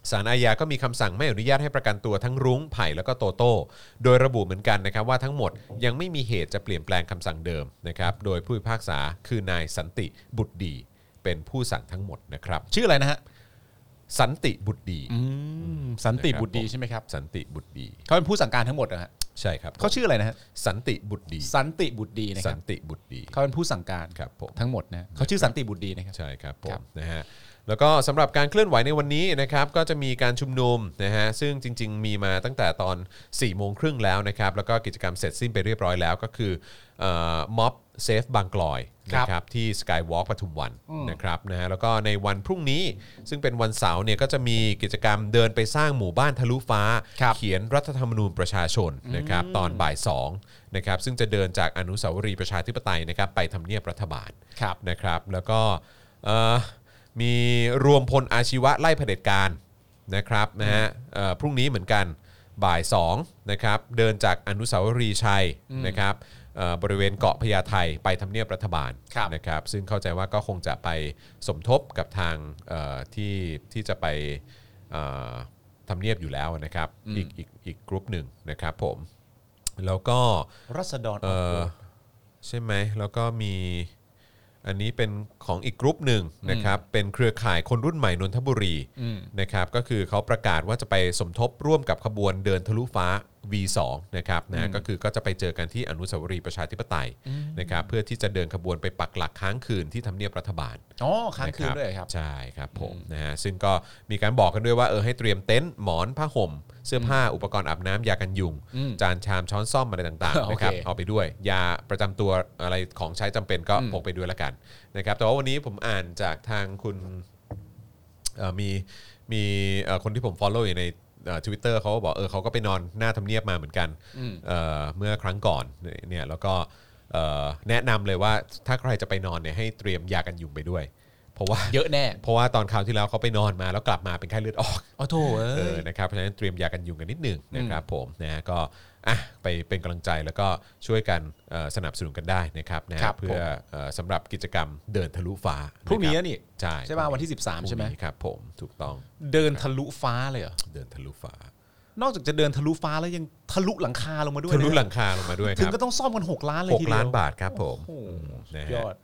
ศาลอาญาก็มีคำสั่งไม่อนุญาตให้ประกันตัวทั้งรุ้งไผ่แล้วก็โตโต้โดยระบุเหมือนกันนะครับว่าทั้งหมดยังไม่มีเหตุจะเปลี่ยนแปลงคำสั่งเดิมนะครับโดยผู้พิพากษาคือนายสันติบุตรดีเป็นผู้สั่งทั้งหมดนะครับชื่ออะไรนะฮะสันติบุตรดีสันติบุตรดีใช่ไหมครับสันติบุตรดีเขาเป็นผู้สั่งการทั้งหมดนะฮะใช่ครับเขาชื่ออะไรนะฮะสันติบุตรดีสันติบุตรดีนะครับสันติบุตรดีเขาเป็นผู้สั่งการครับผมทั้งหมดนะเขาชื่อสันติบุตรดีนะครับใช่ครับผมนะฮะแล้วก็สำหรับการเคลื่อนไหวในวันนี้นะครับก็จะมีการชุมนุมนะฮะซึ่งจริงๆมีมาตั้งแต่ตอนสี่โมงครึ่งแล้วนะครับแล้วก็กิจกรรมเสร็จสิ้นไปเรียบร้อยแล้วก็คือม็อบเซฟบางกลอยนะครับที่สกายวอล์กปทุมวันนะครับนะฮะแล้วก็ในวันพรุ่งนี้ซึ่งเป็นวันเสาร์เนี่ยก็จะมีกิจกรรมเดินไปสร้างหมู่บ้านทะลุฟ้าเขียนรัฐธรรมนูญประชาชนนะครับตอนบ่ายสองนะครับซึ่งจะเดินจากอนุสาวรีย์ประชาธิปไตยนะครับไปทำเนียบรัฐบาลนะครับแล้วก็มีรวมพลอาชีวะไล่เผด็จการนะครับนะฮะพรุ่งนี้เหมือนกันบ่ายสองนะครับเดินจากอนุสาวรีย์ชัยนะครับบริเวณเกาะพญาไทไปทำเนียบรัฐบาลนะครับซึ่งเข้าใจว่าก็คงจะไปสมทบกับทางที่ที่จะไปทำเนียบอยู่แล้วนะครับอีกอีกอีกกลุ่มหนึ่งนะครับผมแล้วก็รัษฎรใช่ไหมแล้วก็มีอันนี้เป็นของอีกกลุ่มหนึ่งนะครับเป็นเครือข่ายคนรุ่นใหม่นนทบุรีนะครับก็คือเขาประกาศว่าจะไปสมทบร่วมกับขบวนเดินทะลุฟ้า วี สอง นะครับนะก็คือก็จะไปเจอกันที่อนุสาวรีย์ประชาธิปไตยนะครับเพื่อที่จะเดินขบวนไปปักหลักค้างคืนที่ทำเนียบรัฐบาลอ๋อค้างคืนด้วยครับใช่ครับผมนะฮะซึ่งก็มีการบอกกันด้วยว่าเออให้เตรียมเต็นท์หมอนผ้าห่มเสื้อผ้าอุปกรณ์อาบน้ำยากันยุงจานชามช้อนซ่อมอะไรต่างๆนะครับเอาไปด้วยยาประจำตัวอะไรของใช้จำเป็นก็พกไปด้วยละกันนะครับแต่ว่าวันนี้ผมอ่านจากทางคุณมีมีคนที่ผม follow อยู่ในทวิตเตอร์เขาก็บอกเออเขาก็ไปนอนหน้าทำเนียบมาเหมือนกัน เ, เมื่อครั้งก่อนเนี่ยแล้วก็แนะนำเลยว่าถ้าใครจะไปนอนเนี่ยให้เตรียมยากันยุงไปด้วยเพราะว่าเยอะแน่เพราะว่าตอนคราวที่แล้วเขาไปนอนมาแล้วกลับมาเป็นไข้เลือดออกอ๋อโธ่เออนะครับเพราะฉะนั้นเตรียมยากันยุงกันนิดนึงนะครับผมนะฮะก็อ่ะไปเป็นกำลังใจแล้วก็ช่วยกันสนับสนุนกันได้นะครับนะเพื่อสำหรับกิจกรรมเดินทะลุฟ้าพรุ่งนี้นี่ใช่ใช่ป่ะวันที่สิบสามใช่ไหมครับผมถูกต้องเดินทะลุฟ้าเลยเหรอเดินทะลุฟ้านอกจากจะเดินทะลุฟ้าแล้วยังทะลุหลังคาลงมาด้วยทะลุหลังคาลงมาด้วยครับถึงก็ต้องซ่อมกันหกล้านเลยทีเดียวหกล้านบาทครับผมยอด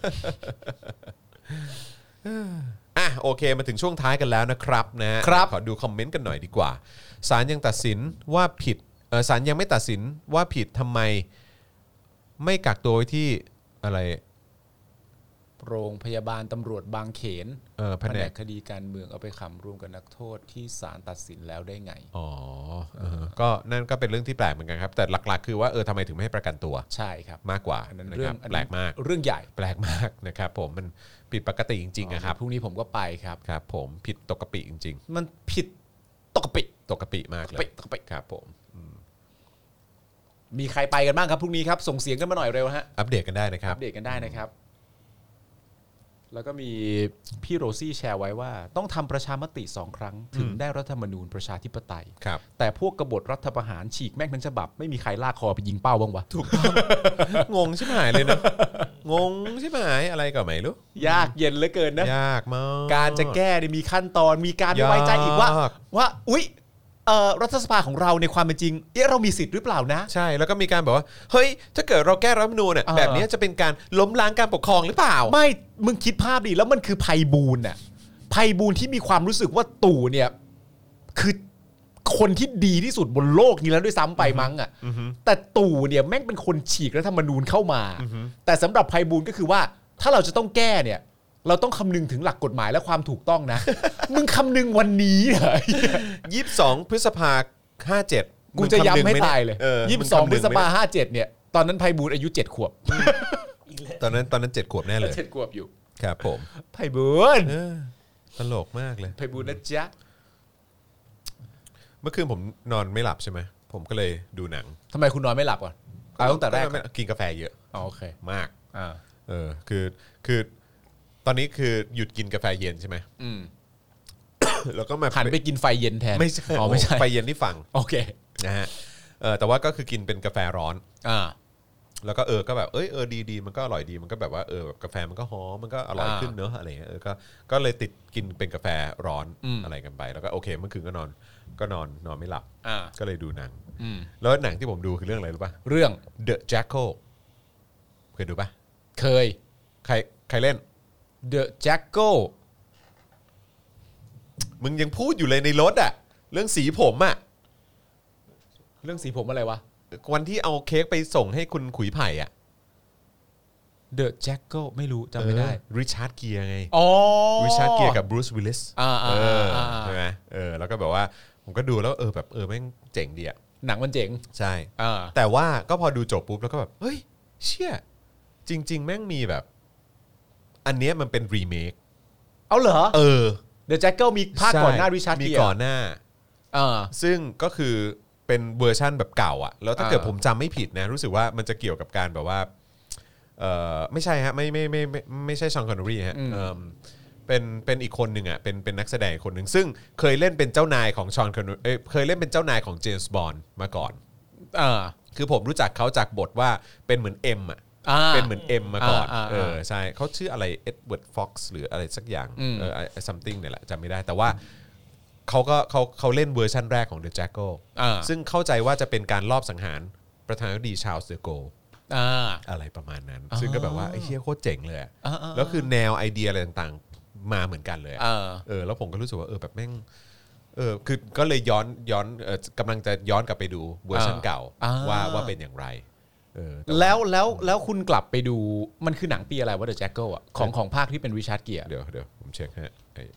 อ่ะโอเคมาถึงช่วงท้ายกันแล้วนะครับนะครับขอดูคอมเมนต์กันหน่อยดีกว่าศาลยังตัดสินว่าผิดเออศาลยังไม่ตัดสินว่าผิดทำไมไม่กักตัวไว้ที่อะไรโรงพยาบาลตำรวจบางเขนเออแผนกคดีการเมืองเอาไปขำร่วมกับนักโทษที่ศาลตัดสินแล้วได้ไงอ๋อเออก็นั่นก็เป็นเรื่องที่แปลกเหมือนกันครับแต่หลักๆคือว่าเออทำไมถึงไม่ให้ประกันตัวใช่ครับมากกว่านะครับแปลกมากเรื่องใหญ่แปลกมากนะครับผมมันผิดปกติจริงๆนะครับพรุ่งนี้ผมก็ไปครับครับผมผิดตกกะปิจริงๆมันผิดตกกะปิตกกะปิมากเลยตกกะปิครับผมมีใครไปกันบ้างครับพรุ่งนี้ครับส่งเสียงกันมาหน่อยเร็วฮะอัปเดตกันได้นะครับอัปเดตกันได้นะครับแล้วก็มีพี่โรซี่แชร์ไว้ว่าต้องทำประชามติสองครั้งถึงได้รัฐธรรมนูญประชาธิปไตยแต่พวกกบฏรัฐประหารฉีกแม่งทั้งฉบับไม่มีใครลากคอไปยิงเป้าบ้างวะถูกต้องงงใช่ไหมเลยนะงงใช่ไหมอะไรก็ไม่รู้ยากเย็นเหลือเกินนะยากมากการจะแก้เนี่ยมีขั้นตอนมีการไม่ไว้ใจอีกว่าว่าอุ๊ยรัฐสภาของเราในความเป็นจริงเอ๊ะเรามีสิทธิ์หรือเปล่านะใช่แล้วก็มีการบอกว่าเฮ้ยถ้าเกิดเราแก้รัฐธรรมนูญเนี่ยแบบนี้จะเป็นการล้มล้างการปกครองหรือเปล่าไม่มึงคิดภาพดิแล้วมันคือไพบูลย์น่ะไพบูลย์ที่มีความรู้สึกว่าตู่เนี่ยคือคนที่ดีที่สุดบนโลกนี้แล้วด้วยซ้ำไปมั้งอ่ะแต่ตู่เนี่ยแม่งเป็นคนฉีกรัฐธรรมนูญเข้ามาแต่สำหรับไพบูลย์ก็คือว่าถ้าเราจะต้องแก้เนี่ยเราต้องคำนึงถึงหลักกฎหมายและความถูกต้องนะมึงคำนึงวันนี้เหรอยี่สิบสองพฤษภาห้าเจ็ดกูจะย้ำให้ตายเลยยี่สิบสองพฤษภาห้าเจ็ดเนี่ยตอนนั้นไพบูลย์อายุเจ็ดขวบตอนนั้นตอนนั้นเจ็ดขวบแน่เลยเจ็ดขวบอยู่ครับผมไพบูลย์ตลกมากเลยไพบูลย์นะจ๊ะเมื่อคืนผมนอนไม่หลับใช่ไหมผมก็เลยดูหนังทำไมคุณนอนไม่หลับอ่ะเอาตั้งแต่แรกกินกาแฟเยอะอ๋อโอเคมากอ่าเออคือคือตอนนี้คือหยุดกินกาแฟเย็นใช่ไหมอืมแล้วก็มาหันไปกินไฟเย็นแทนไม่ใช่อ๋อไม่ใช่ไฟเย็นที่ฟังโอเคนะฮะเออแต่ว่าก็คือกินเป็นกาแฟร้อนอ่าแล้วก็เออก็แบบเอ้ยเออดีๆมันก็อร่อยดีมันก็แบบว่าเออแบบกาแฟมันก็หอมมันก็อร่อยขึ้นเนอะอะไรเงี้ยเออก็ก็เลยติดกินเป็นกาแฟร้อนอะไรกันไปแล้วก็โอเคเมื่อคืนก็นอนก็นอนนอนไม่หลับก็เลยดูหนังแล้วหนังที่ผมดูคือเรื่องอะไรรู้ป่ะเรื่อง The Jackal เคยดูป่ะเคยใครใครเล่น The Jackal มึงยังพูดอยู่เลยในรถอ่ะเรื่องสีผมอ่ะเรื่องสีผมอะไรวะวันที่เอาเค้กไปส่งให้คุณขุยไผ่อ่ะ The Jackal ไม่รู้จำไม่ได้ริชาร์ดเกียร์ไงอ๋อริชาร์ดเกียร์กับบรูซวิลลิสอ่าเออใช่ไหมเออแล้วก็แบบว่าผมก็ดูแล้วเออแบบเออแม่งเจ๋งดีอ่ะหนังมันเจ๋งใช่แต่ว่าก็พอดูจบปุ๊บแล้วก็แบบเฮ้ยเชี่ยจริงๆแม่งมีแบบอันเนี้ยมันเป็นรีเมคเอาเหรอเออ The Jackal มีภาคก่อนหน้าริชาร์ดเกียร์มีก่อนหน้าอ่าซึ่งก็คือเป็นเวอร์ชั่นแบบเก่าอ่ะแล้วถ้าเกิดผมจำไม่ผิดนะรู้สึกว่ามันจะเกี่ยวกับการแบบว่าเออไม่ใช่ฮะไม่ไม่ไม่ไม่ไม่ใช่ชอนคอนเนอรี่ฮะเออเป็นเป็นอีกคนหนึ่งอ่ะเป็นเป็นนักแสดงคนหนึ่งซึ่งเคยเล่นเป็นเจ้านายของชอนคอนเนอรี่เคยเล่นเป็นเจ้านายของเจมส์บอนด์มาก่อนอ่าคือผมรู้จักเขาจากบทว่าเป็นเหมือนเอ็มอ่ะเป็นเหมือนเอ็มมาก่อนเออใช่เขาชื่ออะไรเอ็ดเวิร์ดฟ็อกซ์หรืออะไรสักอย่างเออ something เนี่ยแหละจำไม่ได้แต่ว่าเขาก็เขาเขาเล่นเวอร์ชันแรกของ The Jackal ซึ่งเข้าใจว่าจะเป็นการลอบสังหารประธานาธิบดีชาร์ลส์เดอโกลอะไรประมาณนั้นซึ่งก็แบบว่าไอ้เหี้ยโคตรเจ๋งเลยแล้วคือแนวไอเดียอะไรต่างๆมาเหมือนกันเลยเออแล้วผมก็รู้สึกว่าเออแบบแม่งเออคือก็เลยย้อนย้อนเออกำลังจะย้อนกลับไปดูเวอร์ชันเก่าว่าว่าเป็นอย่างไรแล้วแล้วแล้วคุณกลับไปดูมันคือหนังปีอะไรวะ The Jackal อ่ะของของภาคที่เป็นริชาร์ดเกียร์เดี๋ยวเดี๋ยวผมเช็คฮะ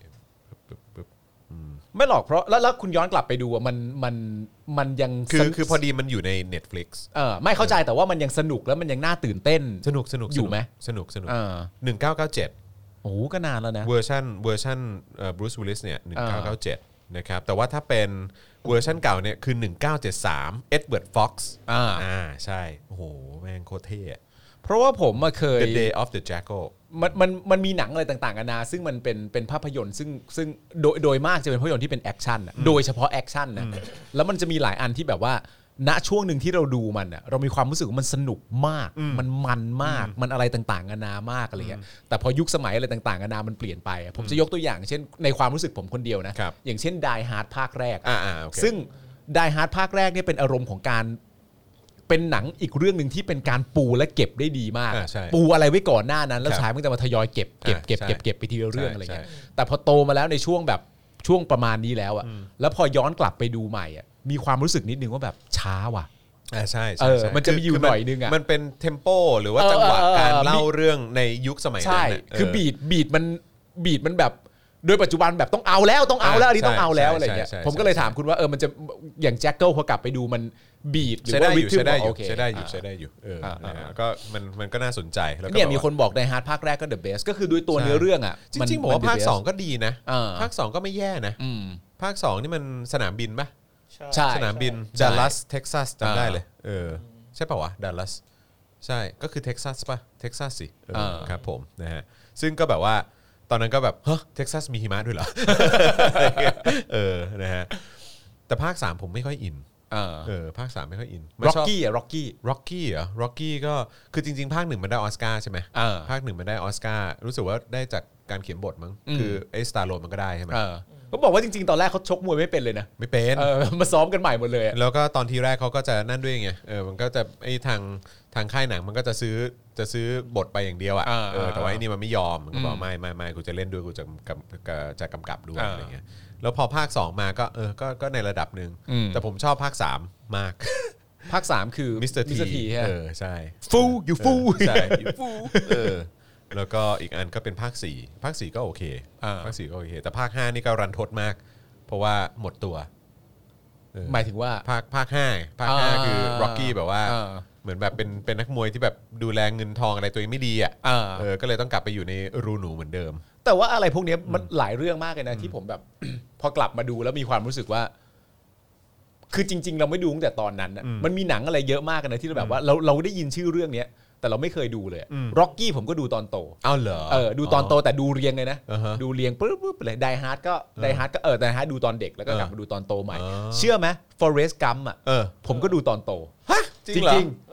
ไม่หรอกเพราะแล้วแล้วคุณย้อนกลับไปดูอ่ะมันมันมันยังคือคือพอดีมันอยู่ใน Netflix เออไม่เข้าใจแต่ว่ามันยังสนุกแล้วมันยังน่าตื่นเต้นสนุกสนุกอยู่ไหมสนุกสนุกหนึ่งเก้าเก้าเจ็ดโอ้ก็นานแล้วนะเวอร์ชันเวอร์ชันเอ่อบรูซวิลลิสเนี่ยหนึ่งเก้าเก้าเจ็ดนะครับแต่ว่าถ้าเป็นเวอร์ชันเก่าเนี่ยคือหนึ่งเก้าเจ็ดสามเอ็ดเวิร์ดฟ็อกซ์อ่าอ่าใช่โอ้โหแม่งโคตรเท่เพราะว่าผมมาเคย The Day of the Jackal มันมันมันมีหนังอะไรต่างๆกันานาซึ่งมันเป็นเป็นภาพยนตร์ซึ่งซึ่งโดยโดยมากจะเป็นภาพยนตร์ที่เป็นแอคชั่นโดยเฉพาะแอคชั่นนะแล้วมันจะมีหลายอันที่แบบว่าณช่วงหนึ่งที่เราดูมันอ่ะเรามีความรู้สึกว่ามันสนุกมากมันมันมากมันอะไรต่างๆกันานา มากอะไรเงี้ยแต่พอยุคสมัยอะไรต่างๆกันานามันเปลี่ยนไปผมจะยกตัวอย่างเช่นในความรู้สึกผมคนเดียวนะอย่างเช่น Die Hard ภาคแรกซึ่ง Die Hard ภาคแรกเนี่ยเป็นอารมณ์ของการเป็นหนังอีกเรื่องนึงที่เป็นการปูและเก็บได้ดีมากปูอะไรไว้ก่อนหน้านั้นแล้วฉายมันจะมาทยอยเก็บเก็บเก็บเก็บเก็บไปทีละเรื่องอะไรเงี้ยแต่พอโตมาแล้วในช่วงแบบช่วงประมาณนี้แล้วอ่ะแล้วพอย้อนกลับไปดูใหม่อ่ะมีความรู้สึกนิดนึงว่าแบบช้าว่ะอ่าใช่ใช่มันจะมีอยู่หน่อยนึงอ่ะมันเป็นเทมโปหรือว่าจังหวะการเล่าเรื่องในยุคสมัยนั้นใช่คือบีทบีทมันบีทมันแบบโดยปัจจุบันแบบต้องเอาแล้วต้องเอาแล้วอันนี้ต้องเอาแล้วอะไรเงี้ยผมก็เลยถามคุณว่าเออมันจะอย่างแจ็คเกิลพอกลับไปดูมันบีทหรือว่าริทึมโอเคใช้ได้อยู่ใช้ได้อยู่เออก็มันมันก็น่าสนใจแล้วก็เนี่ยมีคนบอกในฮาร์ดภาคแรกก็เดอะเบสก็คือด้วยตัวเนื้อเรื่องอ่ะจริงๆบอกว่าภาคสองก็ดีนะภาคสองก็ไม่แย่นะภาคสองนี่มันสนามบินป่ะใช่สนามบินดัลลัสเท็กซัสจำได้เลยเออใช่ป่าววะดัลลัสใช่ก็คือเท็กซัสป่ะเท็กซัสสิครับผมนะฮะซึ่งก็แบบว่าตอนนั้นก็แบบเฮ้ยเท็กซัสมีหิมะด้วยเหรอเออนะฮะแต่ภาคสามผมไม่ค่อยอินเออภาคสามไม่ค่อยอินร็อกกี้อ่ะร็อกกี้ร็อกกี้เหรอร็อกกี้ก็คือจริงๆภาคหนึ่งมันได้ออสการ์ใช่ไหมภาคหนึ่งมันได้ออสการ์รู้สึกว่าได้จากการเขียนบทมั้งคือไอ้สตาร์โลนมันก็ได้ใช่ไหมเขาบอกว่าจริงๆตอนแรกเขาชกมวยไม่เป็นเลยนะไม่เป็นมาซ้อมกันใหม่หมดเลยแล้วก็ตอนทีแรกเขาก็จะนั่นด้วยไงเออมันก็จะไอ้ทางทางค่ายหนังมันก็จะซื้อจะซื้อบทไปอย่างเดียวอ่ะเออแต่ว่าไอ้นี่มันไม่ยอมมันก็บอกไม่ไม่ไม่กูจะเล่นด้วยกูจะจะกำกับด้วยอะไรเงี้ยแล้วพอภาคสองมาก็เออก็ก็ในระดับหนึ่งแต่ผมชอบภาคสามมากภาคสามคือมิสเตอร์ทีเออใช่ฟูอยู่ฟูใช่ฟูเออแล้วก็อีกอันก็เป็นภาคสี่ภาคสี่ก็โอเคภาคสี่ก็โอเคแต่ภาคห้านี่ก็รันทดมากเพราะว่าหมดตัวหมายถึงว่าภาคภาคห้าภาคห้าคือร็อกกี้แบบว่าเหมือนแบบเป็นเป็นนักมวยที่แบบดูแลเงินทองอะไรตัวเองไม่ดีอ่ะเออก็เลยต้องกลับไปอยู่ในรูหนูเหมือนเดิมแต่ว่าอะไรพวกนี้มันหลายเรื่องมากเลยนะที่ผมแบบพอกลับมาดูแล้วมีความรู้สึกว่าคือจริงๆเราไม่ดูตั้งแต่ตอนนั้นมันมีหนังอะไรเยอะมากนะที่เราแบบว่าเราเราได้ยินชื่อเรื่องนี้แต่เราไม่เคยดูเลยร็อกกี้ผมก็ดูตอนโตอ้าวเหรอเออดูตอนโตแต่ดูเรียงเลยนะดูเรียงปุ๊บปุ๊บเลยไดฮาร์ดก็ไดฮาร์ดก็เออไดฮาร์ดดูตอนเด็กแล้วก็กลับมาดูตอนโตใหม่เชื่อไหมฟอเรสต์กัมป์อ่ะผมก็ดูตอนโตฮะจริงเหรอ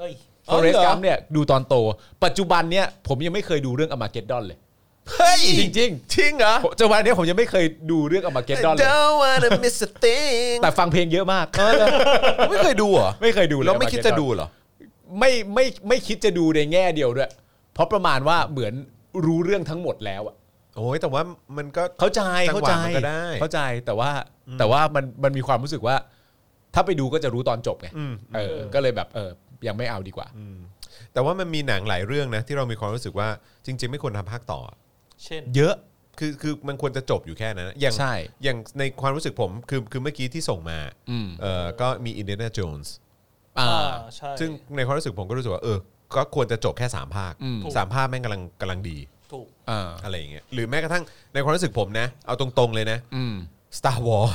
Forrest Gump เนี่ยดูตอนโตปัจจุบันเนี่ยผมยังไม่เคยดูเรื่อง Armageddon เลยเฮ้ยจริงจริงจริงเหรอปัจจุบันนี้ผมยังไม่เคยดูเรื่อง Armageddon เลย Don't wanna miss a thing แต่ฟังเพลงเยอะมากไม่เคยดูเหรอไม่เคยดูเลยแล้วไม่คิดจะดูเหรอไม่ไม่ไม่คิดจะดูในแง่เดียวด้วยเพราะประมาณว่าเหมือนรู้เรื่องทั้งหมดแล้วอะโอ้ยแต่ว่ามันก็เข้าใจเข้าใจเข้าใจแต่ว่าแต่ว่ามันมันมีความรู้สึกว่าถ้าไปดูก็จะรู้ตอนจบไงเออก็เลยแบบเออยังไม่เอาดีกว่าแต่ว่ามันมีหนังหลายเรื่องนะที่เรามีความรู้สึกว่าจริงๆไม่ควรทำภาคต่อเช่นเยอะคือคือมันควรจะจบอยู่แค่นั้นอย่างอย่างในความรู้สึกผมคือคือเมื่อกี้ที่ส่งมาเออก็มี Indiana Jones อ่าใช่ซึ่งในความรู้สึกผมก็รู้สึกว่าเออก็ควรจะจบแค่สามภาคสามภาคแม่งกำลังกำลังดีถูกอะไรอย่างเงี้ยหรือแม้กระทั่งในความรู้สึกผมนะเอาตรงๆเลยนะ Star Wars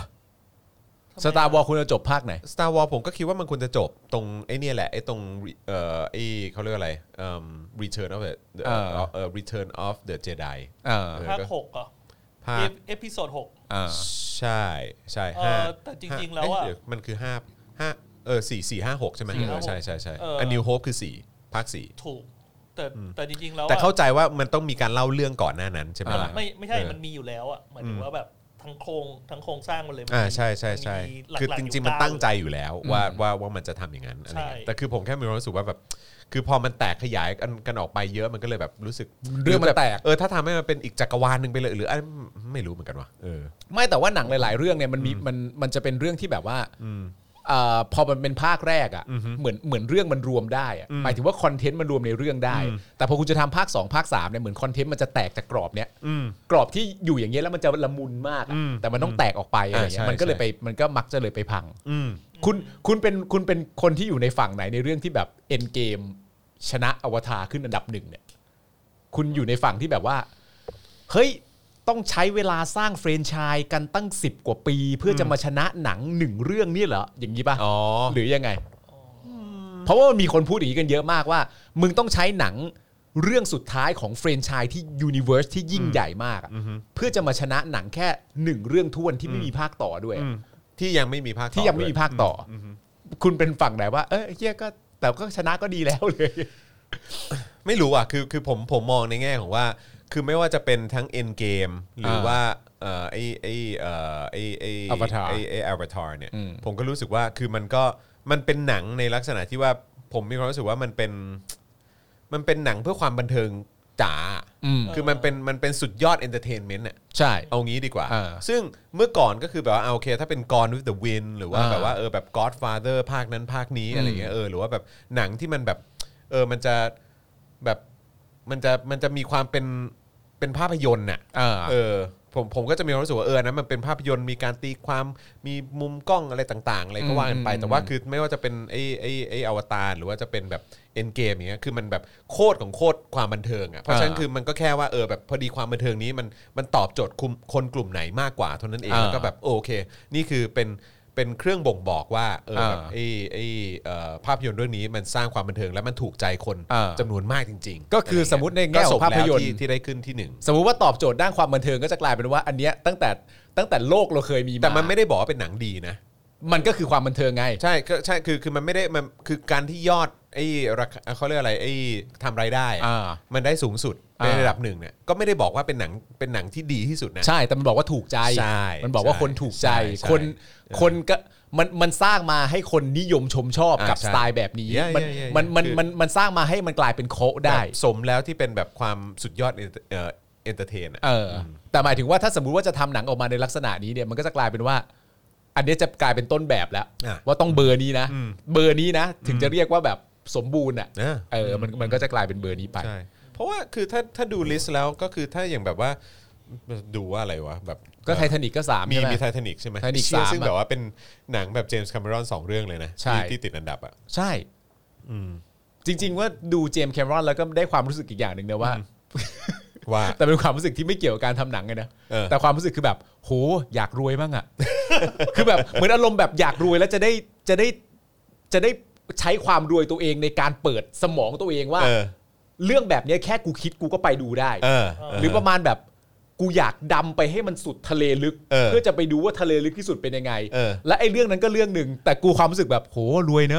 Star Wars คุณจะจบภาคไหน Star Wars ผมก็คิดว่ามันควรจะจบตรงไอ้นี่แหละไอ้ตรงเอ่อไอ้เขาเรียกอะไรเอ่อ Return of the เอ่อ Return of the Jedi ภาคหกอ่ะภาคเอพิโซดหกใช่ใช่ห้าแต่จริงๆแล้วอ่ะมันคือห้า ห้าเออสี่ สี่ ห้า หกใช่มั้ยใช่ๆๆอัน New Hope คือสี่ภาคสี่ถูกแต่แต่จริงๆแล้วแต่เข้าใจว่ามันต้องมีการเล่าเรื่องก่อนหน้านั้นใช่ไหมล่ะไม่ไม่ใช่มันมีอยู่แล้วอ่ะหมายถึงว่าแบบทั้งโครงทั้งโครงสร้างมันเลยอ่าใช่ใช่ใช่คือจริงๆมันตั้งใจอยู่แล้วว่าว่าว่ามันจะทำอย่างนั้นอะไรแต่คือผมแค่มีความรู้สึกว่าแบบคือพอมันแตกขยายกันกันออกไปเยอะมันก็เลยแบบรู้สึกเรื่องมันแตกเออถ้าทำให้มันเป็นอีกจักรวาลนึงไปเลยหรือไม่รู้เหมือนกันว่ะเออไม่แต่ว่าหนังหลายๆเรื่องเนี่ยมันมีมันมันจะเป็นเรื่องที่แบบว่าอ่าพอมันเป็นภาคแรกอ่ะเหมือนเหมือนเรื่องมันรวมได้อ่ะหมายถึงว่าคอนเทนต์มันรวมในเรื่องได้แต่พอคุณจะทำภาคสองภาคสามเนี่ยเหมือนคอนเทนต์มันจะแตกจากกรอบเนี้ยกรอบที่อยู่อย่างเงี้ยแล้วมันจะละมุนมากแต่มันต้องแตกออกไปอะไรเงี้ยมันก็เลยไปมันก็มักจะเลยไปพังคุณคุณเป็นคุณเป็นคนที่อยู่ในฝั่งไหนในเรื่องที่แบบเอ็นเกมชนะอวตารขึ้นอันดับหนึ่งเนี่ยคุณอยู่ในฝั่งที่แบบว่าเฮ้ยต้องใช้เวลาสร้างแฟรนไชส์กันตั้งสิบกว่าปีเพื่อจะมาชนะหนังหนึ่งเรื่องนี่เหรออย่างนี้ป่ะหรือยังไงเพราะว่ามีคนพูดอย่างนี้กันเยอะมากว่ามึงต้องใช้หนังเรื่องสุดท้ายของแฟรนไชส์ที่ยูนิเวอร์สที่ยิ่งใหญ่มากเพื่อจะมาชนะหนังแค่หนึ่งเรื่องท้วนที่ไม่มีภาคต่อด้วยที่ยังไม่มีภาคที่ยังไม่มีภาคต่อคุณเป็นฝั่งไหนว่าเออเหี้ยก็แต่ก็ชนะก็ดีแล้วเลยไม่รู้อ่ะคือคือผมผมมองในแง่ของว่าคือไม่ว่าจะเป็นทั้ง End Game หรือว่าเอ่อไอ้ไอ้เอ่อไอ้ไอ้ไอ้ไอ้ Avatar เนี่ยผมก็รู้สึกว่าคือมันก็มันเป็นหนังในลักษณะที่ว่าผมมีความรู้สึกว่ามันเป็นมันเป็นหนังเพื่อความบันเทิงจ๋าคือมันเป็นมันเป็นสุดยอดเอนเตอร์เทนเมนต์เนี่ยใช่เอางี้ดีกว่าซึ่งเมื่อก่อนก็คือแบบว่าโอเคถ้าเป็น Gone with the Wind หรือว่าแบบว่าเออแบบ Godfather ภาคนั้นภาคนี้อะไรเงี้ยเออหรือว่าแบบหนังที่มันแบบเออมันจะแบบมันจะมันจะมีความเป็นเป็นภาพยนตร์น่ะเออผมผมก็จะมีความรู้สึกว่าเออนะมันเป็นภาพยนตร์มีการตีความมีมุมกล้องอะไรต่างๆอะไรก็ว่ากันไปแต่ว่าคือไม่ว่าจะเป็นไอ้ไอ้ไอ้อวตารหรือว่าจะเป็นแบบเอ็นเกมอย่างเงี้ยคือมันแบบโคตรของโคตรความบันเทิงอ่ะเพราะฉะนั้นคือมันก็แค่ว่าเออแบบพอดีความบันเทิงนี้มันมันตอบโจทย์คนกลุ่มไหนมากกว่าเท่านั้นเองแล้วก็แบบโอเคนี่คือเป็นเป็นเครื่องบ่งบอกว่าเออแบบไอ้ไอ้ภาพยนตร์เรื่องนี้มันสร้างความบันเทิงและมันถูกใจคนจำนวนมากจริงๆก็คือสมมติในแง่ของภาพยนตร์ที่ได้ขึ้นที่หนึ่งสมมุติว่าตอบโจทย์ด้านความบันเทิงก็จะกลายเป็นว่าอันเนี้ยตั้งแต่ตั้งแต่โลกเราเคยมีมาแต่มันไม่ได้บอกว่าเป็นหนังดีนะมันก็คือความบันเทิงไงใช่ก็ใช่คือคือมันไม่ได้มันคือการที่ยอดไอ้เขาเรียกอะไรไอ้ทำรายได้มันได้สูงสุดในระดับหนึ่งเนี่ยก็ไม่ได้บอกว่าเป็นหนังเป็นหนังที่ดีที่สุดนะใช่แต่มันบอกว่าถูกใจใช่มันบอกว่าคนถูกใจคนคนก็มันมันสร้างมาให้คนนิยมชมชอบกับสไตล์แบบนี้มันมันมันมันมันสร้างมาให้มันกลายเป็นโคได้สมแล้วที่เป็นแบบความสุดยอดเอ่อเอนเตอร์เทนอ่ะแต่หมายถึงว่าถ้าสมมุติว่าจะทำหนังออกมาในลักษณะนี้เนี่ยมันก็จะกลายเป็นว่าอันนี้จะกลายเป็นต้นแบบแล้วว่าต้องเบอร์นี้นะเบอร์นี้นะถึงจะเรียกว่าแบบสมบูรณ์อ่ะเออมันมันก็จะกลายเป็นเบอร์นี้ไปเพราะว่าคือถ้าถ้าดูลิสต์แล้วก็คือถ้าอย่างแบบว่าดูว่าอะไรวะแบบก็ไททานิกก็สามมีมีไททานิกใช่ไหมไททานิกสามซึ่งแบบว่าเป็นหนังแบบเจมส์คาเมรอนสองเรื่องเลยนะที่ติดอันดับอ่ะใช่จริงๆว่าดูเจมส์แคมรอนแล้วก็ได้ความรู้สึกอีกอย่างหนึ่งนะว่าว่าแต่เป็นความรู้สึกที่ไม่เกี่ยวกับการทำหนังไงนะแต่ความรู้สึกคือแบบโหอยากรวยบ้างอ่ะคือแบบเหมือนอารมณ์แบบอยากรวยแล้วจะได้จะได้จะได้ใช้ความรวยตัวเองในการเปิดสมองตัวเองว่าเรื่องแบบนี้แค่กูคิดกูก็ไปดูได้หรือประมาณแบบกูอยากดำไปให้มันสุดทะเลลึก เ, เพื่อจะไปดูว่าทะเลลึกที่สุดเป็นยังไงและไอ้เรื่องนั้นก็เรื่องนึงแต่กูความรู้สึกแบบโหรวยเนอะ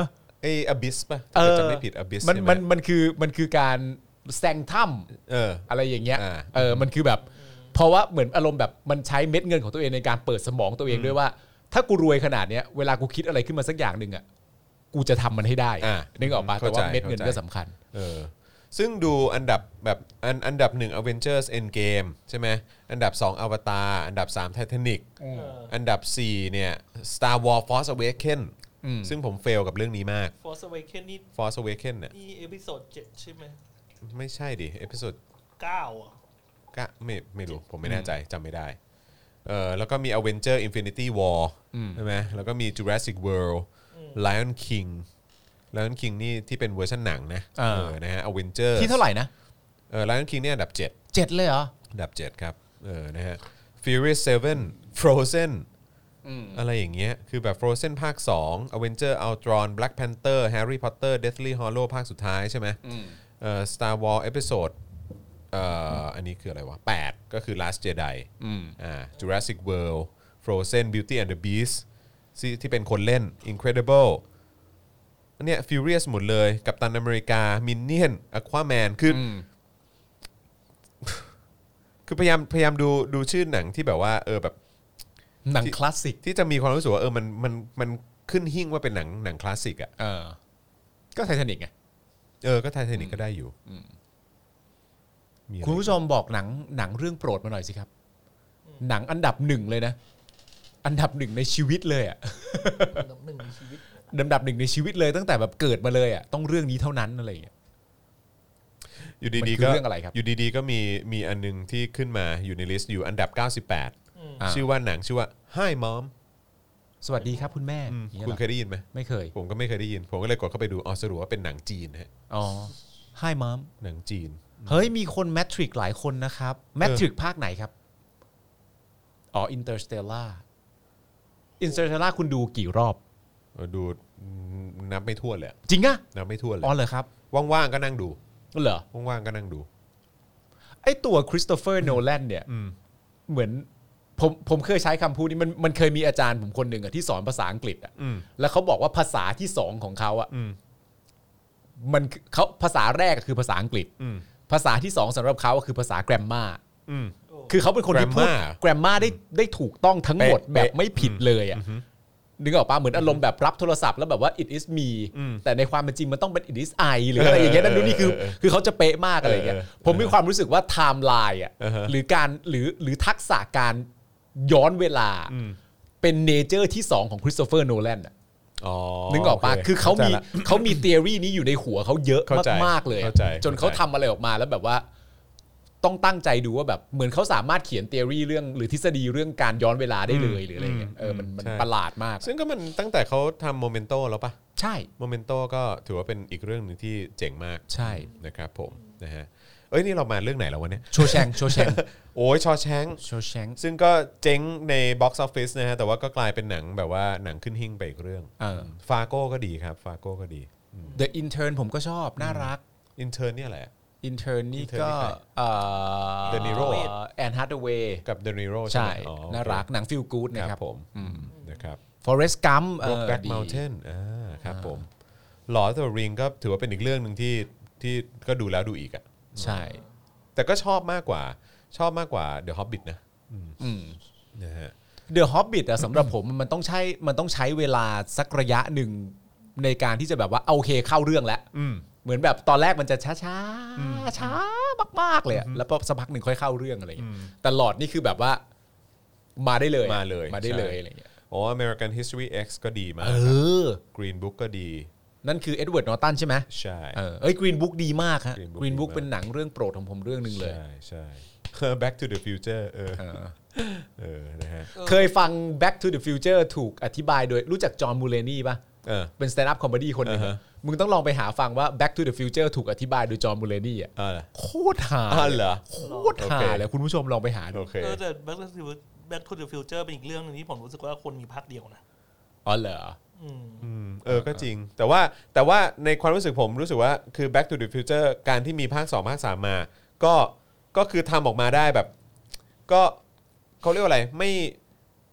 ไอ้ Abyss ป่ะถ้าเกิดจำไม่ผิด Abyss มันใช่ไหมมันมันคือมันคือการแซงถ้เออำอะไรอย่างเงี้ยอ่าเออมันคือแบบเพราะว่าเหมือนอารมณ์แบบมันใช้เม็ดเงินของตัวเองในการเปิดสมองตัวเองด้วยว่า ถ้ากูรวยขนาดเนี้ยเวลากูคิดอะไรขึ้นมาสักอย่างหนึ่งอ่ะกูจะทำมันให้ได้อ่านึกออกปะแต่ว่าเข้าใจเม็ดเงินเข้าใจก็สำคัญเออซึ่งดูอันดับแบบอันอันดับหนึ่ง Avengers Endgame ใช่ไหมอันดับสอง Avatar อันดับสาม Titanic อันดับสี่เนี่ย Star Wars Force Awakens อืมซึ่งผมเฟลกับเรื่องนี้มาก Force Awakens นี่ Force Awakens เนี่ยนี่เอพิโซดเจ็ดใช่ไหมไม่ใช่ดิเอพิโซดเก้าอ่ะก็ไม่ไม่รู้ผมไม่แน่ใจจำไม่ได้เออแล้วก็มี Avenger Infinity War ใช่ไหมแล้วก็มี Jurassic World Lion King Lion King นี่ที่เป็นเวอร์ชันหนังนะอ่าเออนะฮะ Avengers ที่เท่าไหร่นะเออ Lion King เนี่ยอันดับเจ็ดเจ็ดเลยเหรออันดับเจ็ดครับเออนะฮะ Furious เซเว่น Frozen อะไรอย่างเงี้ยคือแบบ Frozen ภาคสอง Avenger Ultron Black Panther Harry Potter Deathly Hallows ภาคสุดท้ายใช่ไหมเอ่อ Star Wars Episode เอ่ออันนี้คืออะไรวะแปดก็คือ Last Jedi อ่า Jurassic World Frozen Beauty and the Beast ที่ที่เป็นคนเล่น Incredible อันเนี้ย Furious หมดเลยกัปตันอเมริกา Minion Aquaman คืออคือพยายามพยายามดูดูชื่อหนังที่แบบว่าเออแบบหนังคลาสสิกที่จะมีความรู้สึกว่าเออมันมันมันขึ้นหิ้งว่าเป็นหนังหนังคลาสสิกอ่ะเออก็ไททานิกไงเออก็ไททานิกก็ได้อยู่มีอะไรคุณผู้ชมบอกหนังหนังเรื่องโปรดมาหน่อยสิครับ หนังอันดับหนึ่งเลยนะ อันดับหนึ่งในชีวิตเลยอ่ะอันดับหนึ่งในชีวิตอันดับหนึ่งในชีวิตเลยตั้งแต่แบบเกิดมาเลยอ่ะต้องเรื่องนี้เท่านั้นอะไรอย่างเงี้ยอยู่มันดีคือๆก็เรื่องอะไรครับอยู่ดีๆก็มีมีอันนึงที่ขึ้นมาอยู่ในลิสต์อยู่อันดับเก้าสิบแปดอ่าชื่อว่าหนังชื่อว่า Hi Mom สวัสดีครับคุณแม่อย่างเงี้ยคุณเหรอเคยได้ยินไหมไม่เคยผมก็ไม่เคยได้ยิน ผมก็เลยกดเข้าไปดูอ๋อสรุปว่าเป็นหนังจีนนะฮะอ๋อ Hi Mom หนังจีนเฮ้ยมีคนแมทริกหลายคนนะครับแมทริกภาคไหนครับอ๋อ Interstellar Interstellar คุณดูกี่รอบเออดูนับไม่ถ้วนเลยอะจริงอะนับไม่ถ้วนเลอ๋อย เหรอครับว่างๆก็นั่งดูเหรอว่างๆก็นั่งดูไอตัวคริสโตเฟอร์โนแลนเนี่ยเหมือนผมผมเคยใช้คำพูดนี้มันมันเคยมีอาจารย์ผมคนหนึ่งอะที่สอนภาษาอังกฤษอะอืมแล้วเขาบอกว่าภาษาที่สองของเขาอะอืมมันเขาภาษาแรกคือภาษาอังกฤษอืมภาษาที่สองสำหรับเขาก็คือภาษาแกรมมาอืมคือเขาเป็นคนที่พูด grammar แกรมมาได้ได้ถูกต้องทั้งหมดเป๊ะแบบไม่ผิดเลยอ่ะนึกออกปะเหมือนอารมณ์แบบรับโทรศัพท์แล้วแบบว่า it is me แต่ในความเป็นจริงมันต้องเป็น it is I หรืออะไรอย่างเงี้ยนั่นนู่นนี่คือคือเขาจะเป๊ะมากอะไรอย่างเงี้ยผมมีความรู้สึกว่าไทม์ไลน์อ่ะหรือการหรือหรือทักษะการย้อนเวลาเป็นเนเจอร์ที่สองของคริสโตเฟอร์โนแลนอ่ะอ๋อนึกออกปะโเคือเขามีข้ใจละเขามี t ี o รีนี้อยู่ในหัวเขาเยอะเข้าใจมากๆเลยอะเข้าใจจนเขาเข้าใจทำอะไรออกมาแล้วแบบว่า ต้องตั้งใจดูว่าแบบเหมือนเขาสามารถเขียน t ี o รีเรื่องหรือทฤษฎีเรื่องการย้อนเวลาได้เลยหรืออะไรเงี้ยเออมันมันใช่ประหลาดมากซึ่งก็มันตั้งแต่เขาทำโมเมนโตแล้วปะใช่โมเมนโตก็ถือว่าเป็นอีกเรื่องหนึ่งที่เจ๋งมากใช่นะครับผมนะฮะเอ้ยนี่เรามาเรื่องไหนแล้ววะเนี่ยโชแชงโชแชงโอ้ยชอแชงโชแชงซึ่งก็เจ๊งใน Box Office นะฮะแต่ว่าก็กลายเป็นหนังแบบว่าหนังขึ้นหิ้งไปอีกเรื่องเออฟาโก้ก็ดีครับฟาโก้ก็ดี The Intern ผมก็ชอบน่ารักอินเทอร์เนี่ยแหละ Intern นี่ Intern ก็นี่ใครเอ่อ De Niro แอนฮาร์ดเวย์กับเดนิโรใช่ไหมอ๋อโอเคน่ารักหนังฟิลกู๊ดคนะรับครับผมนะครับ Forrest Gump เอโรอแบ็กดีเมลเทนอ่าครับผมหลอดตัวริงก็ถือว่าเป็นอีกเรื่องหนึ่งที่ที่ก็ดูแล้วดูอีกอ่ะใช่แต่ก็ชอบมากกว่าชอบมากกว่า The Hobbit นะอืมนะฮะ The Hobbit อะสำหรับผมมันต้องใช้มันต้องใช้เวลาสักระยะหนึ่งในการที่จะแบบว่าโอเคเข้าเรื่องแล้วอืมเหมือนแบบตอนแรกมันจะช้าช้าๆช้ามากๆเลยอะแล้วพอสักพักหนึ่งค่อยเข้าเรื่องอะไรอย่างเงี้ยแต่หลอดนี่คือแบบว่ามาได้เลยมาเลยมาได้เลยใช่อะไรอย่างเงี้ยอ๋อ American History X ก็ดีมากเออ Green Book ก็ดีนั่นคือเอ็ดเวิร์ดนอร์ตันใช่ไหมใช่เออเอ้ยกรีนบุ๊กดีมากฮะ Green Book กรีนบุ๊กดีมากเป็นหนังเรื่องโปรดของผมเรื่องหนึ่งเลยใช่ใช่ Back to the Future เออเออเออนะฮะเคยฟัง Back to the Future ถูกอธิบายโดยรู้จักจอห์นมูเลนี่ป่ะเออเป็นสแตนด์อัพคอมเมดี้คนหนึ่งอ่าฮะมึงต้องลองไปหาฟังว่า Back to the Future ถูกอธิบายโดยจอห์นมูเลนี่อ่ะอ่าเหรอโคตรหาอ่าเหรอโคตรโอหาเคเลยคุณผู้ชมลองไปหาดูโอเคเออแต่ Back to the Back to the Future เป็นอีกเรื่องหนึงที่ผมรู้สึกว่าคนมีภาคเดียวนะอ๋อเหรออืมอืมเออก็จริง แต่ว่าแต่ว่าในความรู้สึกผมรู้สึกว่าคือ Back to the Future การที่มีภาคสองภาคสามมา ก็ก็คือทำออกมาได้แบบ ก็เขาเรียกว่าอะไรไม่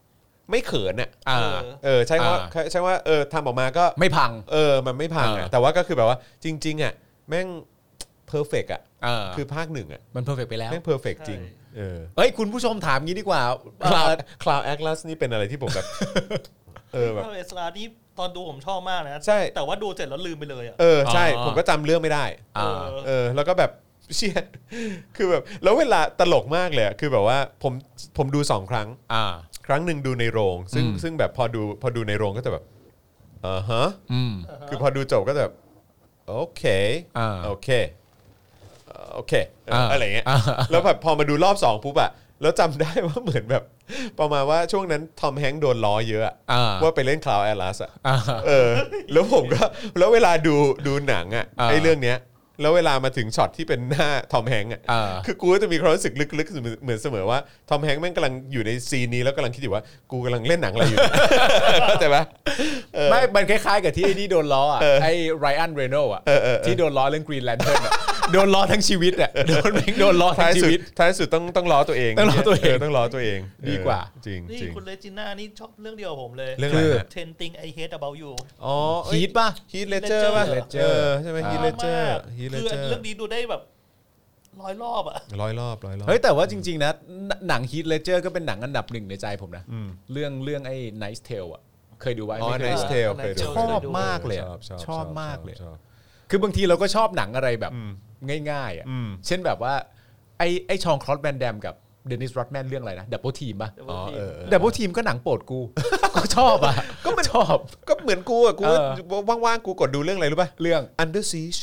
ไม่เขินอ่ะอ่าเออใช่ว่าอ่าใช่ว่าเออทำออกมาก็ไม่พังเออมันไม่พังอ่ะเออแต่ว่าก็คือแบบว่าจริงๆอ่ะแม่งเพอร์เฟกต์อ่ะเออคือภาคหนึ่งอ่ะมันเพอร์เฟกไปแล้วแม่งเพอร์เฟกต์จริงเออเอ้ยคุณผู้ชมถามงี้ดีกว่าคลาวเอ่อคลาวแอคลัสนี่เป็นอะไรที่ผมแบบ เออแบบเอสลาที่ตอนดูผมชอบมากนะใช่แต่ว่าดูเสร็จแล้วลืมไปเลยอ่ะเออใช่อ๋อผมก็จำเรื่องไม่ได้อ่าเออแล้วก็แบบเชี่ยคือแบบแล้วเวลาตลกมากเลยอะคือแบบว่าผมผมดูสองครั้งอ่าครั้งหนึ่งดูในโรง ซึ่งอืมซึ่งแบบพอดูพอดูในโรงก็จะแบบเออฮะอืมคือพอดูจบก็จะแบบโอเคอ่าโอเคเอ่อโอเคเอออ่าอะไรเงี้ยอ่าแล้วแบบพอมาดูรอบสองปุ๊บอะแล้วจำได้ว่าเหมือนแบบประมาณว่าช่วงนั้นทอมแฮงค์โดนล้อเยอะอะอ่าว่าไปเล่นคลาวแอลัสอะอ่าเออแล้วผมก็แล้วเวลาดูดูหนังอะอ่าไอ้เรื่องเนี้ยแล้วเวลามาถึงช็อตที่เป็นหน้าทอมแฮงค์อะอ่าคือกูก็จะมีความรู้สึกลึกๆเหมือนเหมือนเสมอว่าทอมแฮงค์แม่งกำลังอยู่ในซีนนี้แล้วกำลังคิดอยู่ว่ากูกำลังเล่นหนังอะไรอยู่ เข้าใจปะไม่มันคล้ายๆกับที่ไอ้นี่โดนล้ออ่ะไอ้ไรอันเรโนอ่ะที่โดนล้อเรื่องกรีนแลนเทิร์นอ่ะโดนล้อทั้งชีวิตอ่ะโดนแม่งโดนล้อทั้ท้าง ยชีสุดวิตท้ายสุดต้องต้องล้อตัวเองต้องล้อตัวเองต้องล้อตัวเองดีกว่าเออจริงนี่จริงคุณเลจิน่านี่ชอบเรื่องเดียวกับผมเลยเรื่องอะไรฮะ Ten Things I Hate About You อ๋อฮีทป่ะฮีทเลเจอร์ป่ะ Ledger เออใช่ไหมฮีทเลเจอร์ฮีทเลคือเจอร์เรื่องนี้ดูได้แบบร้อยรอบอ่ะร้อยรอบร้อยรอบเฮ้ยแต่ว่าจริงๆนะหนังฮีทเลเจอร์ก็เป็นหนังอันดับหนึ่งในใจผมนะอืมเรื่องเรื่องไอ้ Night's Tale อ่ะเคยดูไว้อ๋อไม่เคย Night's ดู Tale เคยดูชชอบมากเลยชอะอบชอบชอบมากเลยชอบคือบางทีเราก็ชอบหนังอะไรแบบอืมง่ายๆอ่ะอืมเช่นแบบว่าไอ้ไอ้ชองคลอสแวนแดมกับเดนิส รอดแมนเรื่องอะไรนะดับเบิลทีมป่ะอ๋อเออเออดับเบิลทีมก็หนังโปรดกู ก็ชอบอ่ะก็มันชอบก็เหมือนกูอ่ะกูเออว่างๆกูกดดูเรื่องอะไรรู้ป่ะเรื่อง Under Siege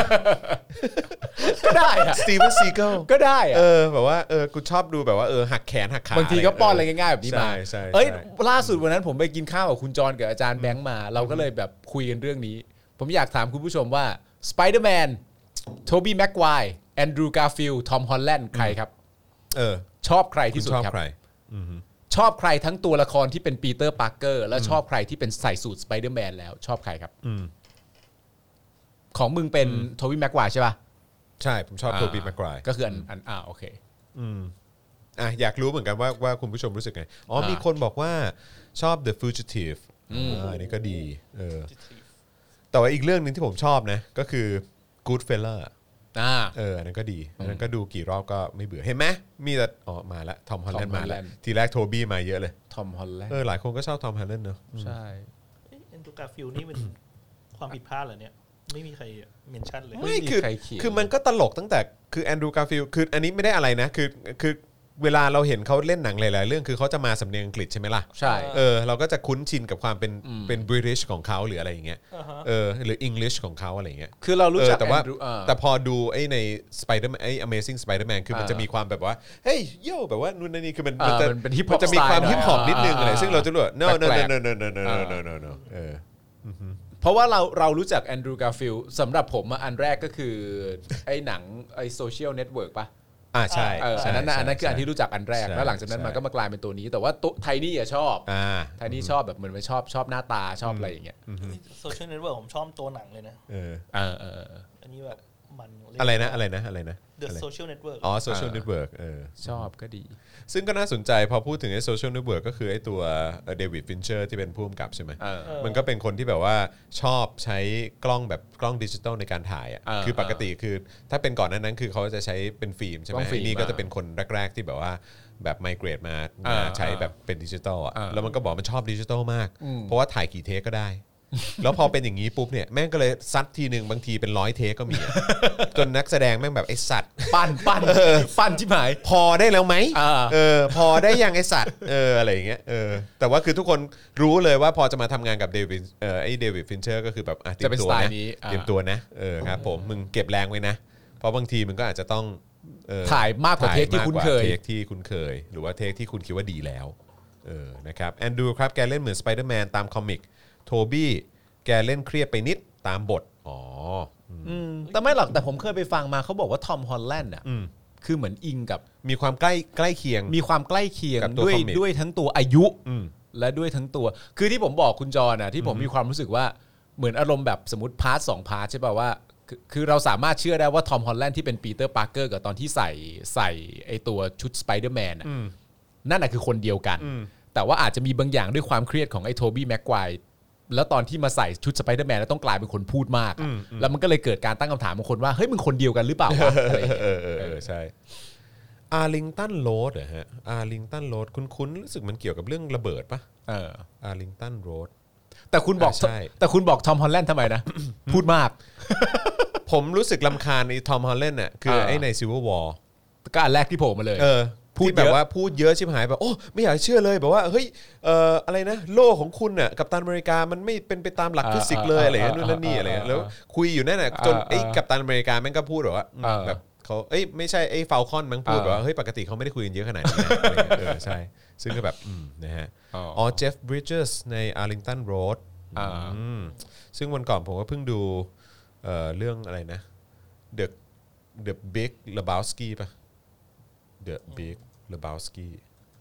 ก็ได้อ่ะ Steven Seagal ก็ได้เออ่ะอแบบว่าเออกูชอบดูแบบว่าเออหักแขนหักขาบางทีก็ป้อนอะไรเง่ายๆแบบนี้มาใช่ใช่เอ้ยใช่ล่าสุดวันนั้นผมไปกินข้าวกับคุณจรกับอาจารย์แบงค์มา เราก็เลยแบบคุยกันเรื่องนี้ ผมอยากถามคุณผู้ชมว่า Spider-Man โทบี้แม็กไกวร์แอนดรูว์ การ์ฟิลด์ทอมฮอลแลนด์ใครครับเออชอบใครคุที่ณสุดชอบครับใครชอบใครทั้งตัวละครที่เป็นปีเตอร์ปาร์เกอร์และชอบใครที่เป็นใส่สูทสไปเดอร์แมนแล้วชอบใครครับอืมของมึงเป็นโทบี้แม็กไกวร์ใช่ป่ะใช่ผมชอบโทบี้แม็กไกวร์ก็คืออันอันอ่าโอเคอืมอ่ะอยากรู้เหมือนกันว่าว่าคุณผู้ชมรู้สึกไงอ๋ออ่ามีมีคนบอกว่าชอบ The Fugitive อ่าอันนี้ก็ดีเออแต่ว่าอีกเรื่องหนึงที่ผมชอบนะก็คือ Goodfellas อ่าเอออันนั้นก็ดีอันนั้นก็ดูกี่รอบก็ไม่เบื่อเห็นไหมมีแต่อ๋อมาแล้วทอมฮอลแลน Tom ด์มาแล้ว Holland ทีแรกโทบี้มาเยอะเลยทอมฮอลแลนเอด์อหลายคนก็ชอบทอมฮอลแลนด์เนอะใช่เอ็นดูการ์ฟิลนี่เป็นความผิดพลาดเหรอเนี่ย ไม่มีใครเมนชั่นเลยไม่คือคือมันก็ตลกตั้งแต่คือแอนดรูว์ การ์ฟิลด์คืออันนี้ไม่ได้อะไรนะคือคือเวลาเราเห็นเขาเล่นหนังหลายๆเรื่องคือเขาจะมาสำเนียงอังกฤษใช่ไหมล่ะใช่เออเราก็จะคุ้นชินกับความเป็นอืมเป็นบริติชของเขาหรืออะไรอย่างเงี้ยอ่าฮะเออหรือ English ของเขาอะไรอย่างเงี้ยคือเรารู้จักเออแต่ว่าแอนดรูว์อ่าแต่พอดูไอ้ใน Spider-Man ไอ้ Amazing Spider-Man คือมันอ่าจะมีความแบบว่าเฮ้ยโย่แบบว่านู่นนี่คือมันอ่าจะมันเป็น hip hop มันจะมีความ style ฮิปฮอปหน่อยนิดนึงอะไรอ่าซึ่งเราจะรู้ว่า no no แปล no ก no no no no อ่า no no no เออเพราะว่าเราเรารู้จักแอนดรูว์ การ์ฟิลด์สำหรับผมอะอันแรกก็คือไอ้หนังไอ้โซเชียลเน็ตเวิร์กป่ะอ่าใช่เอออันนั้นน่ะอันนั้นคืออันที่รู้จักอันแรกใช่แล้วหลังจากนั้นใช่มันก็มากลายเป็นตัวนี้ แต่ว่าตัวไทนี่อะชอบอ่าไทนี่ชอบแบบเหมือนมันชอบชอบหน้าตาชอบอะไรอย่างเงี้ยโซเชียลเน็ตเวิร์กผมชอบตัวหนังเลยนะเออเออเออเอออันนี้แบบมันเล่อะไรนะอะไรนะอะไรนะ The อะไร Social Network อ๋อ Social Network เออชอบก็ดีซึ่งก็น่าสนใจพอพูดถึงไอ้ Social Network ก็คือไอ้ตัวเดวิดฟินเชอร์ที่เป็นผู้กำกับใช่ไหมเออมันก็เป็นคนที่แบบว่าชอบใช้กล้องแบบกล้องดิจิตอลในการถ่ายอ่ะเออคือปกติคือถ้าเป็นก่อนหนั้นนั้นคือเขาจะใช้เป็นฟิล์มใช่ไหกล้มองฟิล์มนี่ก็จะอ่ะเป็นคนแรก ๆที่แบบว่าแบบไมเกรดมาเออมาใช้แบบเป็นดิจิตอลอ่ะเออแล้วมันก็บอกมันชอบดิจิตอลมากอืมเพราะว่าถ่ายกี่เทคก็ได้ แล้วพอเป็นอย่างนี้ปุ๊บเนี่ยแม่งก็เลยซัดทีหนึ่งบางทีเป็นร้อยเทคก็มีอะจนนักแสดงแม่งแบบไอ้สัตว์ปั้นปั้นปั้นที่หมายพอได้แล้วไหมอ่าเออ พอได้ยังไอสัตว์ เออ อะไรอย่างเงี้ย เออ แต่ว่าคือทุกคนรู้เลยว่าพอจะมาทำงานกับเดวิด เออไอเดวิดฟินเชอร์ก็คือแบบอ่ะเตรียจะเป็นมตัวสไตล์นะนี้อ่าเตรียมตัวนะ เออครับผม มึงเก็บแรงไว้นะ เพราะบางทีมึงก็อาจจะต้องเออถ่ายมากกว่าเทคที่คุ้นเคยถ่ามากกว่าเทคที่คุ้นเคย หรือว่าเทคที่คุณคิดว่าดีแล้ว เออ นะครับ แอนดรูว์ครับ แกเล่นเหมือนสไปเดอร์แมนตามคอมิก โทบี้แกเล่นเครียดไปนิดตามบท อ๋ออืมแต่ไม่หรอกแต่ผมเคยไปฟังมาเขาบอกว่าทอมฮอลแลนด์อ่ะอืมคือเหมือนอิงกับมีความใกล้ใกล้เคียงมีความใกล้เคียงกับตัวด้วยคอมิกด้วยทั้งตัวอายุอืมและด้วยทั้งตัว คือที่ผมบอกคุณจรน่ะที่ผมมีความรู้สึกว่าเหมือนอารมณ์แบบสมมติพาร์ทสองพาร์ทใช่ป่ะว่าคือคือเราสามารถเชื่อได้ว่าทอมฮอลแลนด์ที่เป็นปีเตอร์ปาร์เกอร์กับตอนที่ใส่ใส่ไอตัวชุดสไปเดอร์แมนน่ะนั่นน่ะคือคนเดียวกัน แต่แต่ว่าอาจจะมีบางอย่างด้วยความเครียดของไอ้โทบี้แม็กไกวร์แล้วตอนที่มาใส่ชุดสไปเดอร์แมนแล้วต้องกลายเป็นคนพูดมากแล้วมันก็เลยเกิดการตั้งคำถามบางคนว่าเฮ้ยมึงคนเดียวกันหรือเปล่าวะอะไรอย่างเงี้ยเออเออเออใช่อาร์ลิงตันโรดเหรอฮะอาร์ลิงตันโรดคุ้นๆรู้สึกมันเกี่ยวกับเรื่องระเบิดปะเอออาร์ลิงตันโรดแต่คุณบอกแต่คุณบอกทอมฮอลแลนด์ทำไมนะ พูดมากผมรู้สึกรำคาญไอ้ทอมฮอลแลนด์น่ะคือไอ้ในซิลเวอร์วอร์ก็อันแรกที่โผล่มาเลยเออพูดแบบว่าพูดเยอะชิบหายแบบโอ้ไม่อยากเชื่อเลยแบบว่าเฮ้ยเอ่ออะไรนะโลกของคุณน่ะกัปตันอเมริกามันไม่เป็นไปตามหลักฟิสิกส์เลยอะไรนู่นนั่นนี่อะไรแล้วคุยอยู่นั่นน่ะจนไอ้กัปตันอเมริกาแม่งก็พูดแบบว่าแบบเขาเอ้ยไม่ใช่ไอ้ฟาลคอนมันพูดว่าเฮ้ยปกติเขาไม่ได้คุยกันเยอะขนาดนี้นะเออใช่ซึ่งก็แบบอืมนะฮะอ๋อเจฟบริดเจสในอาร์ลิงตันโรดซึ่งวันก่อนผมก็เพิ่งดูเอ่อเรื่องอะไรนะ The The Big Lebowski ป่ะ The Big Lebowski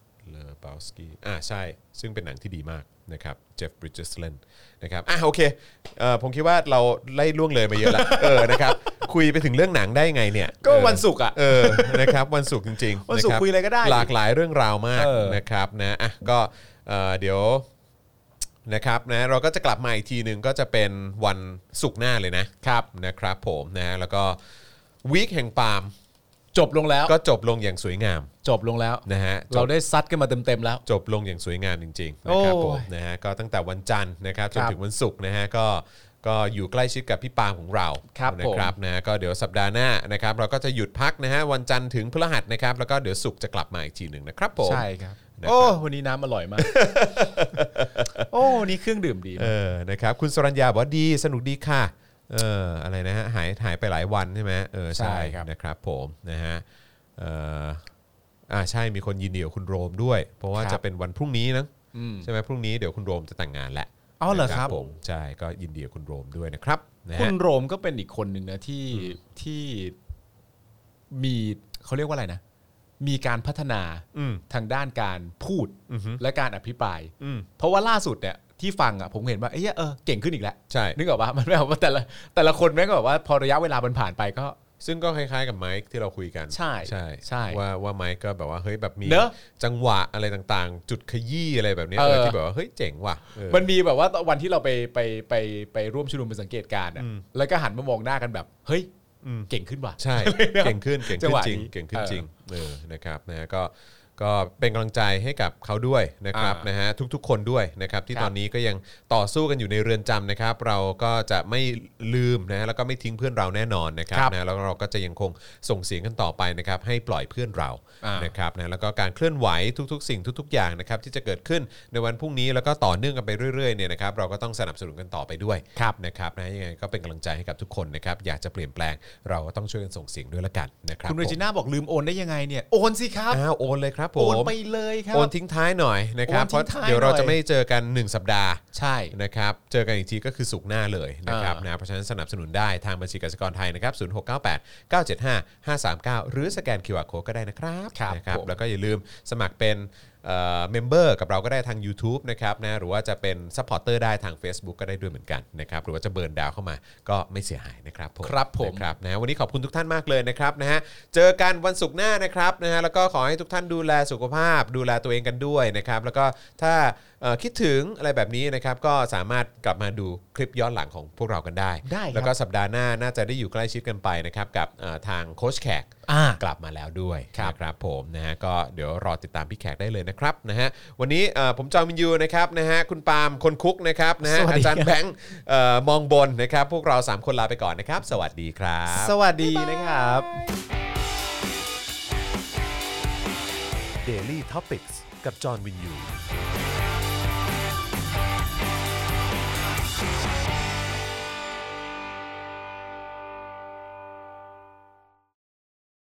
Lebowski อ่าใช่ซึ่งเป็นหนังที่ดีมากนะครับเจฟบริดเจสเล่นนะครับอ่ะโอเคเอ่อผมคิดว่าเราไล่ล่วงเลยมาเยอะแล้วเออนะครับคุยไปถึงเรื่องหนังได้ไงเนี่ยก็วันศุกร์อ่ะเออนะครับวันศุกร์จริงๆวันศุกร์คุยอะไรก็ได้หลากหลายเรื่องราวมากนะครับนะอ่ะก็เอ่อเดี๋ยวนะครับนะเราก็จะกลับมาอีกทีนึงก็จะเป็นวันศุกร์หน้าเลยนะครับนะครับผมนะแล้วก็วีคแห่งปาล์มจบลงแล้วก็จบลงอย่างสวยงามจบลงแล้วนะฮะเราได้ซัดกันมาเต็มๆแล้วจบลงอย่างสวยงามจริงๆนะครับผมนะฮะก็ตั้งแต่วันจันทร์นะครับจนถึงวันศุกร์นะฮะก็ก็อยู่ใกล้ชิดกับพี่ปาล์มของเรานะครับนะก็เดี๋ยวสัปดาห์หน้านะครับเราก็จะหยุดพักนะฮะวันจันทร์ถึงพฤหัสนะครับแล้วก็เดี๋ยวศุกร์จะกลับมาอีกทีหนึ่งนะครับผมใช่ครับโอ้วันนี้น้ำอร่อยมากโอ้นี่เครื่องดื่มดีเออนะครับคุณสรัญญาบอกว่าดีสนุกดีค่ะเอออะไรนะฮะหายหายไปหลายวันใช่ไหมเออใช่นะครับผมนะฮะเอ่ออ่าใช่มีคนยินดีกับคุณโรมด้วยเพราะว่าจะเป็นวันพรุ่งนี้นะใช่ไหมพรุ่งนี้เดี๋ยวคุณโรมจะแต่งงานแหละอ๋อเหรอครับผมใช่ก็ยินดีกับคุณโรมด้วยนะครับคุณโรมก็เป็นอีกคนหนึ่งนะที่ที่มีเขาเรียกว่าอะไรนะมีการพัฒนาทางด้านการพูดและการอภิปรายเพราะว่าล่าสุดเนี่ยที่ฟังอ่ะผมเห็นว่าเอ้ยเออเก่งขึ้นอีกแล้วใช่นึกออกป่ะมันแบบว่าแต่ละแต่ละคนแม่งก็แบบว่าพอระยะเวลามันผ่านไปก็ซึ่งก็คล้ายๆกับไมค์ที่เราคุยกันใช่ใช่ใช่ว่าว่าไมค์ก็แบบว่าเฮ้ยแบบมีจังหวะอะไรต่างๆจุดขยี้อะไรแบบนี้ที่แบบว่าเฮ้ยเจ๋งว่ะมันมีแบบว่าวันที่เราไปไปไปไปร่วมชุมนุมเป็นสังเกตการณ์อ่ะแล้วก็หันมามองหน้ากันแบบเฮ้ยเก่งขึ้นว่ะใช่เก่งขึ้นเก่งขึ้นจริงเก่งขึ้นจริงเออนะครับนะก็ก็เป็นกำลังใจให้กับเขาด้วยนะครับนะฮะทุกๆคนด้วยนะครับที่ตอนนี้ก็ยังต่อสู้กันอยู่ในเรือนจำนะครับเราก็จะไม่ลืมนะแล้วก็ไม่ทิ้งเพื่อนเราแน่นอนนะครับนะแล้วเราก็จะยังคงส่งเสียงกันต่อไปนะครับให้ปล่อยเพื่อนเรานะครับนะแล้วก็การเคลื่อนไหวทุกๆสิ่งทุกๆอย่างนะครับที่จะเกิดขึ้นในวันพรุ่งนี้แล้วก็ต่อเนื่องกันไปเรื่อยๆเนี่ยนะครับเราก็ต้องสนับสนุนกันต่อไปด้วยนะครับนะยังไงก็เป็นกำลังใจให้กับทุกคนนะครับอยากจะเปลี่ยนแปลงเราก็ต้องช่วยกันส่งเสียงด้วยละกันนะครับคุณเรจิน่าบอกลืมโอนได้ยังไงเนี่ยโอนสิครับอ้าวโอนเลยครับโอนไปเลยครับโอนทิ้งท้ายหน่อยนะครับเพราะเดี๋ยวเราจะไม่เจอกันหนึ่งสัปดาห์ใช่นะครับเจอกันอีกทีก็คือศุกร์หน้าเลยนะครับนะเพราะฉะนั้นสนับสนุนได้ทางบัญชีกสิกรไทยนะครับศูนย์ หก เก้า แปด เก้า เจ็ด ห้า ห้า สาม เก้าหรือสแกน คิว อาร์ Code ก็ได้นะครับนะครับแล้วก็อย่าลืมสมัครเป็นเอ่อเมมเบอร์กับเราก็ได้ทาง YouTube นะครับนะหรือว่าจะเป็นซัพพอร์เตอร์ได้ทาง Facebook ก็ได้ด้วยเหมือนกันนะครับหรือว่าจะเบิร์นดาวเข้ามาก็ไม่เสียหายนะครับผมครับผมนะครับนะวันนี้ขอบคุณทุกท่านมากเลยนะครับนะฮะเจอกันวันศุกร์หน้านะครับนะฮะแล้วก็ขอให้ทุกท่านดูแลสุขภาพดูแลตัวเองกันด้วยนะครับแล้วก็ถ้าคิดถึงอะไรแบบนี้นะครับก็สามารถกลับมาดูคลิปย้อนหลังของพวกเรากันได้ได้แล้วก็สัปดาห์หน้าน่าจะได้อยู่ใกล้ชิดกันไปนะครับกับทางโค้ชแขกกลับมาแล้วด้วยนะครับผมนะฮะก็เดี๋ยวรอติดตามพี่แขกได้เลยนะครับนะฮะวันนี้ผมจอมินยูนะครับนะฮะคุณปาล์มคนคุกนะครับนะฮะอาจารย์แบงค์มองบนนะครับพวกเราสามคนลาไปก่อนนะครับสวัสดีครับสวัสดีนะครับ Daily Topics กับจอห์นวินยู